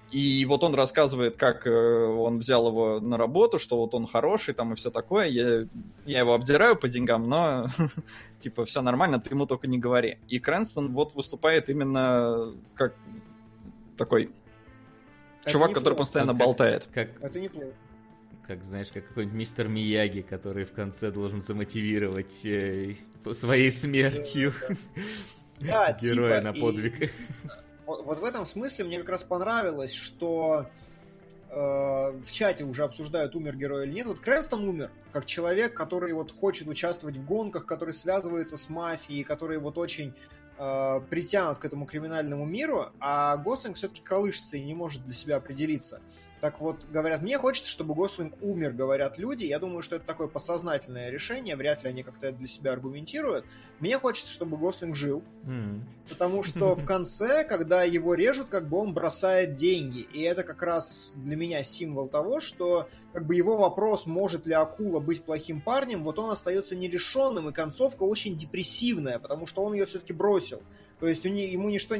И вот он рассказывает, как он взял его на работу, что вот он хороший там и все такое. Я его обдираю по деньгам, но типа все нормально, ты ему только не говори. И Крэнстон вот выступает именно как такой чувак, который постоянно болтает. Это неплохо. Как, знаешь, как какой-нибудь мистер Мияги, который в конце должен замотивировать своей смертью героя на подвиг. Вот в этом смысле мне как раз понравилось, что в чате уже обсуждают, умер герой или нет. Вот Крэнстон умер, как человек, который вот хочет участвовать в гонках, который связывается с мафией, который вот очень притянут к этому криминальному миру, а Гослинг все-таки колышется и не может для себя определиться. Так вот, говорят, мне хочется, чтобы Гослинг умер, говорят люди. Я думаю, что это такое подсознательное решение, вряд ли они как-то это для себя аргументируют. Мне хочется, чтобы Гослинг жил, потому что в конце, когда его режут, как бы он бросает деньги. И это как раз для меня символ того, что как бы его вопрос, может ли акула быть плохим парнем, вот он остается нерешенным, и концовка очень депрессивная, потому что он ее все-таки бросил. То есть ему ничто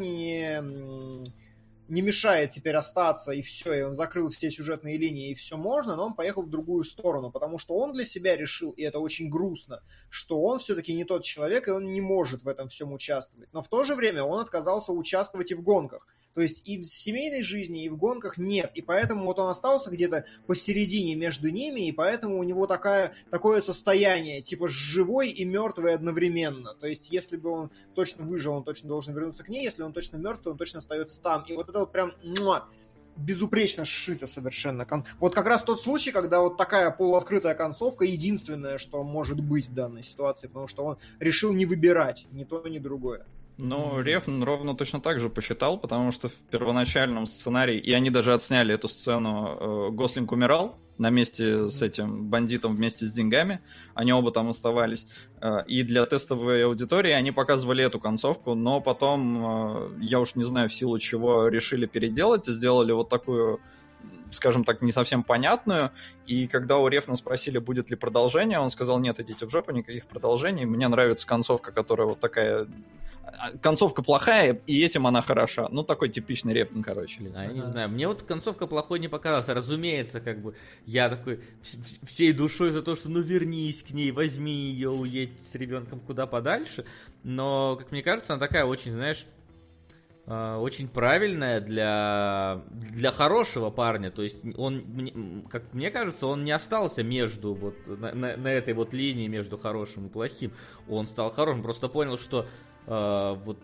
не мешает теперь остаться, и все, и он закрыл все сюжетные линии, и все можно, но он поехал в другую сторону, потому что он для себя решил, и это очень грустно, что он все-таки не тот человек, и он не может в этом всем участвовать. Но в то же время он отказался участвовать и в гонках. То есть и в семейной жизни, и в гонках нет. И поэтому вот он остался где-то посередине между ними, и поэтому у него такое состояние, типа живой и мертвый одновременно. То есть если бы он точно выжил, он точно должен вернуться к ней, если он точно мертвый, он точно остается там. И вот это вот прям безупречно сшито совершенно. Вот как раз тот случай, когда вот такая полуоткрытая концовка единственное, что может быть в данной ситуации, потому что он решил не выбирать ни то, ни другое. Ну, Рефн ровно точно так же посчитал, потому что в первоначальном сценарии, и они даже отсняли эту сцену, Гослинг умирал на месте с этим бандитом вместе с деньгами, они оба там оставались, и для тестовой аудитории они показывали эту концовку, но потом, я уж не знаю в силу чего, решили переделать, сделали вот такую, скажем так, не совсем понятную, и когда у Рефна спросили, будет ли продолжение, он сказал, нет, идите в жопу, никаких продолжений, мне нравится концовка, которая вот такая... Концовка плохая, и этим она хороша. Ну, такой типичный Рефн, короче. Блин, я не знаю, мне вот концовка плохой не показалась. Разумеется, как бы, я такой всей душой за то, что ну вернись к ней, возьми ее, уедь с ребенком куда подальше. Но, как мне кажется, она такая очень, знаешь, очень правильная для хорошего парня. То есть он, как мне кажется, он не остался между вот на этой вот линии между хорошим и плохим. Он стал хорошим, просто понял, что вот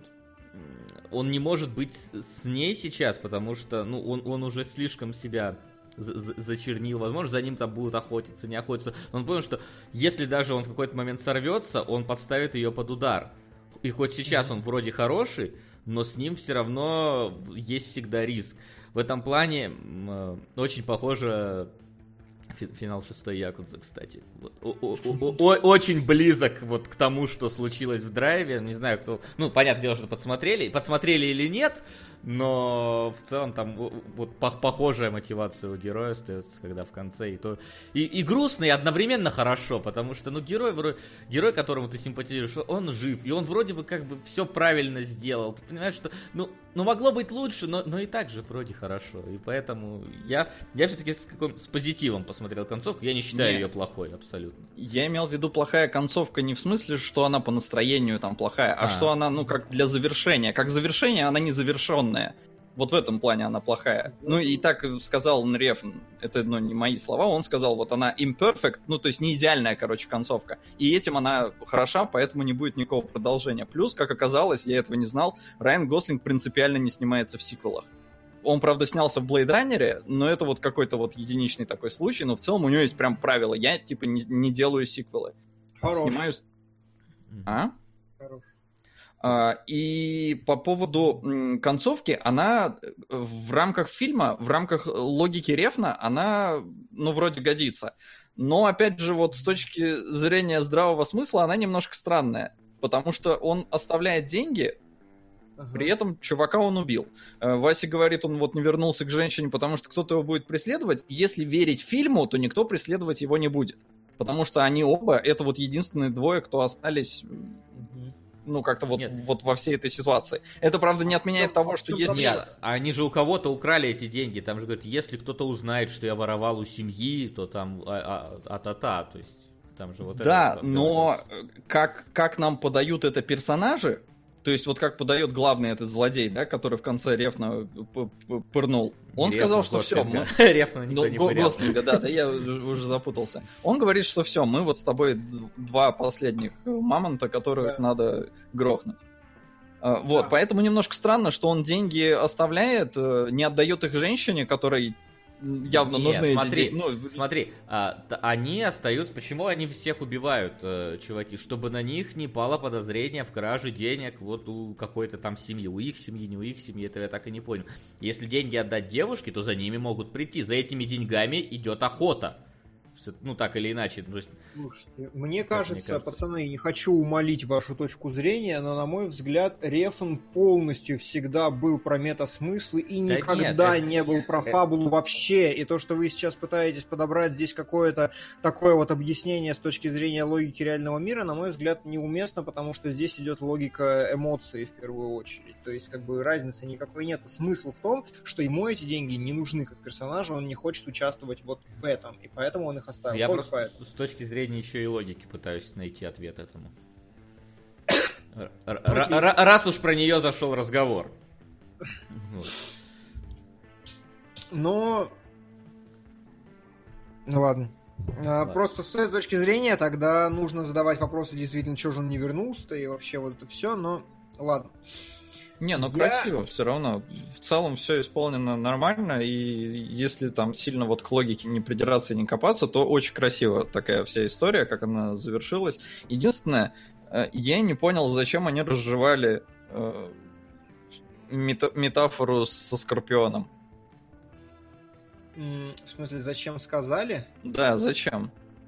он не может быть с ней сейчас, потому что ну, он уже слишком себя зачернил. Возможно, за ним там будут охотиться, не охотиться. Но он понял, что если даже он в какой-то момент сорвется, он подставит ее под удар. И хоть сейчас он вроде хороший, но с ним все равно есть всегда риск. В этом плане очень похоже финал 6-й Якудзы, кстати. Вот. Очень близок вот к тому, что случилось в драйве. Не знаю, кто... Ну, понятное дело, что подсмотрели или нет, но в целом там вот похожая мотивация у героя остается, когда в конце и то... И грустно, и одновременно хорошо, потому что, ну, герой, которому ты симпатизируешь, он жив, и он вроде бы как бы все правильно сделал. Ты понимаешь, что, ну могло быть лучше, но и так же вроде хорошо. И поэтому я все-таки с позитивом посмотрел концовку, я не считаю ее плохой абсолютно. Я имел в виду плохая концовка не в смысле, что она по настроению там плохая, а что она, ну, как для завершения. Как завершение она не завершенная. Вот в этом плане она плохая. Ну и так сказал Рефн, это ну, не мои слова, он сказал, вот она imperfect, ну то есть не идеальная, короче, концовка. И этим она хороша, поэтому не будет никакого продолжения. Плюс, как оказалось, я этого не знал, Райан Гослинг принципиально не снимается в сиквелах. Он, правда, снялся в Blade Runner, но это вот какой-то вот единичный такой случай, но в целом у него есть прям правило, я типа не делаю сиквелы. Хорош. Снимаю... А? Хорош. И по поводу концовки, она в рамках фильма, в рамках логики Рефна, она, ну, вроде годится. Но, опять же, вот с точки зрения здравого смысла, она немножко странная. Потому что он оставляет деньги, при этом чувака он убил. Вася говорит, он вот не вернулся к женщине, потому что кто-то его будет преследовать. Если верить фильму, то никто преследовать его не будет. Потому что они оба, это вот единственные двое, кто остались... ну, как-то Нет. вот во всей этой ситуации. Это, правда, не отменяет того, что если... Нет, они же у кого-то украли эти деньги. Там же говорят, если кто-то узнает, что я воровал у семьи, то там то есть там же вот Да, это... но как нам подают это персонажи, то есть вот как подает главный этот злодей, да, который в конце Рефна пырнул, он сказал, что все, Рефна никто не пырял. Гослинга, да, я уже запутался. Он говорит, что все, мы вот с тобой два последних мамонта, которых надо грохнуть. Вот, поэтому немножко странно, что он деньги оставляет, не отдает их женщине, которой явно нужны эти деньги. Смотри, они остаются... Почему они всех убивают, чуваки? Чтобы на них не пало подозрение в краже денег вот у какой-то там семьи. У их семьи, не у их семьи, это я так и не понял. Если деньги отдать девушке, то за ними могут прийти. За этими деньгами идет охота. Ну, так или иначе. То есть, слушайте, мне кажется, пацаны, не хочу умалить вашу точку зрения, но, на мой взгляд, Рефн полностью всегда был про метасмыслы и никогда не был про фабулу вообще. И то, что вы сейчас пытаетесь подобрать здесь какое-то такое вот объяснение с точки зрения логики реального мира, на мой взгляд, неуместно, потому что здесь идет логика эмоций в первую очередь. То есть, как бы, разницы никакой нет. Смысл в том, что ему эти деньги не нужны как персонажу, он не хочет участвовать вот в этом, и поэтому он их оставил. Я просто с точки зрения еще и логики пытаюсь найти ответ этому. Раз уж про нее зашел разговор. Но... Ну ладно. Просто с этой точки зрения тогда нужно задавать вопросы, действительно, чего же он не вернулся, и вообще вот это все, но ладно. Не, ну красиво все равно. В целом все исполнено нормально, и если там сильно вот к логике не придираться и не копаться, то очень красиво такая вся история, как она завершилась. Единственное, я не понял, зачем они разжевали метафору со Скорпионом. В смысле, зачем сказали? Да, зачем?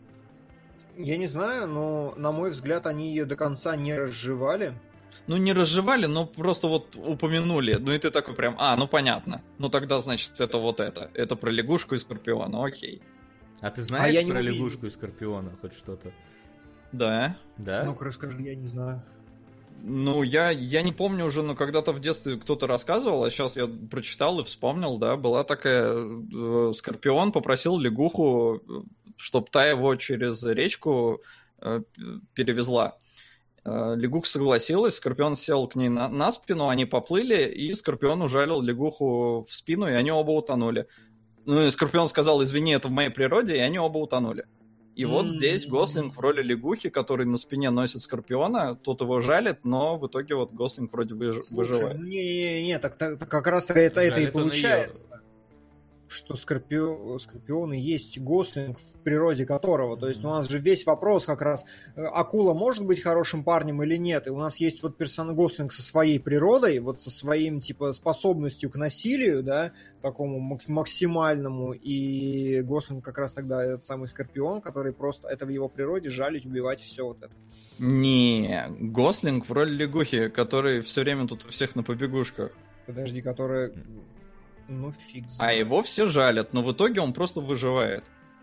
Я не знаю, но, на мой взгляд, они ее до конца не разжевали. Ну, не разжевали, но просто вот упомянули. Ну, и ты такой прям, ну, понятно. Ну, тогда, значит, это вот это. Это про лягушку и Скорпиона, окей. А ты знаешь про лягушку и Скорпиона хоть что-то? Да. Да? Ну-ка, расскажи, я не знаю. Ну, я не помню уже, но когда-то в детстве кто-то рассказывал, а сейчас я прочитал и вспомнил, да, была такая... Скорпион попросил лягуху, чтоб та его через речку перевезла. Лягуха согласилась, Скорпион сел к ней на спину, они поплыли, и Скорпион ужалил лягуху в спину, и они оба утонули. Ну и Скорпион сказал, извини, это в моей природе, и они оба утонули. И вот здесь Гослинг в роли лягухи, который на спине носит Скорпиона, тот его жалит, но в итоге вот Гослинг вроде выживает. Не, так как раз это и получается. Что Скорпион и есть Гослинг, в природе которого. То есть у нас же весь вопрос как раз, акула может быть хорошим парнем или нет. И у нас есть вот персонаж Гослинг со своей природой, вот со своим типа способностью к насилию, да, такому максимальному. И Гослинг как раз тогда этот самый Скорпион, который просто, это в его природе, жалить, убивать, все вот это. Не, Гослинг в роли лягухи, который все время тут у всех на побегушках. Подожди, которая... Ну, фиг знает. А его все жалят, но в итоге он просто выживает.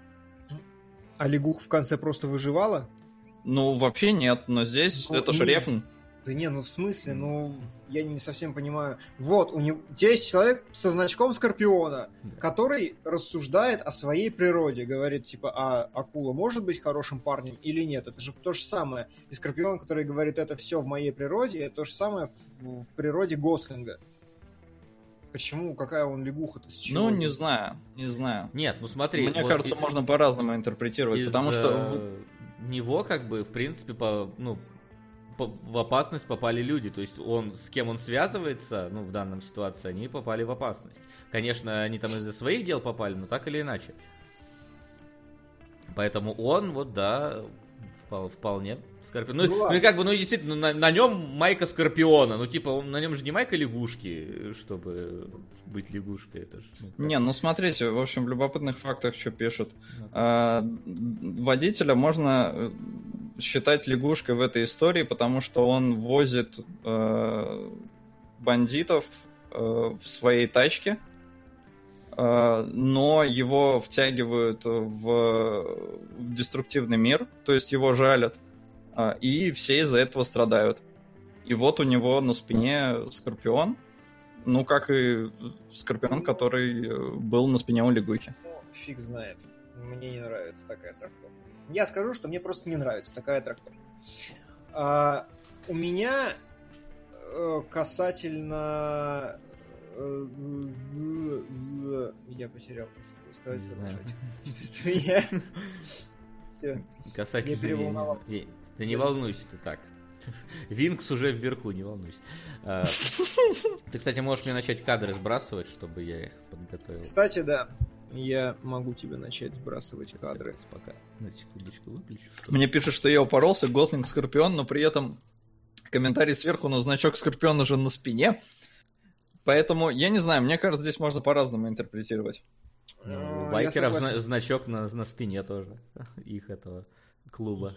А лягуха в конце просто выживала? Ну, вообще нет, но здесь это же Рефн. Да не, ну в смысле, ну, я не совсем понимаю. Вот, у тебя есть человек со значком Скорпиона, который рассуждает о своей природе, говорит, типа, а акула может быть хорошим парнем или нет? Это же то же самое. И Скорпион, который говорит, это все в моей природе, это то же самое в природе Гослинга. Почему? Какая он лягуха-то? С чего? Ну, не знаю. Нет, ну смотри. Мне кажется, можно по-разному интерпретировать, потому что... него, как бы, в принципе, в опасность попали люди. То есть с кем он связывается, ну, в данном ситуации, они попали в опасность. Конечно, они там из-за своих дел попали, но так или иначе. Поэтому он, вот, да, вполне Скорпион. Ну и как бы, ну действительно, на нем майка Скорпиона. Ну типа, на нем же не майка лягушки, чтобы быть лягушкой. Это ж, не, ну смотрите, в общем, в любопытных фактах что пишут. Водителя можно считать лягушкой в этой истории, потому что он возит бандитов в своей тачке, но его втягивают в деструктивный мир, то есть его жалят, и все из-за этого страдают. и вот у него на спине Скорпион, ну, как и Скорпион, который был на спине у лягухи. Ну, фиг знает. Мне не нравится такая трактовка. Я скажу, что мне просто не нравится такая трактовка. У меня касательно... Я потерял, что сказать. Не знаю. Вместо меня. Все. Касательно... Я переволновал. Да не волнуйся ты так. Винкс уже вверху, не волнуйся. Ты, кстати, можешь мне начать кадры сбрасывать, чтобы я их подготовил. Кстати, да. Я могу тебе начать сбрасывать кадры. Пока. На секундочку выключу. Мне пишут, что я упоролся, Гослинг Скорпион, но при этом комментарий сверху, но значок Скорпиона же на спине. Поэтому, я не знаю, мне кажется, здесь можно по-разному интерпретировать. У байкеров значок на спине тоже. Их этого клуба.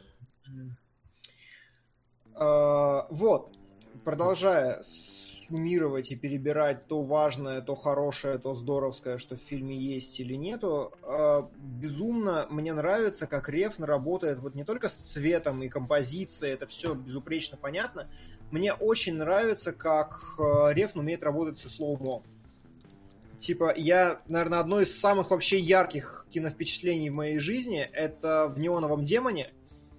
Вот. Продолжая суммировать и перебирать то важное, то хорошее, то здоровское, что в фильме есть или нету, безумно мне нравится, как Рефн работает вот не только с цветом и композицией, это все безупречно понятно. Мне очень нравится, как Рефн умеет работать со слоумо. Типа, я, наверное, одно из самых вообще ярких киновпечатлений в моей жизни это в «Неоновом демоне»,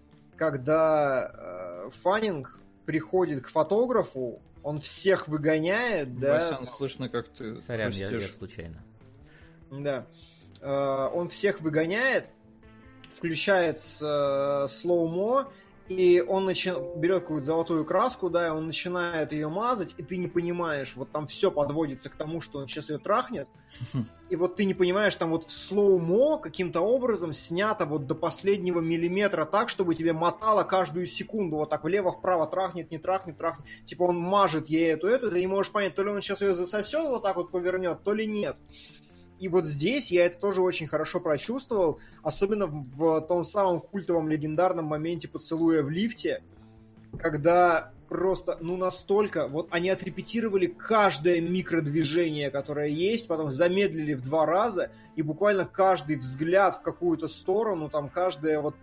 когда Фаннинг приходит к фотографу, он всех выгоняет, да. Васян, слышно, как ты Сорян, я случайно. Да. Он всех выгоняет, включает слоумо, и он берет какую-то золотую краску, да, и он начинает ее мазать, и ты не понимаешь, вот там все подводится к тому, что он сейчас ее трахнет, и вот ты не понимаешь, там вот в слоумо каким-то образом снято вот до последнего миллиметра так, чтобы тебе мотало каждую секунду, вот так влево-вправо трахнет, не трахнет, трахнет, типа он мажет ей эту, ты не можешь понять, то ли он сейчас ее засосет, вот так вот повернет, то ли нет. И вот здесь я это тоже очень хорошо прочувствовал, особенно в том самом культовом легендарном моменте поцелуя в лифте, когда просто, ну, настолько, вот они отрепетировали каждое микродвижение, которое есть, потом замедлили в 2 раза, и буквально каждый взгляд в какую-то сторону, там каждое вот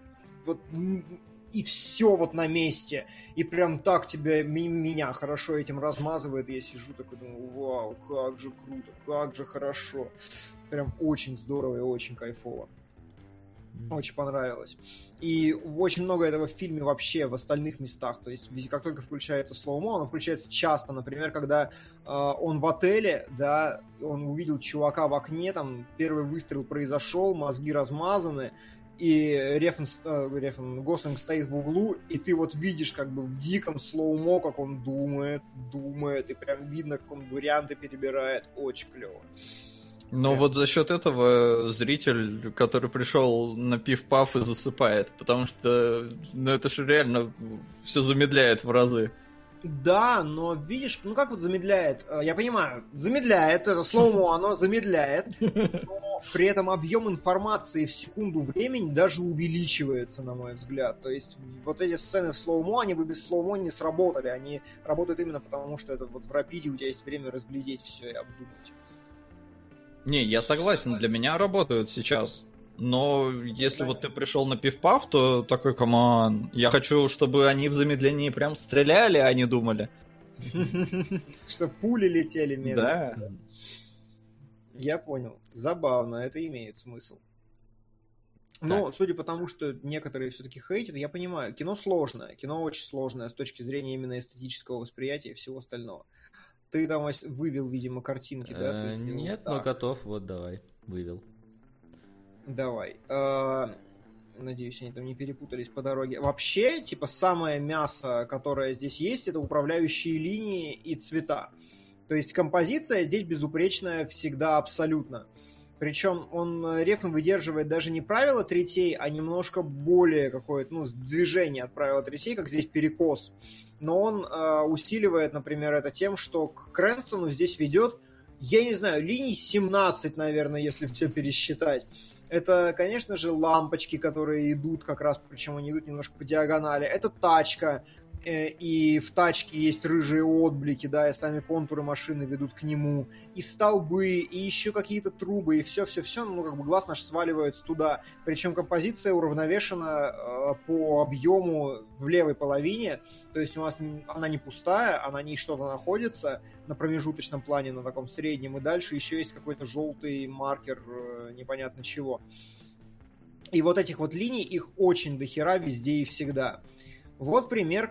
и все вот на месте. И прям так меня хорошо этим размазывает. И я сижу такой, думаю, вау, как же круто, как же хорошо. Прям очень здорово и очень кайфово. Очень понравилось. И очень много этого в фильме вообще в остальных местах. То есть, как только включается слоумо, оно включается часто. Например, когда он в отеле, да, он увидел чувака в окне, там первый выстрел произошел, мозги размазаны, и Гослинг стоит в углу, и ты вот видишь как бы в диком слоумо, как он думает, и прям видно, как он варианты перебирает. Очень клево. Но вот за счет этого зритель, который пришел на пиф-паф и засыпает, потому что, ну, это же реально все замедляет в разы. Да, но видишь, ну как вот замедляет? Я понимаю, замедляет, это слоумо, оно замедляет, но при этом объем информации в секунду времени даже увеличивается, на мой взгляд. То есть вот эти сцены в слоумо, они бы без слоумо не сработали, они работают именно потому, что это вот в рапиде у тебя есть время разглядеть все и обдумать. Не, я согласен, для меня работают сейчас. Но если вот ты пришел на пиф-паф, то такой, камон, я хочу, чтобы они в замедлении прям стреляли, а не думали. Что пули летели медленно. Да. Я понял. Забавно, это имеет смысл. Но, судя по тому, что некоторые все-таки хейтят, я понимаю, кино сложное, кино очень сложное с точки зрения именно эстетического восприятия и всего остального. Ты там вывел, видимо, картинки, да? Нет, но готов, вот давай, вывел. Давай. Надеюсь, они там не перепутались по дороге. Вообще, типа, самое мясо, которое здесь есть, это управляющие линии и цвета. То есть композиция здесь безупречная всегда абсолютно. Причем Рефн выдерживает даже не правило третей, а немножко более какое-то, движение от правила третей, как здесь перекос. Но он усиливает, например, это тем, что к Крэнстону здесь ведет, я не знаю, линий 17, наверное, если все пересчитать. Это, конечно же, лампочки, которые идут как раз, причем они идут немножко по диагонали. Это тачка, и в тачке есть рыжие отблики, да, и сами контуры машины ведут к нему, и столбы, и еще какие-то трубы, и все-все-все, ну, как бы глаз наш сваливается туда. Причем композиция уравновешена по объему в левой половине, то есть у нас она не пустая, а на ней что-то находится на промежуточном плане, на таком среднем, и дальше еще есть какой-то желтый маркер непонятно чего. И вот этих вот линий, их очень дохера везде и всегда. Вот пример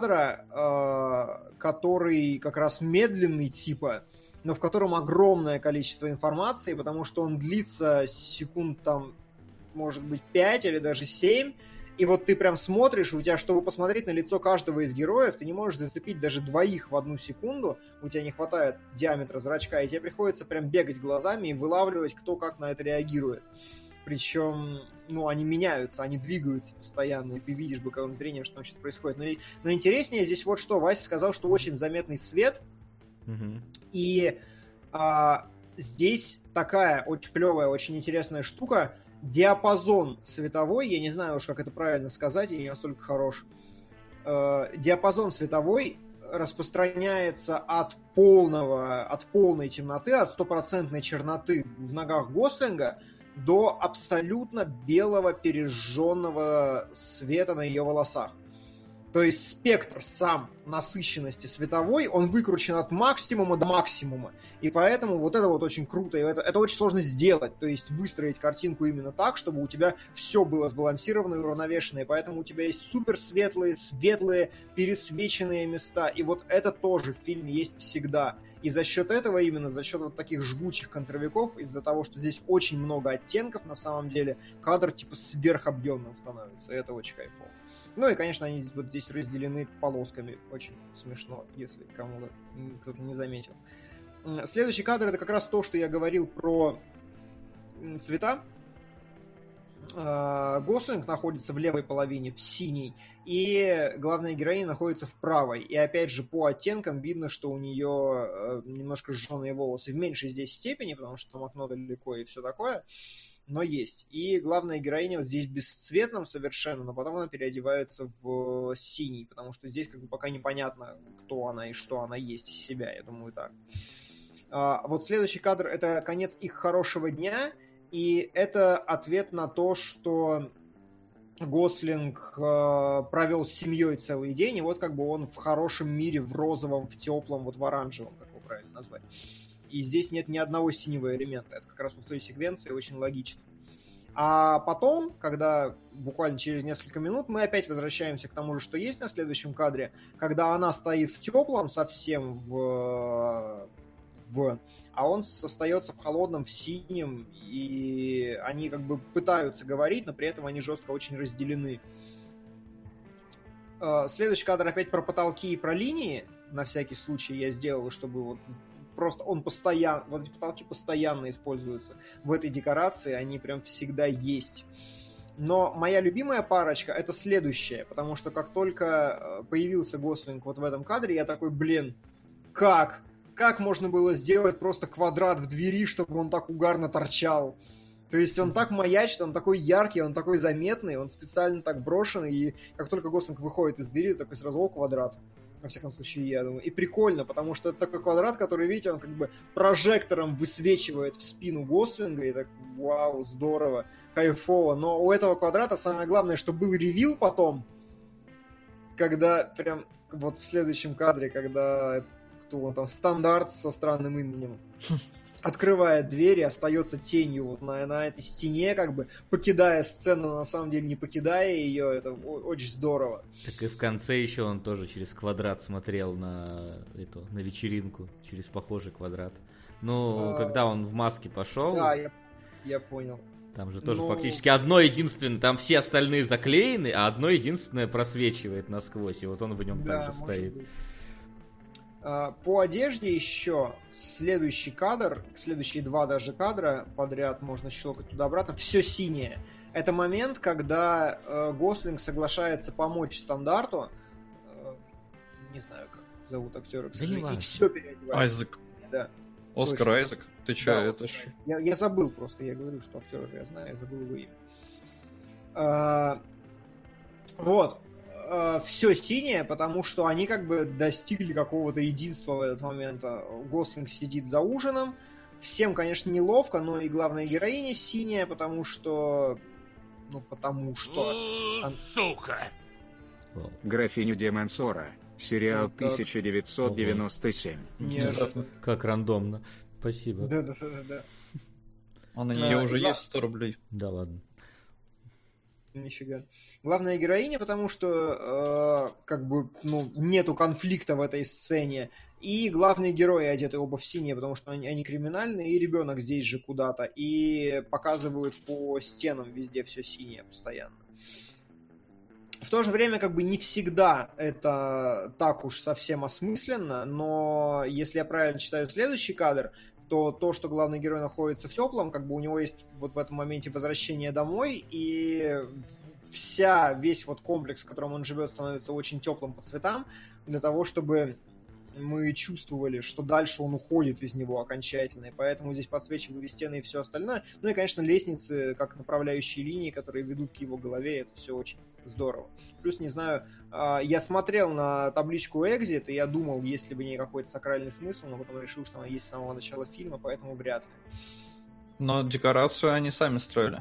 кадра, который как раз медленный типа, но в котором огромное количество информации, потому что он длится секунд там, может быть, 5 или даже 7, и вот ты прям смотришь, у тебя, чтобы посмотреть на лицо каждого из героев, ты не можешь зацепить даже двоих в одну секунду, у тебя не хватает диаметра зрачка, и тебе приходится прям бегать глазами и вылавливать, кто как на это реагирует. Причем, ну, они меняются, они двигаются постоянно, и ты видишь боковым зрением, что там что-то происходит. Но интереснее здесь вот что. Вася сказал, что очень заметный свет, и здесь такая очень клевая, очень интересная штука. Диапазон световой, я не знаю уж, как это правильно сказать, я не настолько хорош. Диапазон световой распространяется от полной темноты, от стопроцентной черноты в ногах Гослинга до абсолютно белого пережженного света на ее волосах. То есть спектр сам насыщенности световой, он выкручен от максимума до максимума. И поэтому вот это вот очень круто. И это очень сложно сделать. То есть выстроить картинку именно так, чтобы у тебя все было сбалансировано и уравновешено. И поэтому у тебя есть супер светлые, пересвеченные места. И вот это тоже в фильме есть всегда. И за счет этого, именно за счет вот таких жгучих контровиков, из-за того, что здесь очень много оттенков, на самом деле, кадр типа сверхобъемным становится. И это очень кайфово. Ну и, конечно, они вот здесь разделены полосками. Очень смешно, если кто-то не заметил. Следующий кадр — это как раз то, что я говорил про цвета. Гослинг находится в левой половине, в синей, и главная героиня находится в правой. И опять же, по оттенкам видно, что у нее немножко сжженные волосы в меньшей здесь степени, потому что там окно далеко и все такое, но есть. И главная героиня вот здесь бесцветном совершенно, но потом она переодевается в синий, потому что здесь как бы пока непонятно, кто она и что она есть из себя, я думаю, так. Вот следующий кадр — это конец их хорошего дня, и это ответ на то, что Гослинг провел с семьей целый день, и вот как бы он в хорошем мире, в розовом, в теплом, вот в оранжевом, как его правильно назвать. И здесь нет ни одного синего элемента. Это как раз в той секвенции очень логично. А потом, когда буквально через несколько минут, мы опять возвращаемся к тому же, что есть на следующем кадре, когда она стоит в теплом совсем а он остается в холодном, в синем, и они как бы пытаются говорить, но при этом они жестко очень разделены. Следующий кадр опять про потолки и про линии. На всякий случай я сделал, чтобы вот просто он постоянно, вот эти потолки постоянно используются в этой декорации, они прям всегда есть. Но моя любимая парочка — это следующая, потому что как только появился Гослинг вот в этом кадре, я такой, блин, как можно было сделать просто квадрат в двери, чтобы он так угарно торчал? То есть он так маячит, он такой яркий, он такой заметный, он специально так брошен, и как только Гослинг выходит из двери, такой сразу, о, квадрат. Во всяком случае, я думаю. И прикольно, потому что это такой квадрат, который, видите, он как бы прожектором высвечивает в спину Гослинга, и так, вау, здорово, кайфово. Но у этого квадрата самое главное, что был ревил потом, когда прям вот в следующем кадре, когда кто он там, Стандарт со странным именем открывает дверь и остается тенью вот на этой стене, как бы покидая сцену, но на самом деле не покидая ее, это очень здорово. Так и в конце еще он тоже через квадрат смотрел на вечеринку, через похожий квадрат. Ну, когда он в маске пошел... Да, я понял. Там же тоже фактически одно единственное, там все остальные заклеены, а одно единственное просвечивает насквозь, и вот он в нем также стоит. Быть. По одежде еще следующий кадр, следующие два даже кадра подряд можно щелкать туда-обратно, все синее. Это момент, когда Гослинг соглашается помочь Стандарту, не знаю, как зовут актера, и все переодевается. Айзек. Да. Оскар точно. Айзек. Ты че, Да, это ж... Я забыл просто, я говорю, что актера я знаю, я забыл его имя. Вот. все синее, потому что они как бы достигли какого-то единства в этот момент. Гослинг сидит за ужином. Всем, конечно, неловко, но и главная героиня синяя, потому что... Сука! Графиня де Монсоро. Сериал Вот так. 1997. Неожиданно. Как рандомно. Спасибо. Да. А на нее уже да. есть 100 рублей. Да ладно. Нифига. Главная героиня, потому что нету конфликта в этой сцене. И главные герои одеты оба в синее, потому что они криминальные, и ребенок здесь же куда-то. И показывают по стенам везде все синее постоянно. В то же время, как бы не всегда это так уж совсем осмысленно, но если я правильно читаю следующий кадр, то, что главный герой находится в теплом, как бы у него есть вот в этом моменте возвращение домой, и весь вот комплекс, в котором он живет, становится очень теплым по цветам, для того, чтобы мы чувствовали, что дальше он уходит из него окончательно, и поэтому здесь подсвечивали стены и все остальное. Ну и, конечно, лестницы, как направляющие линии, которые ведут к его голове, это все очень здорово. Плюс, не знаю, я смотрел на табличку Exit, и я думал, есть ли в ней какой-то сакральный смысл, но потом решил, что она есть с самого начала фильма, поэтому вряд ли. Но декорацию они сами строили.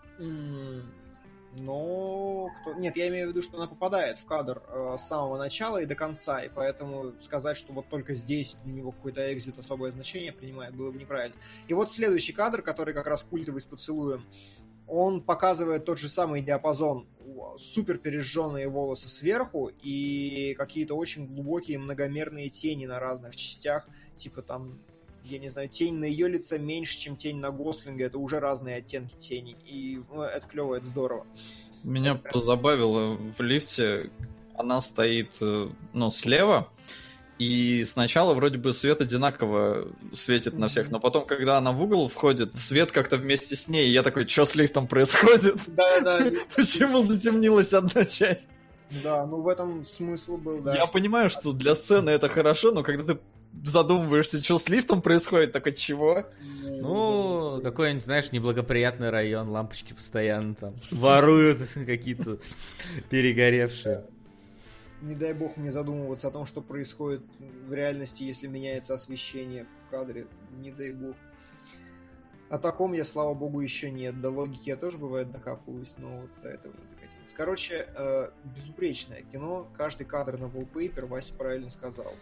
Нет, я имею в виду, что она попадает в кадр с самого начала и до конца, и поэтому сказать, что вот только здесь у него какой-то экзит особое значение принимает, было бы неправильно. И вот следующий кадр, который как раз культовый с поцелуем, он показывает тот же самый диапазон, супер пережженные волосы сверху и какие-то очень глубокие многомерные тени на разных частях, типа там, я не знаю, тень на ее лице меньше, чем тень на Гослинга, это уже разные оттенки теней, и это клево, это здорово. Меня позабавило в лифте, она стоит, слева, и сначала вроде бы свет одинаково светит на всех, но потом, когда она в угол входит, свет как-то вместе с ней, и я такой, что с лифтом происходит? Да. Почему затемнилась одна часть? Да, в этом смысл был, да. Я понимаю, что для сцены это хорошо, но когда ты задумываешься, что с лифтом происходит, так от чего? Ну, какой-нибудь, знаешь, неблагоприятный район, лампочки постоянно там воруют какие-то перегоревшие. Не дай бог мне задумываться о том, что происходит в реальности, если меняется освещение в кадре. Не дай бог. О таком я, слава богу, еще нет. До логики я тоже, бывает, докапываюсь, но вот до этого не докатилось. Короче, безупречное кино. Каждый кадр на wallpaper, Вася правильно сказал.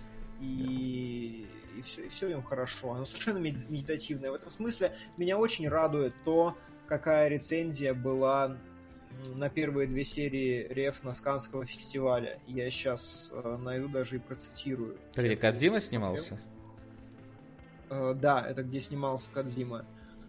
И все в нем хорошо. Оно совершенно медитативное. В этом смысле меня очень радует то, какая рецензия была на первые 2 серии Рефна Каннского фестиваля. Я сейчас найду даже и процитирую. Это где Кодзима снимался? Да, это где снимался Кодзима.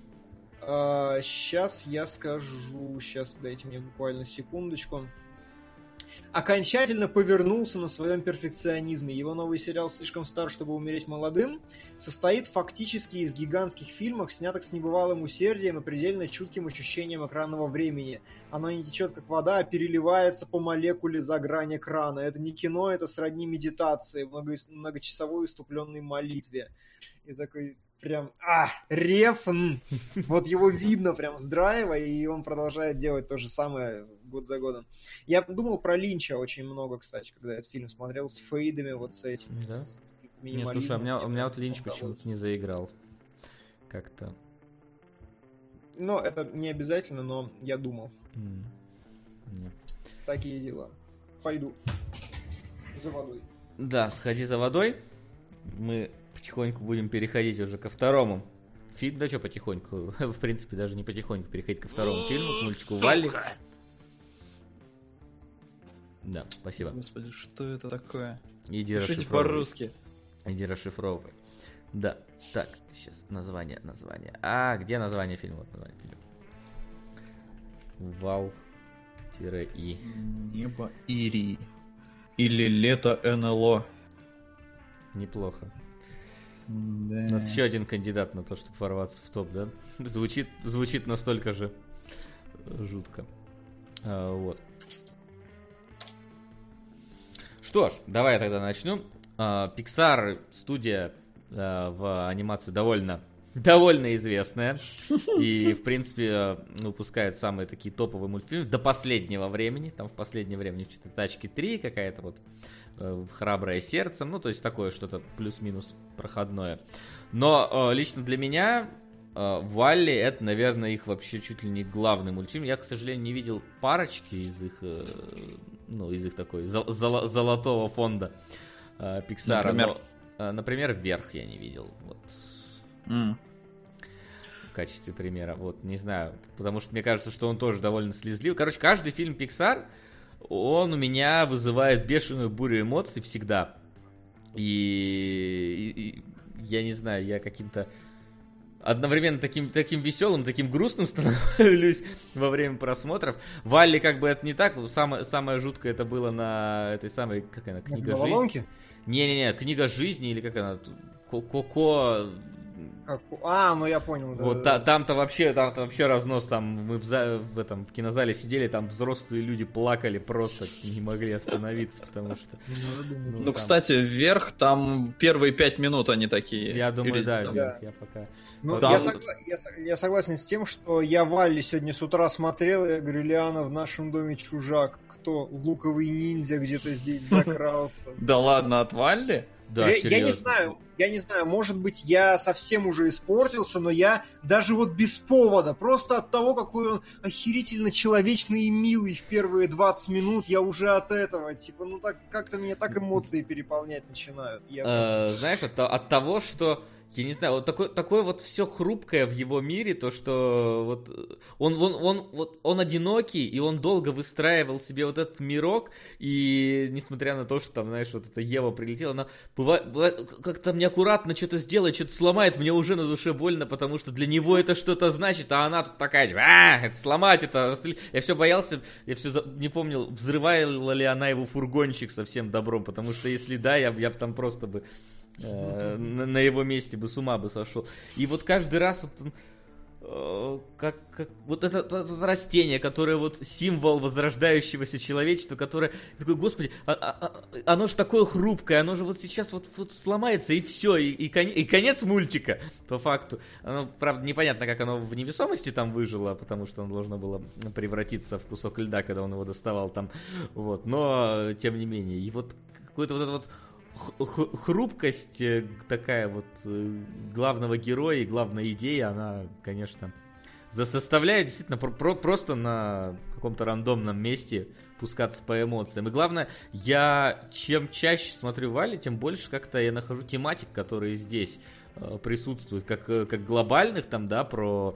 Сейчас я скажу. Сейчас дайте мне буквально секундочку. Окончательно повернулся на своем перфекционизме. Его новый сериал «Слишком стар, чтобы умереть молодым» состоит фактически из гигантских фильмов, снятых с небывалым усердием и предельно чутким ощущением экранного времени. Оно не течет как вода, а переливается по молекуле за грань экрана. Это не кино, это сродни медитации, многочасовой уступленной молитве. И такой прям, Рефн! Вот его видно прям с драйва, и он продолжает делать то же самое год за годом. Я думал про Линча очень много, кстати, когда этот фильм смотрел, с фейдами, вот с этим. Да? С Не, слушай, у меня вот Линч почему-то не заиграл. Как-то. Ну, это не обязательно, но я думал. Нет. Такие дела. Пойду за водой. Да, сходи за водой. Мы потихоньку будем переходить уже ко второму фильму. Да что потихоньку? В принципе, даже не потихоньку переходить ко второму фильму, к мультику Валли. Да, спасибо. Господи, что это такое? Иди Пишите расшифровывай. по-русски. Иди расшифровывай. Да, так, сейчас название. Где название фильма? Вот название фильма. Вал-И. Небо Ирии. Или Лето НЛО. Неплохо. Да. У нас еще один кандидат на то, чтобы ворваться в топ, да? Звучит настолько же жутко. Вот. Что ж, давай я тогда начну. Pixar студия в анимации довольно довольно известная. И, в принципе, выпускает самые такие топовые мультфильмы до последнего времени. Там в последнее время что-то «Тачки 3», какая-то вот «Храброе сердце». Ну, то есть такое что-то плюс-минус проходное. Но лично для меня «Валли» — это, наверное, их вообще чуть ли не главный мультфильм. Я, к сожалению, не видел парочки из их, из их такой золотого фонда Pixar. Например, «Вверх» я не видел. Вот. В качестве примера. Вот, не знаю. Потому что мне кажется, что он тоже довольно слезлив. Короче, каждый фильм Pixar, он у меня вызывает бешеную бурю эмоций всегда. И я не знаю, я каким-то одновременно таким веселым, таким грустным становлюсь во время просмотров. «Валли» как бы это не так. Самое жуткое это было на этой самой, как она, «Книга жизни». Не-не-не, «Книга жизни» или как она, «Коко». Ну я понял. Да, вот да. Там-то вообще разнос. Там мы в кинозале сидели, там взрослые люди плакали, просто не могли остановиться, потому что... там... кстати, «Вверх», там первые 5 минут они такие. Я думаю, да. Я пока... Я согласен с тем, что я «Валли» сегодня с утра смотрел, я говорю, Лиана, в нашем доме чужак. Кто? Луковый ниндзя где-то здесь закрался. Да ладно, от «Валли»? Да, я не знаю, может быть, я совсем уже испортился, но я даже вот без повода, просто от того, какой он охерительно человечный и милый в первые 20 минут, я уже от этого, типа, так как-то меня так эмоции переполнять начинают. Знаешь, от того, что... Я не знаю, вот такое вот все хрупкое в его мире, то, что вот он одинокий, и он долго выстраивал себе вот этот мирок, и несмотря на то, что там, знаешь, вот эта Ева прилетела, она бывает как-то неаккуратно что-то сделает, что-то сломает, мне уже на душе больно, потому что для него это что-то значит, а она тут такая, это сломать, это... Я все боялся, я все не помнил, взрывала ли она его фургончик со всем добром, потому что если да, я бы там просто бы... на его месте бы с ума бы сошел. И вот каждый раз как вот это растение, которое вот символ возрождающегося человечества, которое такой, господи, оно же такое хрупкое, оно же вот сейчас вот сломается и все, и конец мультика по факту. Оно, правда, непонятно, как оно в невесомости там выжило, потому что оно должно было превратиться в кусок льда, когда он его доставал там, вот. Но тем не менее, и вот какой-то вот этот вот хрупкость такая вот главного героя и главная идея, она, конечно, заставляет действительно просто на каком-то рандомном месте пускаться по эмоциям. И главное, я чем чаще смотрю «Валли», тем больше как-то я нахожу тематик, которые здесь присутствуют, как глобальных там, да, про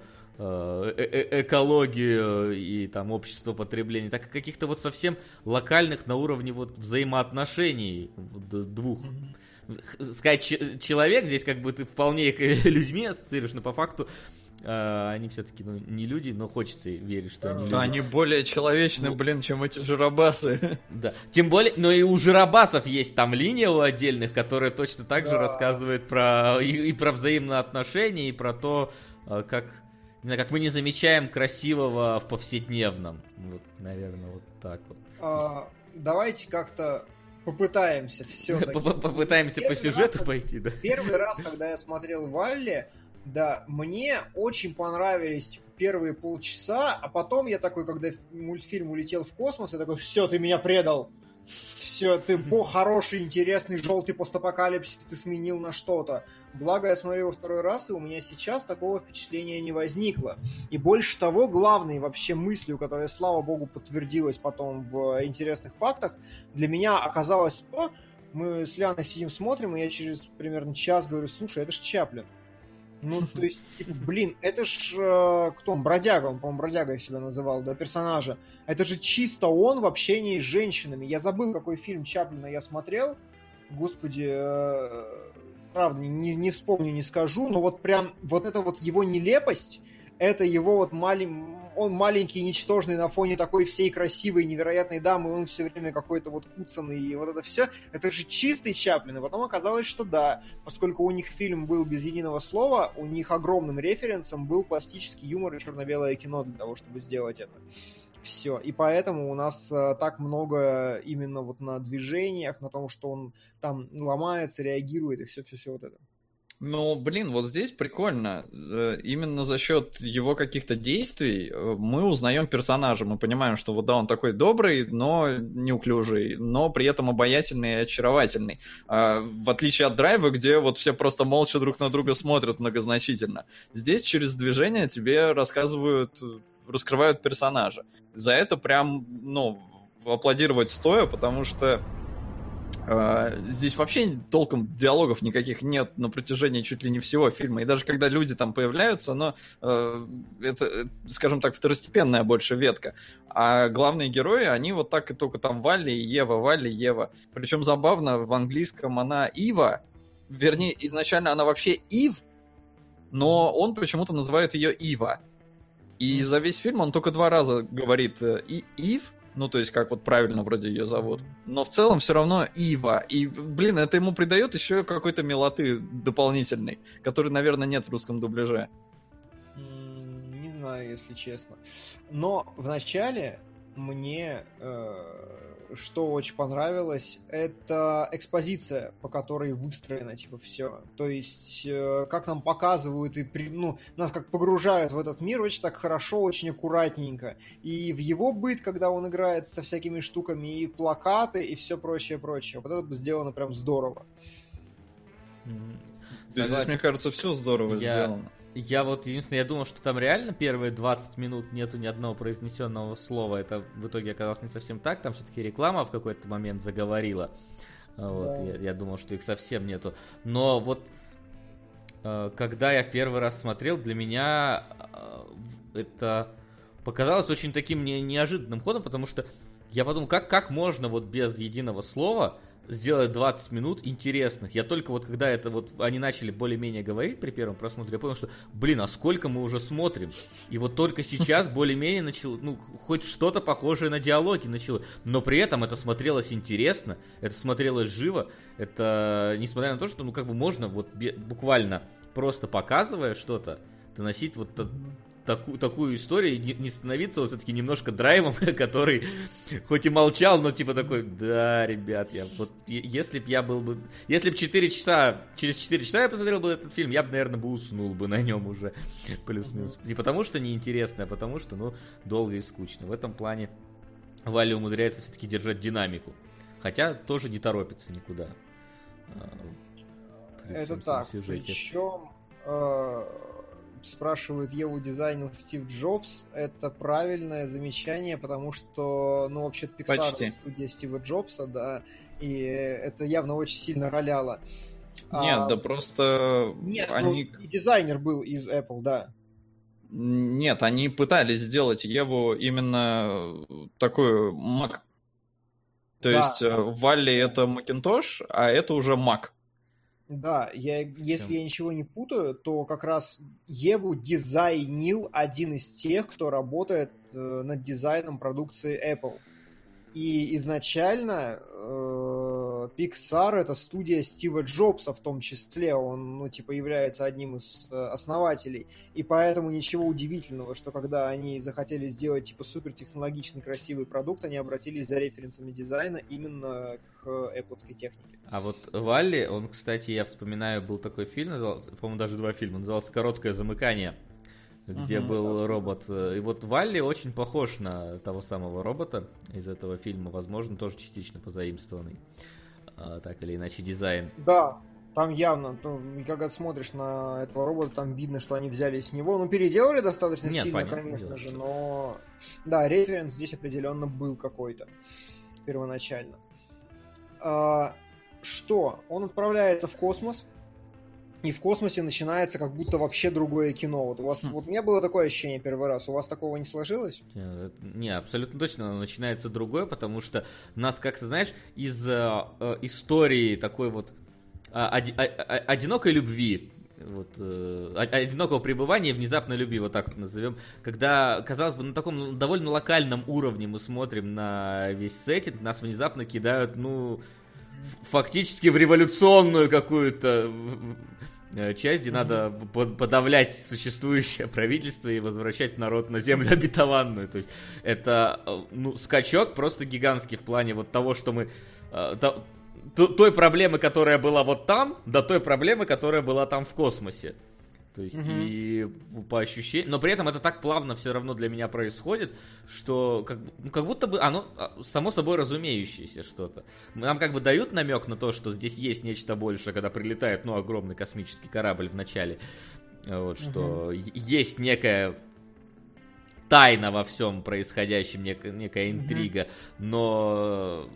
экологию и там общество потребления, так и каких-то вот совсем локальных на уровне вот взаимоотношений двух. Сказать человек здесь как бы ты вполне людьми ассоциируешь, но по факту они все-таки не люди, но хочется верить, что они люди. Да, они более человечны, чем эти жиробасы. Да, тем более, но и у жиробасов есть там линия у отдельных, которая точно так же рассказывает про взаимные отношения, и про то, как мы не замечаем красивого в повседневном. Вот, наверное, вот так вот. Давайте как-то попытаемся все-таки. Попытаемся по сюжету пойти, да? Первый раз, когда я смотрел «Валли», да, мне очень понравились первые полчаса, а потом я такой, когда мультфильм улетел в космос, я такой, все, ты меня предал. Все, ты хороший, интересный, желтый постапокалипсис ты сменил на что-то. Благо, я смотрю его второй раз, и у меня сейчас такого впечатления не возникло. И больше того, главной вообще мыслью, которая, слава богу, подтвердилась потом в интересных фактах, для меня оказалось то, мы с Ляной сидим, смотрим, и я через примерно час говорю, слушай, это ж Чаплин. Ну, то есть, типа, это ж кто он? Бродяга, он, по-моему, Бродягой себя называл, да, персонажа. Это же чисто он в общении с женщинами. Я забыл, какой фильм Чаплина я смотрел. Господи, правда, не вспомню, не скажу, но вот прям вот эта вот его нелепость, это его вот он маленький, ничтожный на фоне такой всей красивой, невероятной дамы, он все время какой-то вот куцанный, и вот это все, это же чистый Чаплин. И потом оказалось, что да, поскольку у них фильм был без единого слова, у них огромным референсом был пластический юмор и черно-белое кино для того, чтобы сделать это. Все. И поэтому у нас так много именно вот на движениях, на том, что он там ломается, реагирует, и все вот это. Ну, блин, вот здесь прикольно. Именно за счет его каких-то действий мы узнаем персонажа. Мы понимаем, что вот да, он такой добрый, но неуклюжий, но при этом обаятельный и очаровательный. В отличие от Драйва, где вот все просто молча друг на друга смотрят многозначительно. Здесь через движение тебе раскрывают персонажа. За это прям, аплодировать стоя, потому что здесь вообще толком диалогов никаких нет на протяжении чуть ли не всего фильма. И даже когда люди там появляются, это, скажем так, второстепенная больше ветка. А главные герои, они вот так и только там Валли и Ева. Причем забавно, в английском она Ива. Вернее, изначально она вообще Ив, но он почему-то называет ее Ива. И за весь фильм он только 2 раза говорит Ив, то есть как вот правильно вроде ее зовут. Но в целом все равно Ива. И, блин, это ему придает еще какой-то милоты дополнительной, которой, наверное, нет в русском дубляже. Не знаю, если честно. Но в начале мне что очень понравилось, это экспозиция, по которой выстроено, все. То есть, как нам показывают и нас как погружают в этот мир очень так хорошо, очень аккуратненько. И в его быт, когда он играет со всякими штуками, и плакаты, и все прочее. Вот это сделано прям здорово. Здесь, мне кажется, все здорово сделано. Я единственное, я думал, что там реально первые 20 минут нету ни одного произнесенного слова. Это в итоге оказалось не совсем так. Там все-таки реклама в какой-то момент заговорила. Да. Я думал, что их совсем нету. Но когда я в первый раз смотрел, для меня это показалось очень таким неожиданным ходом, потому что я подумал, как можно без единого слова сделать 20 минут интересных. Я только когда они начали более-менее говорить при первом просмотре, я понял, что, а сколько мы уже смотрим. И только сейчас более-менее начало, хоть что-то похожее на диалоги начало. Но при этом это смотрелось интересно, это смотрелось живо. Это, несмотря на то, что, можно буквально просто показывая что-то, доносить такую историю, не становиться все-таки немножко Драйвом, который хоть и молчал, но такой, да, ребят, если б 4 часа, через 4 часа я посмотрел бы этот фильм, я бы, наверное, уснул бы на нем уже, плюс-минус. Не потому что неинтересно, а потому что, долго и скучно. В этом плане Валли умудряется все-таки держать динамику, хотя тоже не торопится никуда. Это так, причем... спрашивают, Еву дизайнил Стив Джобс. Это правильное замечание, потому что, вообще-то Pixar студия Стива Джобса, да, и это явно очень сильно роляло. Нет, да просто... Нет, и дизайнер был из Apple, да. Нет, они пытались сделать Еву именно такую Mac. То есть Валли это Macintosh, а это уже Mac. Да, если я ничего не путаю, то как раз Еву дизайнил один из тех, кто работает над дизайном продукции Apple. И изначально Pixar это студия Стива Джобса в том числе, он, является одним из основателей. И поэтому ничего удивительного, что когда они захотели сделать, супертехнологичный, красивый продукт, они обратились за референсами дизайна именно к Apple-овской технике. А Валли, он, кстати, я вспоминаю, был такой фильм, по-моему, даже 2 фильма, назывался «Короткое замыкание», где был робот. И Валли очень похож на того самого робота из этого фильма, возможно, тоже частично позаимствованный. Так или иначе, дизайн. Да, там явно, когда смотришь на этого робота, там видно, что они взяли с него. Переделали достаточно сильно, понятно, конечно же, но... Да, референс здесь определенно был какой-то первоначально. Что? Он отправляется в космос, и в космосе начинается как будто вообще другое кино. У вас у меня было такое ощущение первый раз, у вас такого не сложилось? Не, абсолютно точно начинается другое, потому что нас как-то, знаешь, из истории такой одинокой любви, одинокого пребывания и внезапной любви, так назовем, когда, казалось бы, на таком довольно локальном уровне мы смотрим на весь сеттинг, нас внезапно кидают, фактически в революционную какую-то часть, где надо подавлять существующее правительство и возвращать народ на землю обетованную. То есть это скачок просто гигантский в плане того, что мы... той проблемы, которая была вот там, до той проблемы, которая была там в космосе. То есть, и по ощущениям... Но при этом это так плавно все равно для меня происходит, что как будто бы оно само собой разумеющееся что-то. Нам как бы дают намек на то, что здесь есть нечто большее, когда прилетает, огромный космический корабль в начале. Вот, что есть некая тайна во всем происходящем, некая интрига, но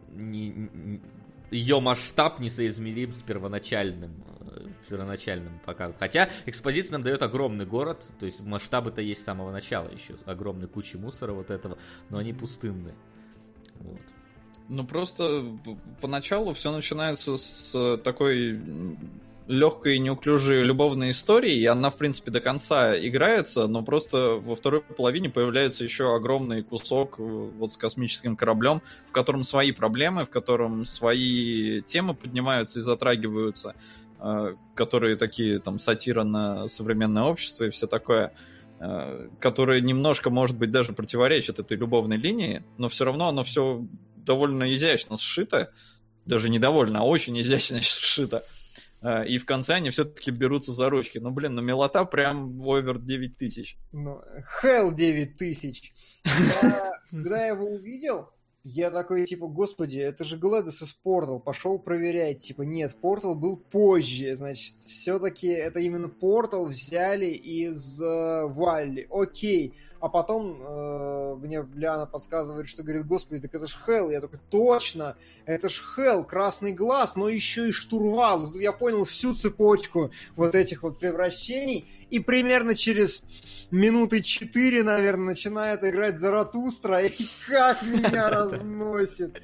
ее масштаб несоизмерим с первоначальным показом. Хотя экспозиция нам дает огромный город, то есть масштабы-то есть с самого начала еще, огромной кучи мусора вот этого, но они пустынные. Вот. Ну просто поначалу все начинается с такой легкой и неуклюжей любовной истории, и она, в принципе, до конца играется, но просто во второй половине появляется еще огромный кусок вот с космическим кораблем, в котором свои проблемы, в котором свои темы поднимаются и затрагиваются, которые такие, там, сатира на современное общество и все такое, которые немножко, может быть, даже противоречат этой любовной линии, но все равно оно все довольно изящно сшито, даже не довольно, а очень изящно сшито. И в конце они все-таки берутся за ручки. Ну, блин, милота прям овер 9000. Ну, hell 9000. Когда я его увидел, я такой, типа, господи, это же GLaDOS из Portal. Пошел проверять. Типа, нет, Portal был позже. Значит, все-таки это именно Portal взяли из Валли. Окей. А потом мне Ляна подсказывает, что говорит, господи, так это ж Hell. Я такой, точно, это ж Hell, красный глаз, но еще и штурвал. Я понял всю цепочку вот этих вот превращений. И примерно через минуты 4, наверное, начинает играть Заратустра. И как меня разносит.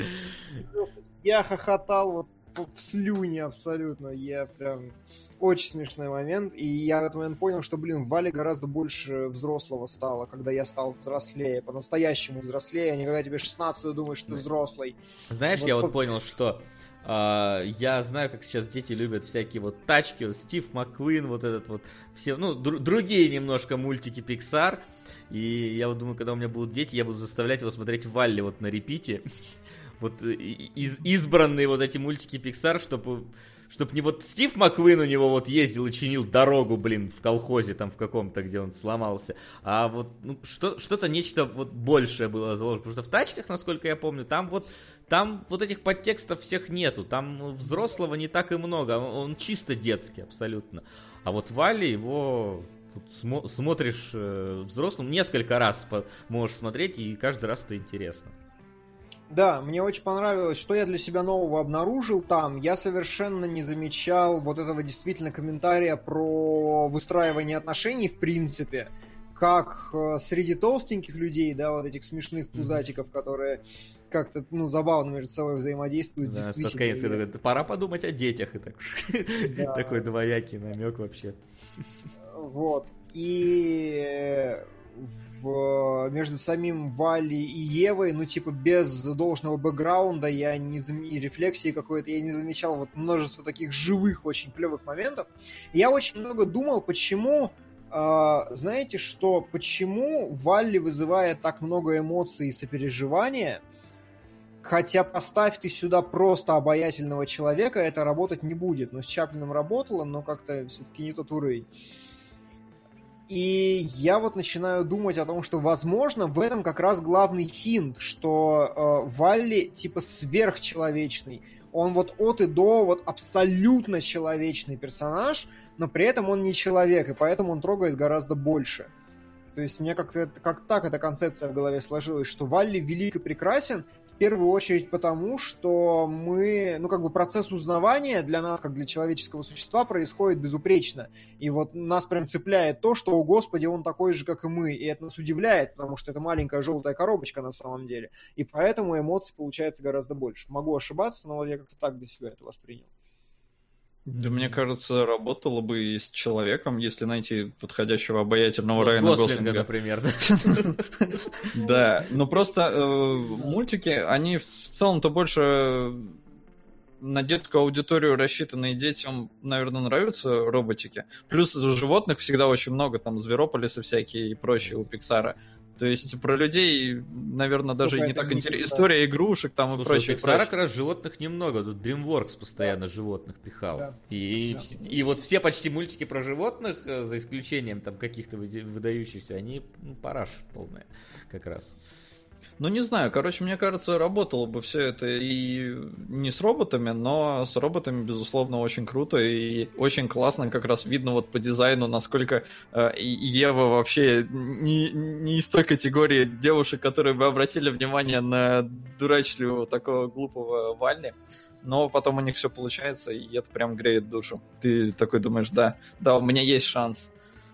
Я хохотал вот в слюне абсолютно. Я прям... Очень смешной момент, и я в этот момент понял, что, в Вале гораздо больше взрослого стало, когда я стал взрослее, по-настоящему взрослее, а не когда тебе 16, и думаешь, что ты взрослый. Знаешь, вот я вот понял, что я знаю, как сейчас дети любят всякие вот тачки, вот Стив Маккуин, вот этот вот, все, другие немножко мультики Pixar, и я вот думаю, когда у меня будут дети, я буду заставлять его смотреть Валли вот на репите, вот избранные вот эти мультики Pixar, чтобы не вот Стив Маккуин у него вот ездил и чинил дорогу, в колхозе там в каком-то, где он сломался, а вот что-то нечто вот большее было заложено, потому что в тачках, насколько я помню, там вот этих подтекстов всех нету, там взрослого не так и много, он чисто детский абсолютно, а вот Валли его... смотришь взрослым, несколько раз можешь смотреть, и каждый раз это интересно. Да, мне очень понравилось, что я для себя нового обнаружил там. Я совершенно не замечал вот этого действительно комментария про выстраивание отношений в принципе, как среди толстеньких людей, да, вот этих смешных пузатиков, которые как-то, забавно между собой взаимодействуют. Да, действительно. Пора подумать о детях, и так такой двоякий намек вообще. Вот. И... между самим Валли и Евой, без должного бэкграунда и рефлексии какой-то, я не замечал вот множество таких живых, очень клевых моментов. Я очень много думал, почему, знаете что, почему Валли вызывает так много эмоций и сопереживания, хотя поставь ты сюда просто обаятельного человека, это работать не будет. Но с Чаплином работало, но как-то все-таки не тот уровень. И я вот начинаю думать о том, что, возможно, в этом как раз главный хинт, что Валли типа сверхчеловечный. Он вот от и до вот абсолютно человечный персонаж, но при этом он не человек, и поэтому он трогает гораздо больше. То есть у меня как так эта концепция в голове сложилась, что Валли велик и прекрасен, в первую очередь потому, что мы, процесс узнавания для нас, как для человеческого существа, происходит безупречно. И вот нас прям цепляет то, что, о господи, он такой же, как и мы. И это нас удивляет, потому что это маленькая желтая коробочка на самом деле. И поэтому эмоций получается гораздо больше. Могу ошибаться, но я как-то так для себя это воспринял. Да, мне кажется, работало бы и с человеком, если найти подходящего обаятельного Райана Гослинга, например. Да, но просто мультики, они в целом-то больше на детскую аудиторию рассчитаны, и детям, наверное, нравятся роботики. Плюс животных всегда очень много, там Зверополисы всякие и прочие у Пиксара. То есть про людей, наверное, даже Ну, не так поэтому интересно. не История игрушек там и Слушай, прочее. у Pixar как раз животных немного. Тут DreamWorks постоянно животных пихал. Да. И вот все почти мультики про животных, за исключением там каких-то выдающихся, они параш полная как раз. Ну, не знаю, короче, мне кажется, работало бы все это и не с роботами, но с роботами, безусловно, очень круто и очень классно как раз видно вот по дизайну, насколько Ева вообще не из той категории девушек, которые бы обратили внимание на дурачливого такого глупого Валли. Но потом у них все получается, и это прям греет душу. Ты такой думаешь, да, у меня есть шанс.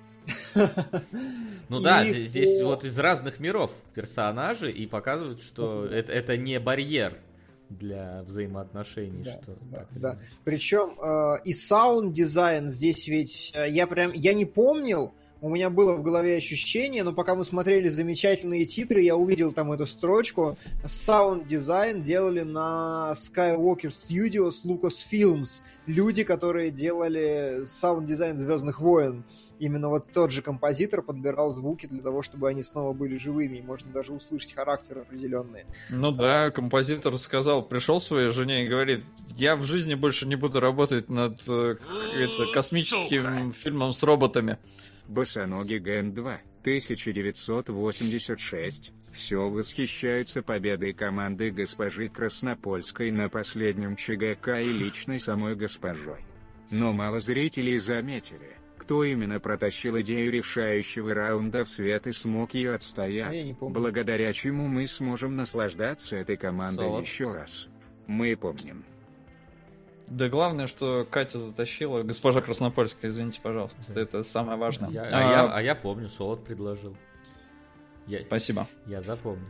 Ну да, здесь вот из разных миров персонажи, и показывают, что это не барьер для взаимоотношений. Да. Причем и саунд-дизайн здесь ведь я не помнил, у меня было в голове ощущение, но пока мы смотрели замечательные титры, я увидел там эту строчку. Саунд-дизайн делали на Skywalker Studios Lucasfilms. Люди, которые делали саунд-дизайн «Звездных войн». Именно вот тот же композитор подбирал звуки для того, чтобы они снова были живыми, и можно даже услышать характеры определенные. Ну да, композитор сказал, пришел своей жене и говорит, я в жизни больше не буду работать над космическим фильмом с роботами. Босоногий Ген 2, 1986. Все восхищаются победой команды госпожи Краснопольской на последнем ЧГК и личной самой госпожой. Но мало зрителей заметили, кто именно протащил идею решающего раунда в свет и смог ее отстоять, благодаря чему мы сможем наслаждаться этой командой еще раз. Мы помним. Да главное, что Катя затащила, госпожа Краснопольская, извините, пожалуйста, это самое важное. Я помню, Солод предложил. Спасибо. Я запомнил.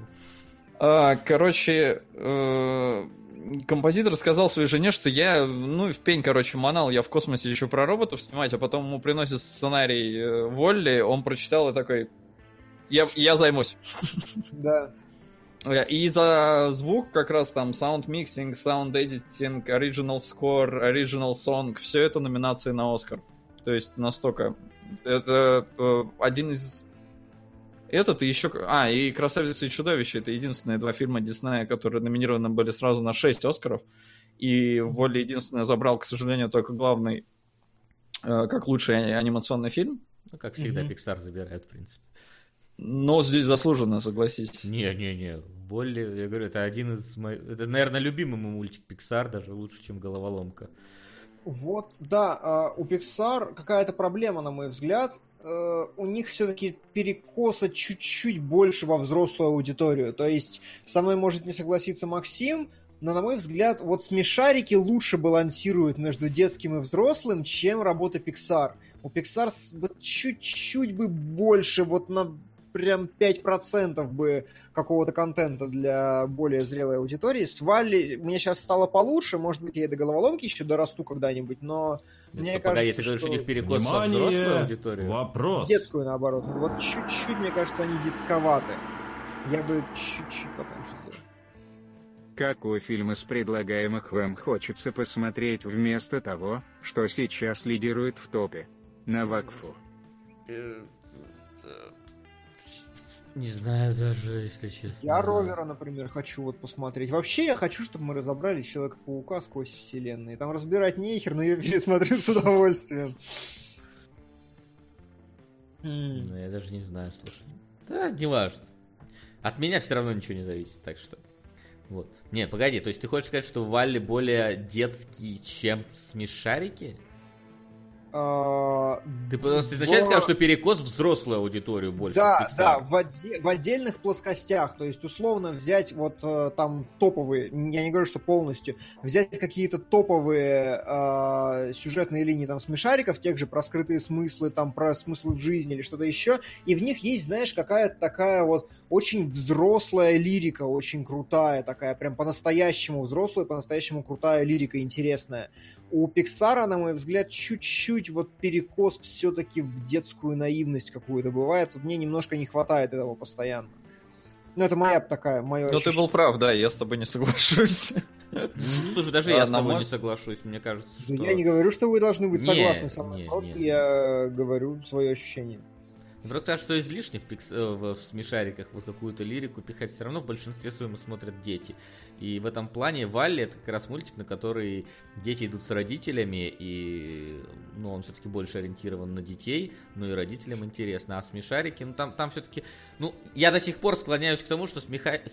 Короче, композитор сказал своей жене, что я, в пень, манал, я в космосе еще про роботов снимать, а потом ему приносит сценарий Волли, он прочитал и такой, я займусь. Да. И за звук как раз там sound mixing, sound editing, original score, original song, все это номинации на Оскар. То есть настолько. Это один из... Этот и еще... и «Красавица и чудовище» — это единственные два фильма Диснея, которые номинированы были сразу на 6 Оскаров. И Волли единственное забрал, к сожалению, только главный как лучший анимационный фильм. Ну, как всегда, Pixar забирает, в принципе. Но здесь заслуженно, согласитесь. Не. Волли, я говорю, это один из моих... Это, наверное, любимый мой мультик Pixar, даже лучше, чем «Головоломка». Вот, да, у Pixar какая-то проблема, на мой взгляд. У них все-таки перекоса чуть-чуть больше во взрослую аудиторию. То есть, со мной может не согласиться Максим, но, на мой взгляд, вот «Смешарики» лучше балансируют между детским и взрослым, чем работа Pixar. У Pixar вот чуть-чуть бы больше, вот на прям 5% бы какого-то контента для более зрелой аудитории. С Валли мне сейчас стало получше, может быть, я и до «Головоломки еще дорасту когда-нибудь, но мне кажется, ты говоришь, что... у них перекос во взрослую аудиторию? Вопрос. Детскую, наоборот. Вот чуть-чуть, мне кажется, они детсковаты. Я бы чуть-чуть потоньше сделал. Какой фильм из предлагаемых вам хочется посмотреть вместо того, что сейчас лидирует в топе? На Вакфу. Не знаю даже, если честно. Я «Ровера», например, хочу вот посмотреть. Вообще я хочу, чтобы мы разобрали Человека-паука сквозь вселенные. Там разбирать нехер, но я пересмотрю с удовольствием. Ну, я даже не знаю, слушай. Да, не важно. От меня все равно ничего не зависит, так что... Вот. Не, погоди, то есть ты хочешь сказать, что Валли более детский, чем «Смешарики»? Ты просто изначально сказал, что перекос в взрослую аудиторию больше. Да, в отдельных плоскостях. То есть, условно, взять вот там топовые, я не говорю, что полностью, взять какие-то топовые сюжетные линии там смешариков, тех же про скрытые смыслы, там про смыслы в жизни или что-то еще, и в них есть, знаешь, какая-то такая вот очень взрослая лирика, очень крутая такая, прям по-настоящему взрослая, по-настоящему крутая лирика, интересная. У Pixar, на мой взгляд, чуть-чуть вот перекос все-таки в детскую наивность какую-то бывает. Вот мне немножко не хватает этого постоянно. Ну, это моя такая, мое ощущение. Ну, ты был прав, да, я с тобой не соглашусь. Слушай, даже я с тобой не соглашусь, мне кажется, что... Я не говорю, что вы должны быть согласны со мной, просто я говорю свое ощущение. Вдруг то, что излишне в смешариках вот какую-то лирику пихать, все равно в большинстве своем смотрят дети. И в этом плане Валли — это как раз мультик, на который дети идут с родителями, и он все-таки больше ориентирован на детей, но и родителям интересно. А смешарики, там все-таки... я до сих пор склоняюсь к тому, что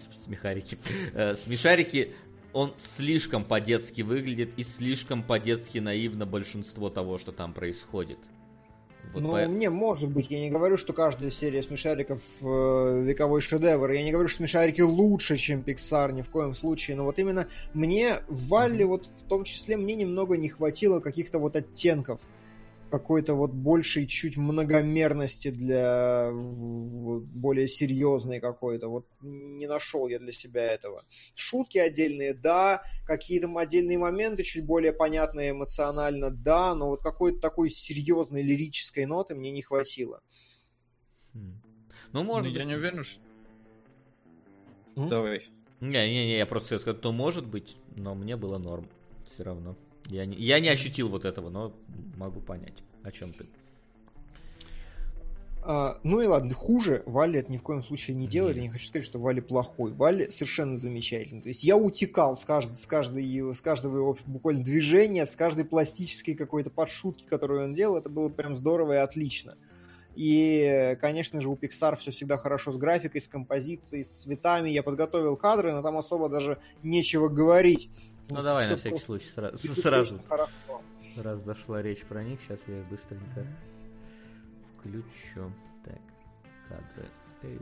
смешарики, он слишком по-детски выглядит и слишком по-детски наивно большинство того, что там происходит. Мне, может быть, я не говорю, что каждая серия смешариков вековой шедевр, я не говорю, что смешарики лучше, чем Pixar, ни в коем случае, но вот именно мне в Валли, вот в том числе, мне немного не хватило каких-то вот оттенков, какой-то вот большей чуть многомерности для более серьезной какой-то, вот не нашел я для себя этого. Шутки отдельные, да, какие-то отдельные моменты чуть более понятные эмоционально, да, но вот какой-то такой серьезной лирической ноты мне не хватило. Может я быть. не уверен, что... Давай. Не, я просто хотел сказать, может быть, но мне было норм все равно. Я не ощутил вот этого, но могу понять, о чем ты. Ну и ладно, хуже Валли это ни в коем случае не делает. Я не хочу сказать, что Валли плохой. Валли совершенно замечательный. То есть я утекал с каждого его буквально движения, с каждой пластической какой-то подшутки, которую он делал. Это было прям здорово и отлично. И, конечно же, у Pixar все всегда хорошо с графикой, с композицией, с цветами. Я подготовил кадры, но там особо даже нечего говорить. Давай на всякий случай сразу. Раз зашла речь про них, сейчас я их быстренько включу. Так, кадры.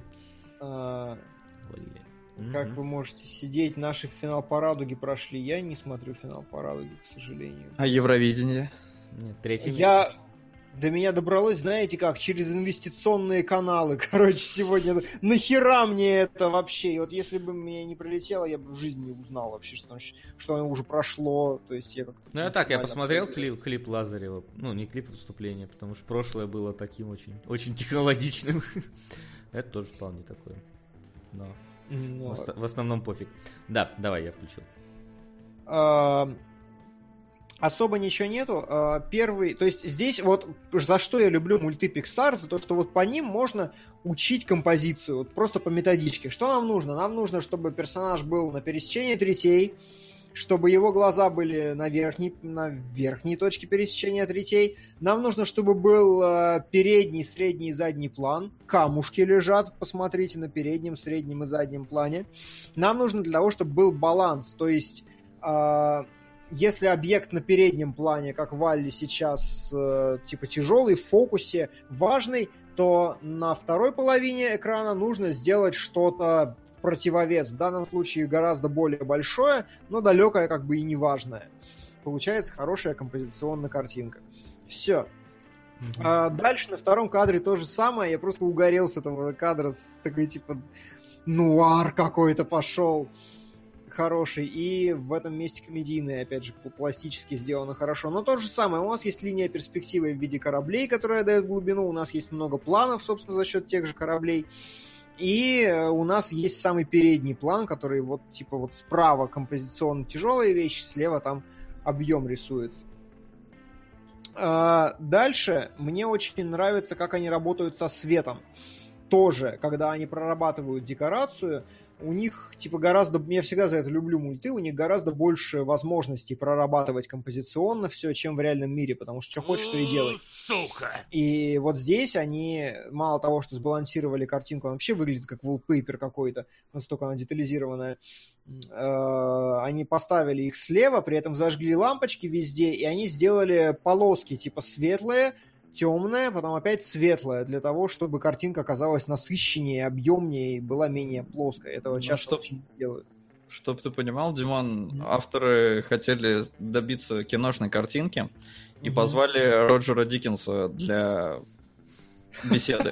Как вы можете сидеть? Наши финал по радуге прошли. Я не смотрю финал по радуге, к сожалению. А Евровидение? Нет, третье место. До меня добралось, знаете как, через инвестиционные каналы. Короче, сегодня нахера мне это вообще? И вот если бы мне не прилетело, я бы в жизни не узнал вообще, что оно уже прошло. То есть я как-то... я посмотрел клип Лазарева. Не клип выступления, потому что прошлое было таким очень, очень технологичным. Это тоже вполне такое. Но в основном пофиг. Да, давай, я включил. Особо ничего нету. Первый, то есть здесь вот за что я люблю мульты Pixar, за то, что вот по ним можно учить композицию, вот просто по методичке. Что нам нужно? Нам нужно, чтобы персонаж был на пересечении третей, чтобы его глаза были на верхней точке пересечения третей. Нам нужно, чтобы был передний, средний и задний план. Камушки лежат, посмотрите, на переднем, среднем и заднем плане. Нам нужно для того, чтобы был баланс, то есть... Если объект на переднем плане, как Валли сейчас, типа тяжелый, в фокусе, важный, то на второй половине экрана нужно сделать что-то в противовес. В данном случае гораздо более большое, но далекое как бы и не важное. Получается хорошая композиционная картинка. Все. Дальше на втором кадре то же самое. Я просто угорел с этого кадра, с такой типа нуар какой-то пошел. Хороший, и в этом месте комедийный, опять же, пластически сделано хорошо. Но то же самое, у нас есть линия перспективы в виде кораблей, которая дает глубину, у нас есть много планов, собственно, за счет тех же кораблей, и у нас есть самый передний план, который вот, типа, вот справа композиционно тяжелые вещи, слева там объем рисуется. Дальше мне очень нравится, как они работают со светом. Тоже, когда они прорабатывают декорацию, у них, типа, гораздо... Я всегда за это люблю мульты, у них гораздо больше возможностей прорабатывать композиционно все, чем в реальном мире, потому что хочешь, то и делай. Сука! И вот здесь они, мало того, что сбалансировали картинку, она вообще выглядит как wallpaper какой-то, настолько она детализированная. Они поставили их слева, при этом зажгли лампочки везде, и они сделали полоски, типа, светлые, темная, потом опять светлая, для того, чтобы картинка оказалась насыщеннее, объемнее и была менее плоской. Этого часто очень делают. Чтоб ты понимал, Димон, авторы хотели добиться киношной картинки и позвали Роджера Диккенса для беседы.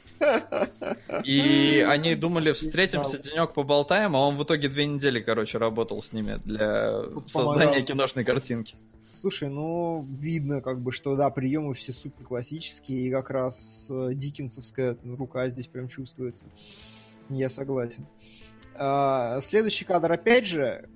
И они думали, встретимся, денек поболтаем, а он в итоге 2 недели, работал с ними для создания киношной картинки. Слушай, видно, как бы, что, да, приемы все супер классические, и как раз диккенсовская рука здесь прям чувствуется. Я согласен. Следующий кадр, опять же,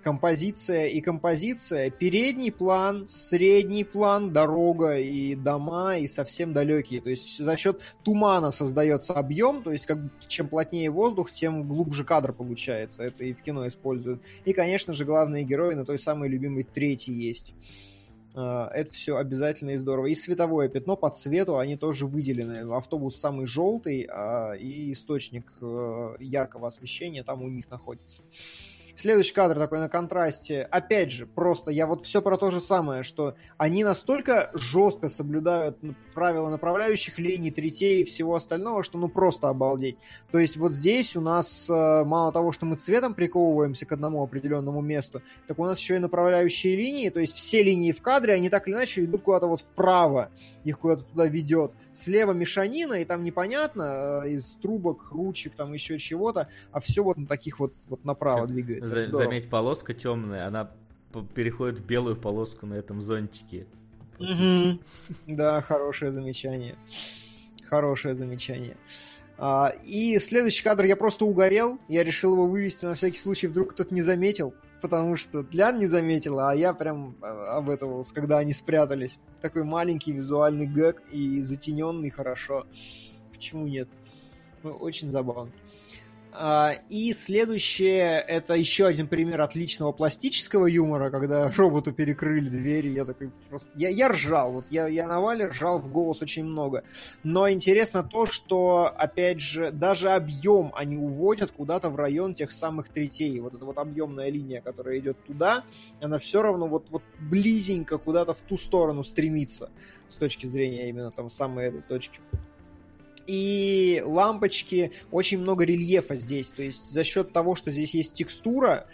композиция и композиция, передний план, средний план, дорога и дома, и совсем далекие. То есть за счет тумана создается объем, то есть как чем плотнее воздух, тем глубже кадр получается. Это и в кино используют. И, конечно же, главные герои на той самой любимой трети есть. Это все обязательно и здорово. И световое пятно по цвету, они тоже выделены. Автобус самый желтый, и источник яркого освещения там у них находится. Следующий кадр такой на контрасте. Опять же, просто я вот все про то же самое, что они настолько жестко соблюдают правила направляющих линий, третей и всего остального, что ну просто обалдеть. То есть вот здесь у нас мало того, что мы цветом приковываемся к одному определенному месту, так у нас еще и направляющие линии, то есть все линии в кадре, они так или иначе идут куда-то вот вправо, их куда-то туда ведет. Слева мешанина, и там непонятно, из трубок, ручек, там еще чего-то, а все вот на таких вот направо двигается. Заметь, полоска темная, она переходит в белую полоску на этом зонтике. Да, хорошее замечание. Хорошее замечание. И следующий кадр я просто угорел, я решил его вывести на всякий случай, вдруг кто-то не заметил, потому что Лян не заметила, а я прям обрадовался, когда они спрятались. Такой маленький визуальный гэг и затененный хорошо. Почему нет? Ну, очень забавно. И следующее, это еще один пример отличного пластического юмора, когда роботу перекрыли двери, я такой просто... Я ржал, вот я на Вале ржал в голос очень много. Но интересно то, что, опять же, даже объем они уводят куда-то в район тех самых третей. Вот эта вот объемная линия, которая идет туда, она все равно вот близенько куда-то в ту сторону стремится, с точки зрения именно там самой этой точки. И лампочки, очень много рельефа здесь. То есть за счет того, что здесь есть текстура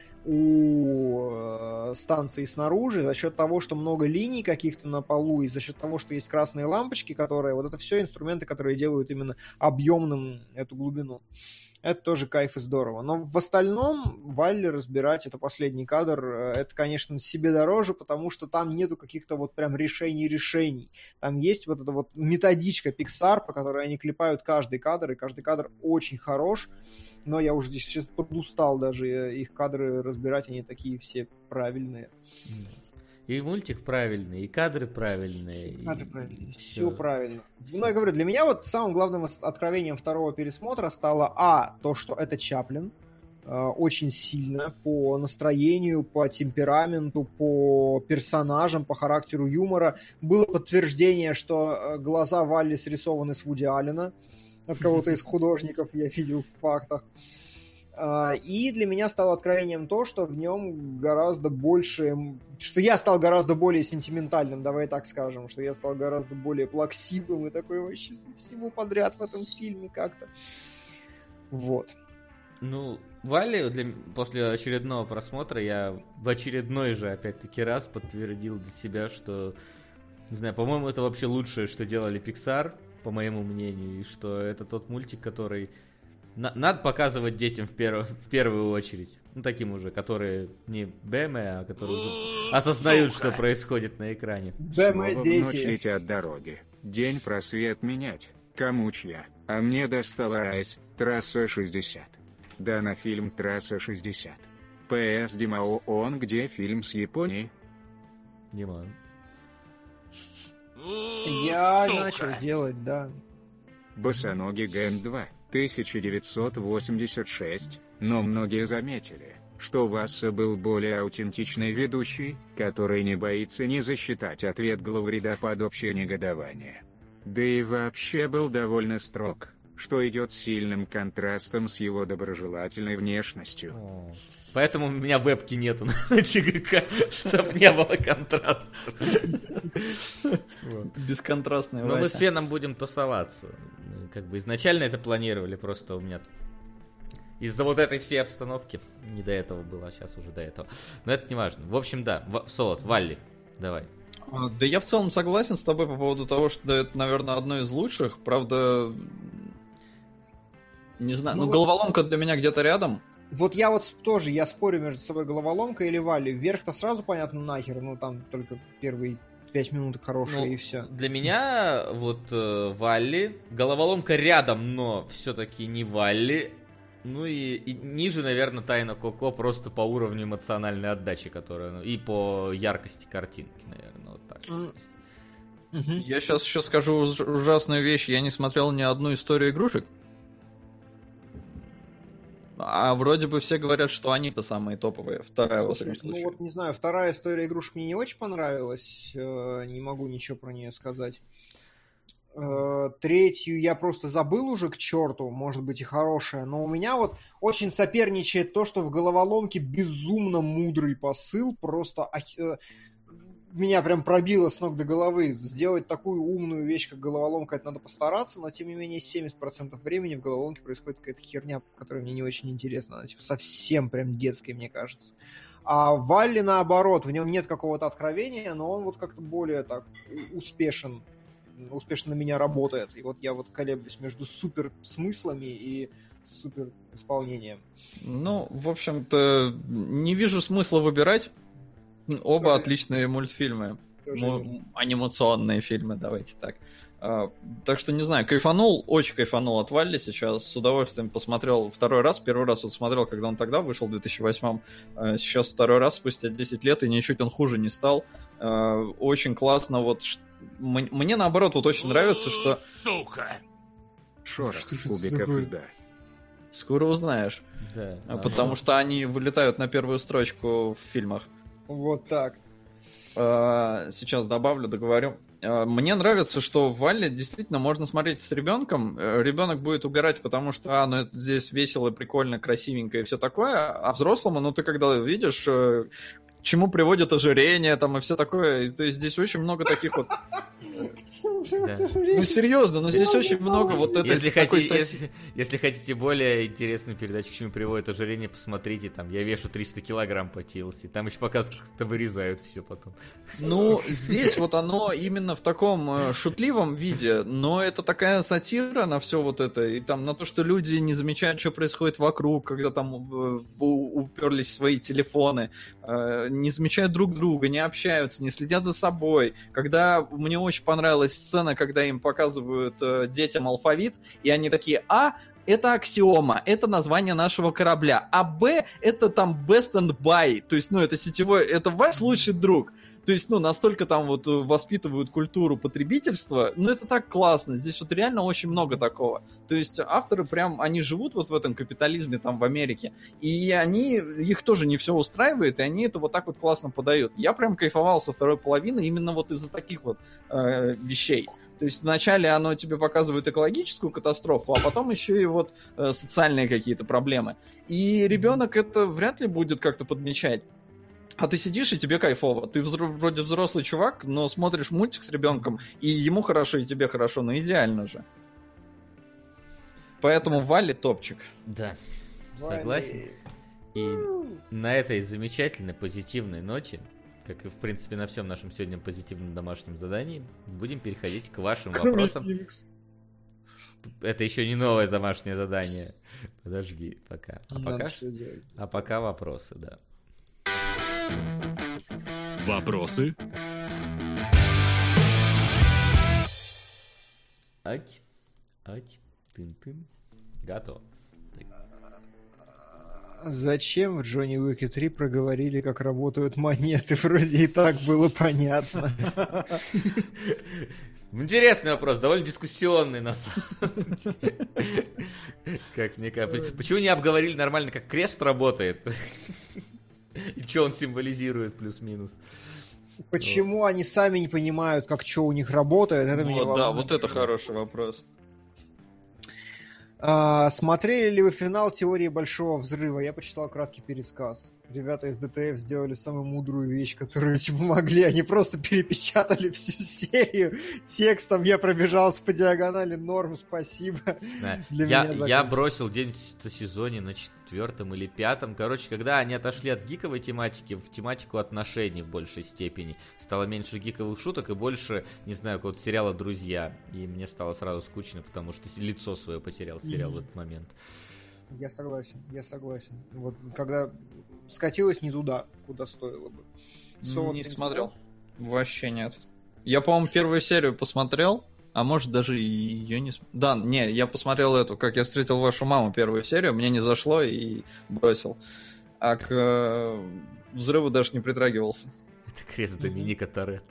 у станции снаружи, за счет того, что много линий каких-то на полу, и за счет того, что есть красные лампочки, которые... Вот это все инструменты, которые делают именно объемным эту глубину. Это тоже кайф и здорово. Но в остальном Валли разбирать, это последний кадр, это, конечно, себе дороже, потому что там нету каких-то вот прям решений. Там есть вот эта вот методичка Pixar, по которой они клепают каждый кадр, и каждый кадр очень хорош. Но я уже здесь сейчас подустал даже их кадры разбирать, они такие все правильные. И мультик правильный, и кадры правильные. Кадры правильные, все правильно. Ну, я говорю, для меня вот самым главным откровением второго пересмотра стало то, что это Чаплин, очень сильно по настроению, по темпераменту, по персонажам, по характеру юмора. Было подтверждение, что глаза Валли срисованы с Вуди Аллена, от кого-то из художников, я видел в фактах. И для меня стало откровением то, что в нем гораздо больше... Что я стал гораздо более сентиментальным, давай так скажем. Что я стал гораздо более плаксивым и такой вообще всего подряд в этом фильме как-то. Вот. Ну, Валли, после очередного просмотра я в очередной же, опять-таки, раз подтвердил для себя, что, не знаю, по-моему, это вообще лучшее, что делали Pixar, по моему мнению, и что это тот мультик, который... Надо показывать детям в первую очередь. Ну, таким уже, которые не БМ, а которые осознают, что происходит на экране. Снова в ночь летят дороги. День просвет менять. Кому чья? А мне достала Айс, трасса 60. Да на фильм «Трасса 60». ПС Димао, он где фильм с Японией? Дима. Я начал делать, да. Босоногий Ген 2. 1986, но многие заметили, что Васса был более аутентичный ведущий, который не боится не засчитать ответ главреда под общее негодование. Да и вообще был довольно строг, что идет с сильным контрастом с его доброжелательной внешностью. Поэтому у меня вебки нету на ЧГК, чтобы не было контраста. Бесконтрастная Вася. Но мы с Феном будем тусоваться. Как бы изначально это планировали, просто у меня из-за вот этой всей обстановки не до этого было, а сейчас уже до этого. Но это не важно. В общем, да, Солод, Валли, давай. Да я в целом согласен с тобой по поводу того, что это, наверное, одно из лучших. Правда, не знаю, ну головоломка для меня где-то рядом. Вот я вот тоже, я спорю между собой, головоломка или Валли. Вверх-то сразу понятно нахер, ну там только первые 5 минут хорошие, и все. Для меня вот Валли, головоломка рядом, но все-таки не Валли. Ну и ниже, наверное, Тайна Коко просто по уровню эмоциональной отдачи, которая, и по яркости картинки, наверное, вот так. Я сейчас еще скажу ужасную вещь. Я не смотрел ни одну историю игрушек. А вроде бы все говорят, что они-то самые топовые. Вторая, во всяком случае. Ну вот, не знаю, вторая история игрушек мне не очень понравилась. Не могу ничего про нее сказать. Третью я просто забыл уже к черту, может быть и хорошая. Но у меня вот очень соперничает то, что в головоломке безумно мудрый посыл. Просто меня прям пробило с ног до головы. Сделать такую умную вещь, как головоломка, это надо постараться, но тем не менее 70% времени в головоломке происходит какая-то херня, которая мне не очень интересна. Она типа совсем прям детская, мне кажется. А Валли, наоборот, в нем нет какого-то откровения, но он вот как-то более так успешно на меня работает. И вот я вот колеблюсь между супер смыслами и супер исполнением. Ну, в общем-то, не вижу смысла выбирать. Оба Тоже отличные мультфильмы. тоже Анимационные фильмы, давайте так. Так что, не знаю, очень кайфанул от Валли сейчас. С удовольствием посмотрел второй раз. Первый раз вот смотрел, когда он тогда вышел, в 2008-м. Сейчас второй раз, спустя 10 лет, и ничуть он хуже не стал. Очень классно. Вот мне, наоборот, вот очень нравится, что... Сука! Шорох Что же это кубиков такое? льда. Скоро узнаешь. Да. Потому что они вылетают на первую строчку в фильмах. Вот так. Сейчас добавлю, договорю. Мне нравится, что в Валле действительно можно смотреть с ребенком. Ребенок будет угорать, потому что ну, это здесь весело, прикольно, красивенько и все такое. А взрослому, ну ты когда видишь, к чему приводит ожирение там и все такое. То есть здесь очень много таких вот... Да. Ну серьезно, но здесь очень много вот этой... Если хотите более интересную передачу, к чему приводит ожирение, посмотрите, там, я вешу 300 килограмм по TLC, там еще показывают, как это вырезают все потом. Ну, здесь вот оно именно в таком шутливом виде, но это такая сатира на все вот это, и там на то, что люди не замечают, что происходит вокруг, когда там уперлись в свои телефоны, не замечают друг друга, не общаются, не следят за собой. Когда мне очень понравилась сцена, когда им показывают детям алфавит, и они такие: А, это аксиома, это название нашего корабля, а Б, это там best and buy, то есть, ну, это сетевой, это ваш лучший друг. То есть, ну, настолько там вот воспитывают культуру потребительства, ну, это так классно, здесь вот реально очень много такого. То есть авторы прям, они живут вот в этом капитализме там в Америке, и их тоже не все устраивает, и они это вот так вот классно подают. Я прям кайфовал со второй половины именно вот из-за таких вот вещей. То есть вначале оно тебе показывает экологическую катастрофу, а потом еще и вот социальные какие-то проблемы. И ребенок это вряд ли будет как-то подмечать. А ты сидишь, и тебе кайфово. Ты вроде взрослый чувак, но смотришь мультик с ребенком, и ему хорошо, и тебе хорошо. Ну, идеально же. Поэтому Валли топчик. Да, согласен. И на этой замечательной позитивной ноте, как и, в принципе, на всем нашем сегодня позитивном домашнем задании, будем переходить к вашим вопросам. Это еще не новое домашнее задание. Подожди, пока. А пока вопросы, да. Вопросы? Ать, тын-тын. Готово. Зачем в Джонни Уике 3 проговорили, как работают монеты? Вроде и так было понятно. Интересный вопрос, довольно дискуссионный на самом деле. Как мне кажется. Почему не обговорили нормально, как крест работает? И что он символизирует, плюс-минус? Почему они сами не понимают, как что у них работает? Это меня волнует. Да, вот это хороший вопрос. Смотрели ли вы финал «Теории Большого Взрыва»? Я почитал краткий пересказ. Ребята из ДТФ сделали самую мудрую вещь, которую могли. Они просто перепечатали всю серию текстом. Я пробежался по диагонали. Норм, спасибо. Я бросил день в сезоне на 4-м или 5-м. Короче, когда они отошли от гиковой тематики в тематику отношений в большей степени, стало меньше гиковых шуток и больше, не знаю, какого-то сериала «Друзья». И мне стало сразу скучно, потому что лицо свое потерял сериал в этот момент. Я согласен. Вот когда скатилось не туда, куда стоило бы. Не смотрел. Вообще нет. Я, по-моему, первую серию посмотрел, А может даже и ее не... Да, не, я посмотрел эту, «Как я встретил вашу маму», первую серию, мне не зашло и бросил. А к взрыву даже не притрагивался. Это крест Доминика Торетто.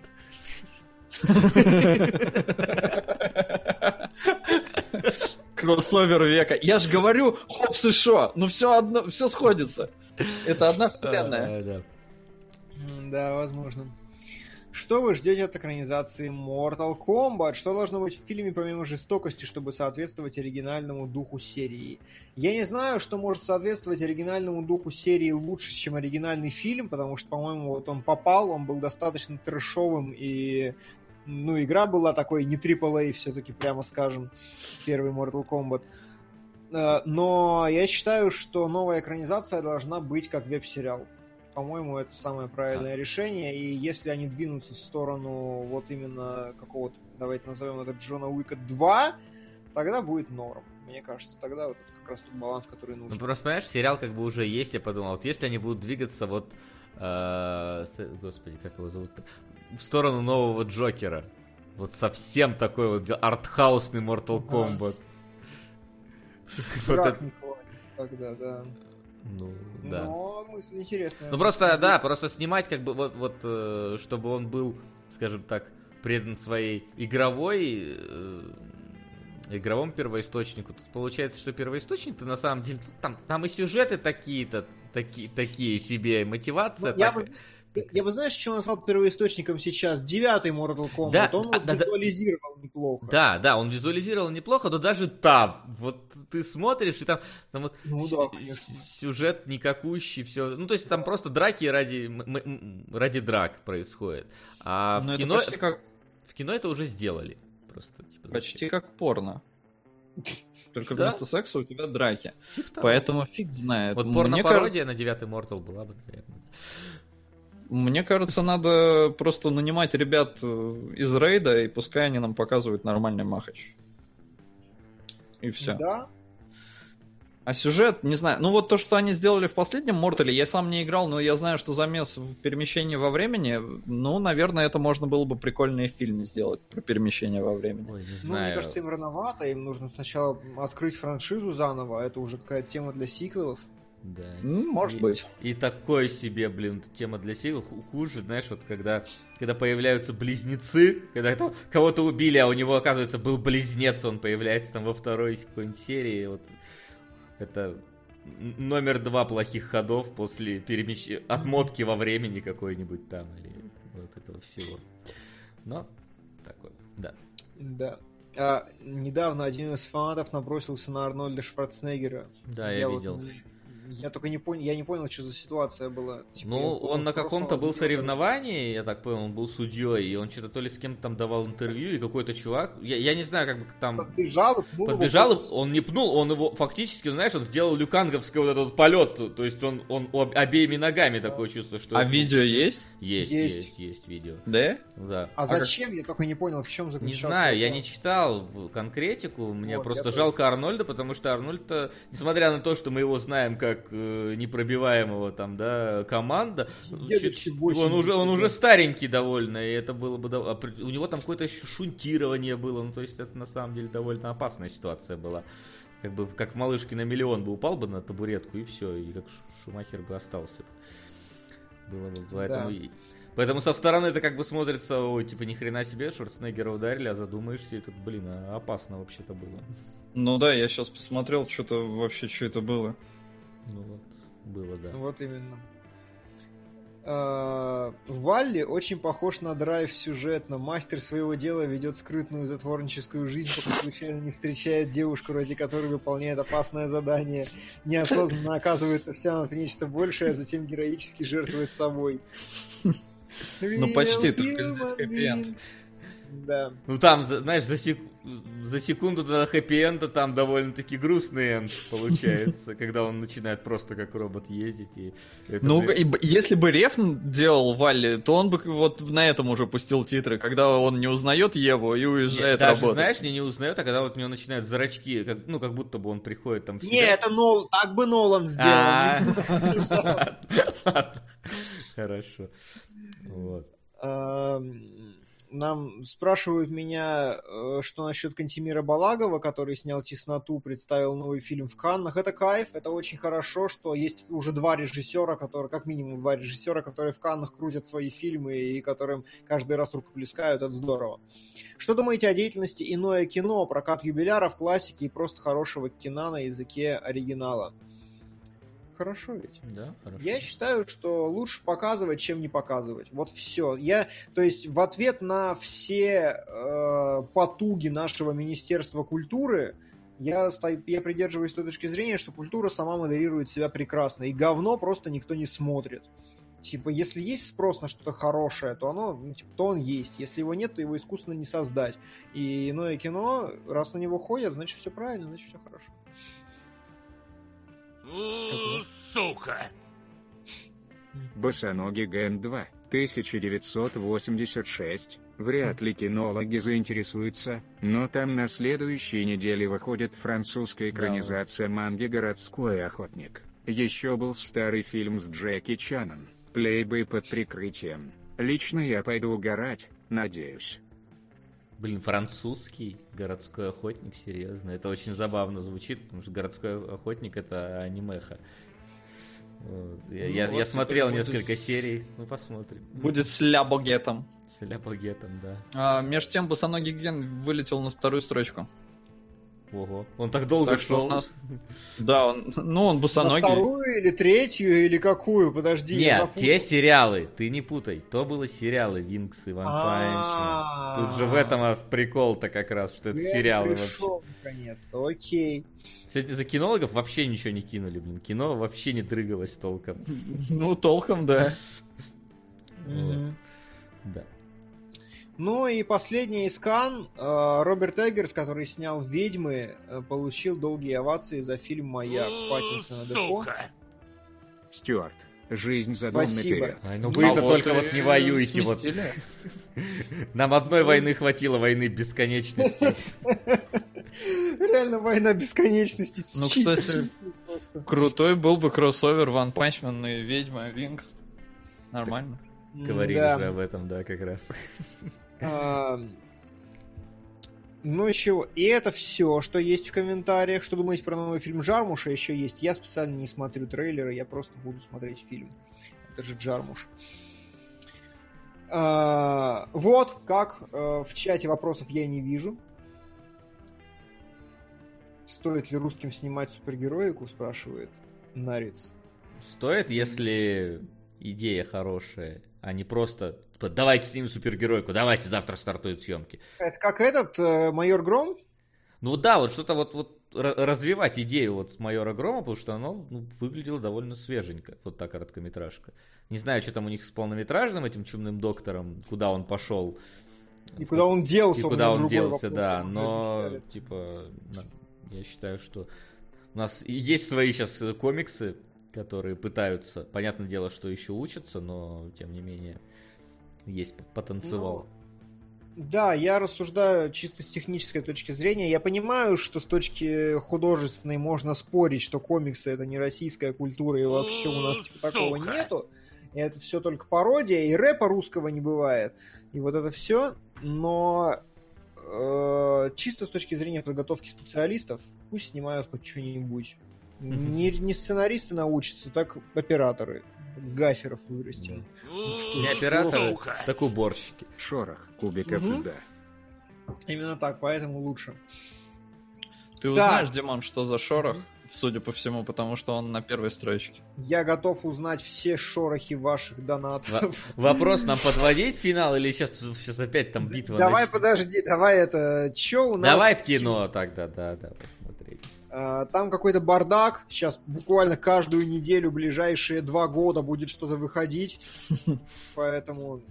Кроссовер века. Я ж говорю, Хопс и Шо, ну все сходится. Это одна вселенная. Да. Да, возможно. Что вы ждете от экранизации Mortal Kombat? Что должно быть в фильме помимо жестокости, чтобы соответствовать оригинальному духу серии? Я не знаю, что может соответствовать оригинальному духу серии лучше, чем оригинальный фильм, потому что, по-моему, вот он попал, он был достаточно трэшовым, и игра была такой не AAA, все-таки, прямо скажем, первый Mortal Kombat. Но я считаю, что новая экранизация должна быть как веб-сериал. По-моему, это самое правильное решение, и если они двинутся в сторону вот именно какого-то, давайте назовем это Джона Уика 2, тогда будет норм. Мне кажется, тогда вот это как раз тот баланс, который нужен. Ну просто, понимаешь, сериал как бы уже есть, я подумал, вот если они будут двигаться вот, господи, как его зовут, в сторону нового Джокера, вот совсем такой вот артхаусный Mortal Kombat. Драк не хватит тогда, да. Ну, да. Но мысль интересная. Ну просто, да, просто снимать как бы вот чтобы он был, скажем так, предан своей игровому первоисточнику. Тут получается, что первоисточник-то на самом деле там и сюжеты такие себе, мотивация. Я бы, знаешь, что назвал первоисточником сейчас? 9-й Mortal Kombat. Да, он визуализировал неплохо. Да, он визуализировал неплохо, но даже там, вот ты смотришь, и там вот сюжет никакущий, все. Ну, то есть там просто драки ради драк происходит. А в кино это уже сделали. Просто, типа, почти как порно. Только да? вместо секса у тебя драки. Типа Поэтому фиг знает. Вот порно-пародия на 9-й Mortal была бы, наверное. Мне кажется, надо просто нанимать ребят из рейда, и пускай они нам показывают нормальный махач. И все. Да. А сюжет, не знаю. Ну вот то, что они сделали в последнем Мортале, я сам не играл, но я знаю, что замес в перемещении во времени, ну, наверное, это можно было бы прикольный фильм сделать про перемещение во времени. Ой, не Ну, знаю. мне кажется, им рановато, им нужно сначала открыть франшизу заново, а это уже какая-то тема для сиквелов. Да. Может быть. И такой себе, блин, тема для сиквела. Хуже, знаешь, вот когда появляются близнецы, когда кого-то убили, а у него, оказывается, был близнец, он появляется там во второй какой-нибудь серии. Вот это номер 2 плохих ходов после отмотки во времени какой-нибудь там, или вот этого всего. Но такой, да. Да. Недавно один из фанатов набросился на Арнольда Шварценеггера. Да, я видел. Я только не понял, что за ситуация была. Типа, ну, он на каком-то был соревновании, я так понял, он был судьей, и он что-то то ли с кем-то там давал интервью, и какой-то чувак, я не знаю, как бы там... Подбежал, он не пнул, он его фактически, знаешь, он сделал люканговский вот этот полет, то есть он обеими ногами такое чувство, что... А видео есть? Есть видео. Да? Да. А зачем? Я только не понял, в чем заключался. Не знаю, я не читал конкретику, мне просто жалко Арнольда, потому что Арнольд-то, несмотря на то, что мы его знаем как непробиваемого там, да, команда, он уже старенький довольно, и это было бы... У него там какое-то еще шунтирование было, ну, то есть это на самом деле довольно опасная ситуация была. Как бы, как в «Малышке на миллион» бы упал бы на табуретку, и все, и как Шумахер бы остался. Было бы, поэтому... Да. Поэтому со стороны это как бы смотрится, ой, типа, ни хрена себе, Шварценеггера ударили, а задумаешься, и тут, блин, опасно вообще-то было. Ну да, я сейчас посмотрел, что-то вообще, что это было. Ну вот, было, да. Вот именно. Валли очень похож на Драйв сюжетно. Мастер своего дела ведет скрытную затворническую жизнь, пока случайно не встречает девушку, ради которой выполняет опасное задание. Неосознанно оказывается втянут в нечто большее, а затем героически жертвует собой. Ну почти, только здесь хэппи-энд. Да. Ну там, знаешь, за секунду до хэппи-энда там довольно-таки грустный энд получается, когда он начинает просто как робот ездить. Ну, если бы Рефн делал Валли, то он бы вот на этом уже пустил титры, когда он не узнает Еву и уезжает работать. Даже, знаешь, не узнает, а когда вот у него начинают зрачки, как будто бы он приходит там в себя. Не, это так бы Нолан сделал. Хорошо. Вот. Нам спрашивают меня, что насчет Кантемира Балагова, который снял «Тесноту», представил новый фильм в Каннах. Это кайф, это очень хорошо, что есть уже два режиссера, которые, как минимум два режиссера, которые в Каннах крутят свои фильмы и которым каждый раз рукоплескают. Это здорово. Что думаете о деятельности «Иное кино», прокат юбиляров, классики и просто хорошего кино на языке оригинала? Хорошо ведь? Да, хорошо. Я считаю, что лучше показывать, чем не показывать. Вот все. То есть в ответ на все потуги нашего Министерства культуры я придерживаюсь той точки зрения, что культура сама модерирует себя прекрасно. И говно просто никто не смотрит. Типа, если есть спрос на что-то хорошее, то оно, то он есть. Если его нет, то его искусственно не создать. И иное кино, раз на него ходят, значит все правильно, значит все хорошо. Сука! Босоногий Ген 2, 1986. Вряд ли кинологи заинтересуются, но там на следующей неделе выходит французская экранизация манги «Городской охотник». Еще был старый фильм с Джеки Чаном, «Плейбой под прикрытием». Лично я пойду угорать, надеюсь. Блин, французский городской охотник, серьезно. Это очень забавно звучит, потому что городской охотник — это анимеха. Я смотрел несколько серий, ну посмотрим. Будет с Ля-Богетом. С Ля-Богетом, да. Между тем, босоногий Ген вылетел на вторую строчку. Ого, он так долго шел. Да, он босоногий. На вторую или третью, или какую? Подожди. Нет, те сериалы, ты не путай. То было сериалы Винкс и Ван Панчмен. Тут же в этом прикол-то как раз, что это сериалы вообще. Пришел наконец-то, окей. Сегодня за кинологов вообще ничего не кинули, блин. Кино вообще не дрыгалось толком. Ну, толком, да. Да. Ну и последний из Канн, Роберт Эггерс, который снял «Ведьмы», получил долгие овации за фильм «Маяк» Паттинсона Дефо. Стюарт, жизнь задом наперед. Ай, ну вы-то только вот не воюете. Вот. Нам одной войны хватило, войны бесконечности. Реально война бесконечности. Ну, кстати, крутой был бы кроссовер Ван Панчмен и Ведьма, Винкс. Нормально. Говорили же об этом, да, как раз. Ну еще, и это все, что есть в комментариях. Что думаете про новый фильм Джармуша? Еще есть. Я специально не смотрю трейлеры, я просто буду смотреть фильм. Это же Джармуш. Вот, как в чате вопросов я не вижу. Стоит ли русским снимать супергероику, спрашивает Нариц. Стоит, если идея хорошая, а не просто давайте снимем супергеройку, давайте завтра стартуют съемки. Это как этот майор Гром? Ну да, вот что-то вот развивать идею вот майора Грома, потому что оно выглядело довольно свеженько, вот та короткометражка. Не знаю, что там у них с полнометражным этим чумным доктором, куда он пошел. И куда он делся. И куда он делся, да, но типа я считаю, что у нас есть свои сейчас комиксы, которые пытаются, понятное дело, что еще учатся, но тем не менее есть потенциал. Да, я рассуждаю чисто с технической точки зрения. Я понимаю, что с точки художественной можно спорить, что комиксы — это не российская культура, и вообще у нас такого нету. И это все только пародия, и рэпа русского не бывает. И вот это все. Но чисто с точки зрения подготовки специалистов, пусть снимают хоть что-нибудь. Не сценаристы научатся, так операторы. Гаферов вырастим. Не операторы, так уборщики. Шорох кубиков льда. Именно так, поэтому лучше. Ты узнаешь, Димон, что за шорох, судя по всему, потому что он на первой строчке. Я готов узнать все шорохи ваших донатов. Вопрос, нам подводить финал или сейчас опять там битва? Давай, подожди, давай это... Чё у нас? Давай в кино тогда, да, посмотреть. Там какой-то бардак. Сейчас буквально каждую неделю, ближайшие 2 года будет что-то выходить. Поэтому...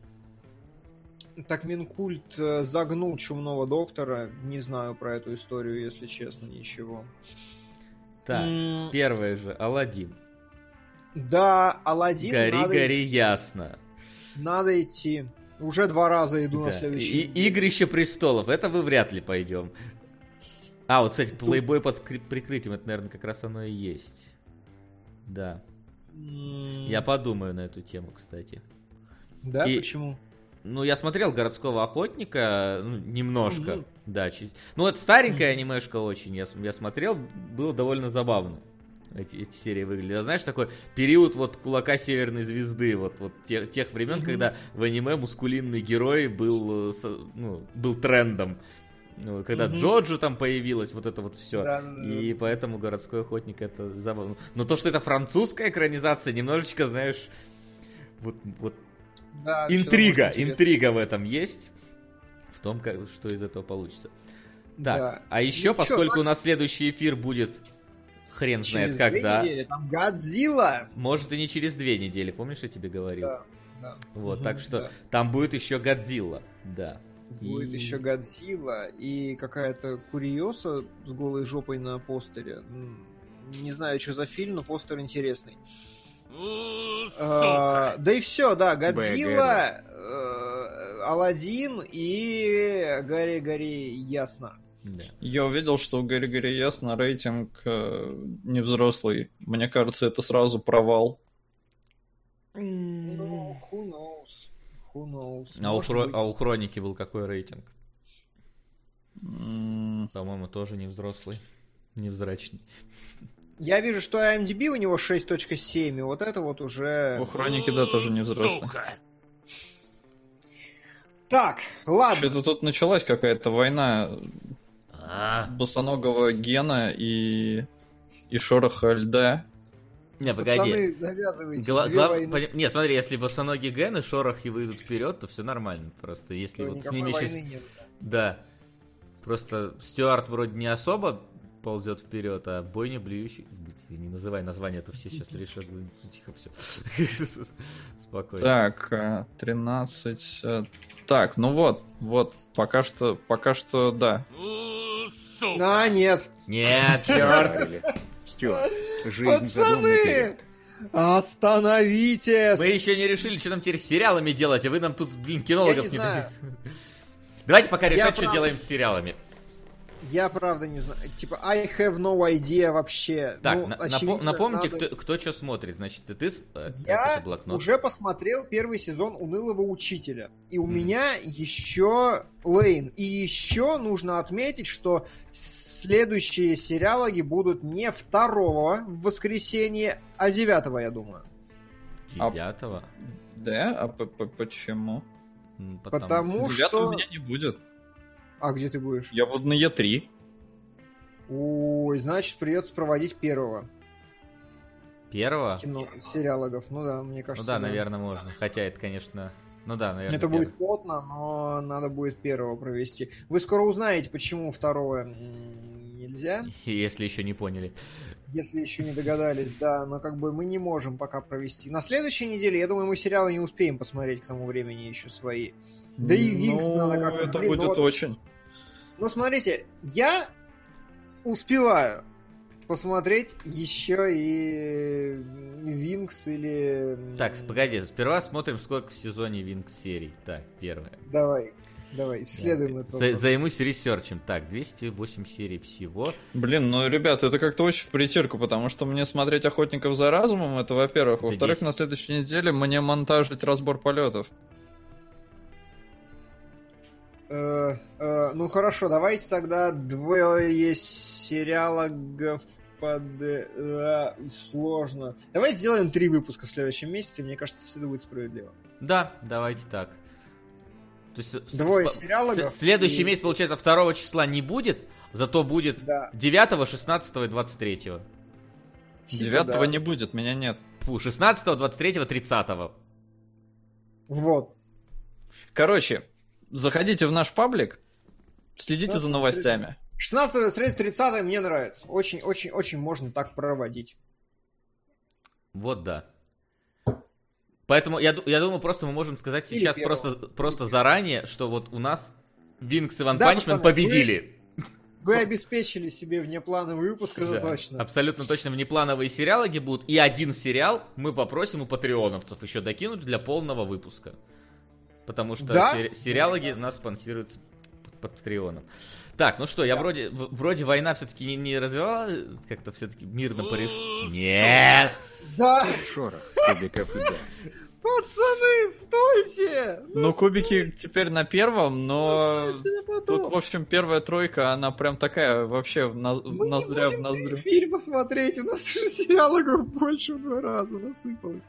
Так Минкульт загнул чумного доктора. Не знаю про эту историю, если честно, ничего. Так, первое же, Аладдин. Да, Аладдин. Гори, ясно. Надо идти. Уже 2 раза иду на следующий. Игрище престолов. Это вы вряд ли пойдем. А, вот, кстати, плейбой под прикрытием, это, наверное, как раз оно и есть. Да. Я подумаю на эту тему, кстати. Да, почему? Ну, я смотрел «Городского охотника», ну, немножко, да. Ну, это старенькая анимешка очень, я смотрел, было довольно забавно. Эти серии выглядели. Знаешь, такой период вот «Кулака Северной Звезды», вот тех времен, когда в аниме мускулинный герой был трендом. Когда Джоджо там появилась, вот это вот все. Да. И поэтому «Городской охотник» это забавно. Но то, что это французская экранизация, немножечко, знаешь, вот да, интрига в этом есть. В том, что из этого получится. Так, да. А еще, поскольку у нас следующий эфир будет хрен знает когда. 2 недели, там Годзилла. Может и не через 2 недели, помнишь, я тебе говорил? Да. Вот, так что там будет еще Годзилла, да. Будет еще Годзилла и какая-то курьеза с голой жопой на постере. Не знаю, что за фильм, но постер интересный. Да и все, да, Годзилла, Аладдин и Гори-Гори Ясно. Да. Я увидел, что у Гори-Гори Ясно рейтинг невзрослый. Мне кажется, это сразу провал. Who knows? А у Хроники был какой рейтинг? По-моему, тоже не взрослый. Невзрачный. Я вижу, что IMDb у него 6.7, и вот это вот уже... У Хроники, да, тоже не взрослый. Так, ладно. Что-то тут началась какая-то война босоногого Гена и Шороха Льда. Не, погоди. Нет, смотри, если босоногий Ген и Шорохи выйдут вперед, то все нормально. Просто если вот с ними сейчас... Да. Просто Стюарт вроде не особо ползет вперед, а бойня блюющих... Не называй название, а то все сейчас решат. Тихо, все. Спокойно. Так, 13... Так, ну вот, пока что, да. Нет. Нет, черт. Стюарт, жизнь пацаны, остановитесь! Мы еще не решили, что нам теперь с сериалами делать, а вы нам тут, кинологов не дадите. Давайте пока решать, что делаем с сериалами. Я правда не знаю. Типа, I have no idea вообще. Так, напомните, кто что смотрит. Значит, ты я уже посмотрел первый сезон «Унылого учителя». И у меня еще Лейн. И еще нужно отметить, что следующие сериалоги будут не 2 в воскресенье, а 9, я думаю. 9? Да? А почему? Потому что... 9 у меня не будет. А где ты будешь? Я буду на Е3. Ой, значит, придется проводить 1. Кино, сериалогов. Ну да, мне кажется. Ну да, наверное, можно. Хотя это, конечно... Ну да, наверное. Это будет плотно, но надо будет 1 провести. Вы скоро узнаете, почему 2 нельзя. Если еще не поняли. Если еще не догадались, да. Но как бы мы не можем пока провести. На следующей неделе, я думаю, мы сериалы не успеем посмотреть к тому времени еще свои. Да и Винкс надо как-то... Это будет очень. Ну, смотрите, я успеваю посмотреть еще и Винкс или... Так, погоди, сперва смотрим, сколько в сезоне Винкс серий. Так, первое. Давай, исследуем это. Займусь ресерчем. Так, 208 серий всего. Блин, ну, ребята, это как-то очень в притирку, потому что мне смотреть «Охотников за разумом», это во-первых. Во-вторых, на следующей неделе мне монтажить разбор полетов. Ну хорошо, давайте тогда 2 сериалогов сложно. Давайте сделаем 3 выпуска в следующем месяце, мне кажется, все это будет справедливо. Да, давайте так. То есть 2 сериалогов. Следующий месяц, получается, 2 числа не будет, зато будет 9, 16 и 23. 9 не будет, меня нет. 16, 23, 30. Вот. Короче, заходите в наш паблик, следите за новостями. 16, 30 мне нравится. Очень можно так проводить. Вот да. Поэтому я думаю, просто мы можем сказать сейчас просто заранее, что вот у нас Винкс и Ван Панчмен победили. Вы обеспечили себе внеплановый выпуск, это точно. Абсолютно точно внеплановые сериалоги будут. И 1 сериал мы попросим у патреоновцев еще докинуть для полного выпуска. Потому что сериалоги нас спонсируют под Патреоном. Так, ну что, я вроде война все-таки не развивала, как-то все-таки мирно порешила. Нет! Да! Шорох, кубиков, да. Пацаны, стойте! Ну, кубики теперь на первом, но Стойте на потом. тут, в общем, первая тройка, она прям такая вообще Мы ноздря не в можем ноздрю. фильмы смотреть, у нас уже сериалов больше в 2 раза насыпалось.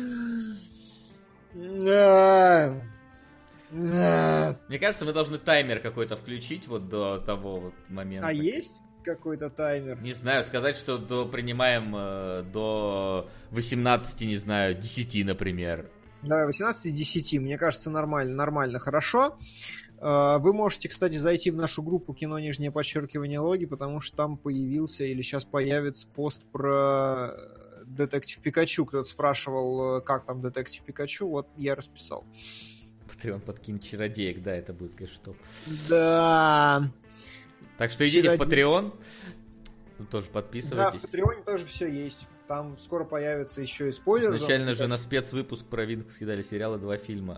Мне кажется, мы должны таймер какой-то включить вот до того вот момента. А есть какой-то таймер? Не знаю, сказать, что принимаем до 18, не знаю, 10, например. Давай, 18-10, мне кажется, нормально, хорошо. Вы можете, кстати, зайти в нашу группу «Кино, нижнее подчеркивание, логи», потому что там появился или сейчас появится пост про Детектив Пикачу. Кто-то спрашивал, как там Детектив Пикачу, вот я расписал. Патреон подкинет чародеек, да, это будет, конечно, топ. Да. Так что идите в Чародей. Patreon, тут тоже Да, в подписывайтесь. Патреоне тоже все есть. Там скоро появится еще и спойлер. Изначально же на спецвыпуск про Винкс кидали сериалы, 2 фильма.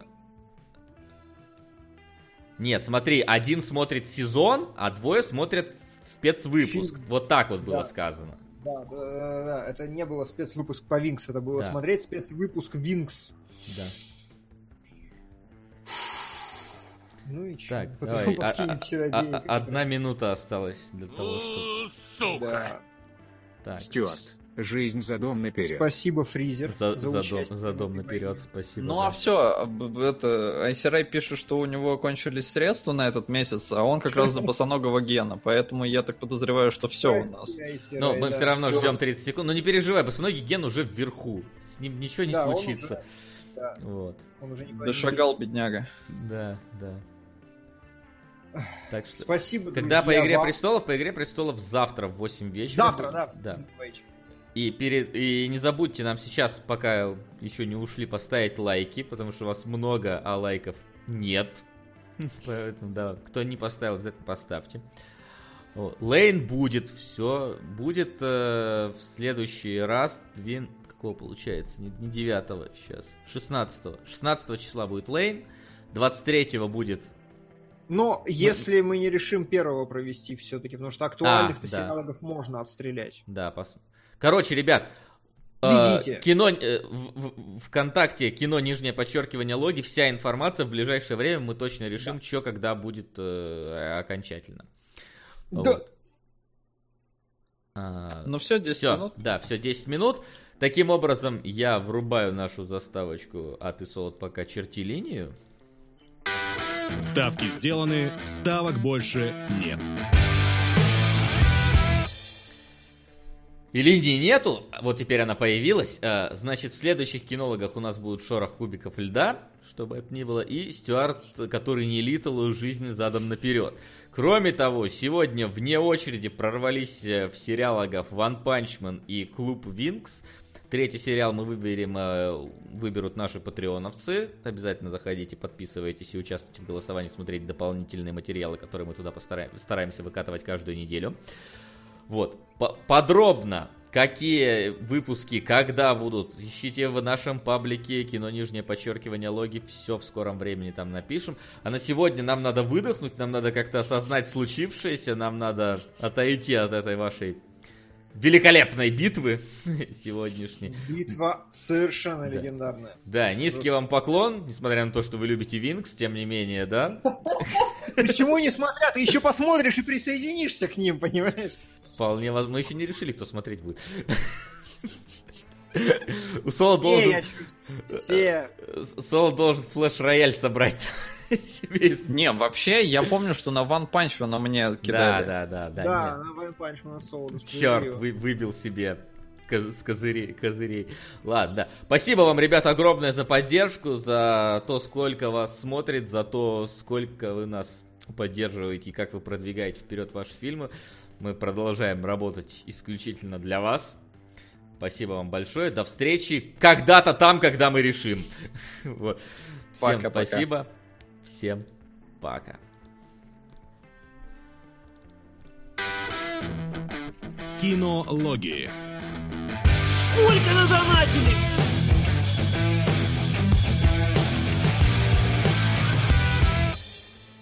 Нет, смотри, один смотрит сезон, а 2 смотрят спецвыпуск. Фильм. Вот так вот было Да. сказано. Да, это не было спецвыпуск по Винкс, это было Да. смотреть спецвыпуск Винкс. Да. Ну и чё? Так, Потом давай. подкинет чародея. 1 минута осталась для того, чтобы... Сука. Да. Так, Стюарт. Жизнь задом наперед. Спасибо, Фризер. за участие дом в этой наперед, спасибо. Ну да. а все, это ICRA пишет, что у него кончились средства на этот месяц, а он как раз за босоногого гена, поэтому я так подозреваю, что все у нас. Прости, Но Айсерай, мы да. все равно всё. ждем 30 секунд. Но не переживай, босоногий ген уже вверху. С ним ничего не Да, он случится. уже, да, Вот. он уже не Дошагал, бедняга. Да. Так что... Спасибо, Когда друзья, по Игре вам. Престолов? По Игре Престолов завтра в 8 вечера. Завтра, да. Да. Не забывайте. И не забудьте нам сейчас, пока еще не ушли, поставить лайки, потому что у вас много, а лайков нет. Поэтому, да, кто не поставил, обязательно поставьте. Вот. Лейн будет, все будет в следующий раз. Какого получается? Не 9 сейчас. 16 числа будет Лейн. 23 будет... Но если мы не решим первого провести все-таки, потому что актуальных да. сериалов можно отстрелять. Да, Короче, ребят, Следите. кино ВКонтакте, кино, нижнее подчеркивание, логи, вся информация в ближайшее время мы точно решим, что когда будет окончательно. Да. Вот. Ну все, 10 Всё, минут. да, все 10 минут. Таким образом, я врубаю нашу заставочку, а ты, Солод, пока черти линию. Ставки сделаны, ставок больше нет. И линии нету, вот теперь она появилась. Значит, в следующих кинологах у нас будут Шорох Кубиков Льда, чтобы это ни было, и Стюарт, который не литал, жизнь задом наперед. Кроме того, сегодня вне очереди прорвались в сериалогах One Punch Man и Клуб Винкс. Третий сериал мы выберут наши патреоновцы. Обязательно заходите, подписывайтесь и участвуйте в голосовании, смотреть дополнительные материалы, которые мы туда стараемся выкатывать каждую неделю. Вот, подробно, какие выпуски, когда будут, ищите в нашем паблике кино, нижнее подчеркивание, логи, все в скором времени там напишем. А на сегодня нам надо выдохнуть, нам надо как-то осознать случившееся, нам надо отойти от этой вашей великолепной битвы сегодняшней. Битва совершенно Да. легендарная. Да, низкий вам поклон, несмотря на то, что вы любите Винкс, тем не менее, да. Почему не смотря? Ты еще посмотришь и присоединишься к ним, понимаешь? Вполне возможно. Мы еще не решили, кто смотреть будет. У Соло Не, должен... я чувствую. Все. Соло должен флеш-рояль собрать себе из... Не, вообще, я помню, что на One Punch Man мне кидали. Да. Да, на One Punch Man Soul. Черт, выбил себе с козырей. Ладно, да. Спасибо вам, ребята, огромное за поддержку, за то, сколько вас смотрит, за то, сколько вы нас поддерживаете и как вы продвигаете вперед ваши фильмы. Мы продолжаем работать исключительно для вас. Спасибо вам большое. До встречи когда-то там, когда мы решим. Вот. Всем Пока-пока. спасибо. Всем пока. Кинологии. Сколько надонатили?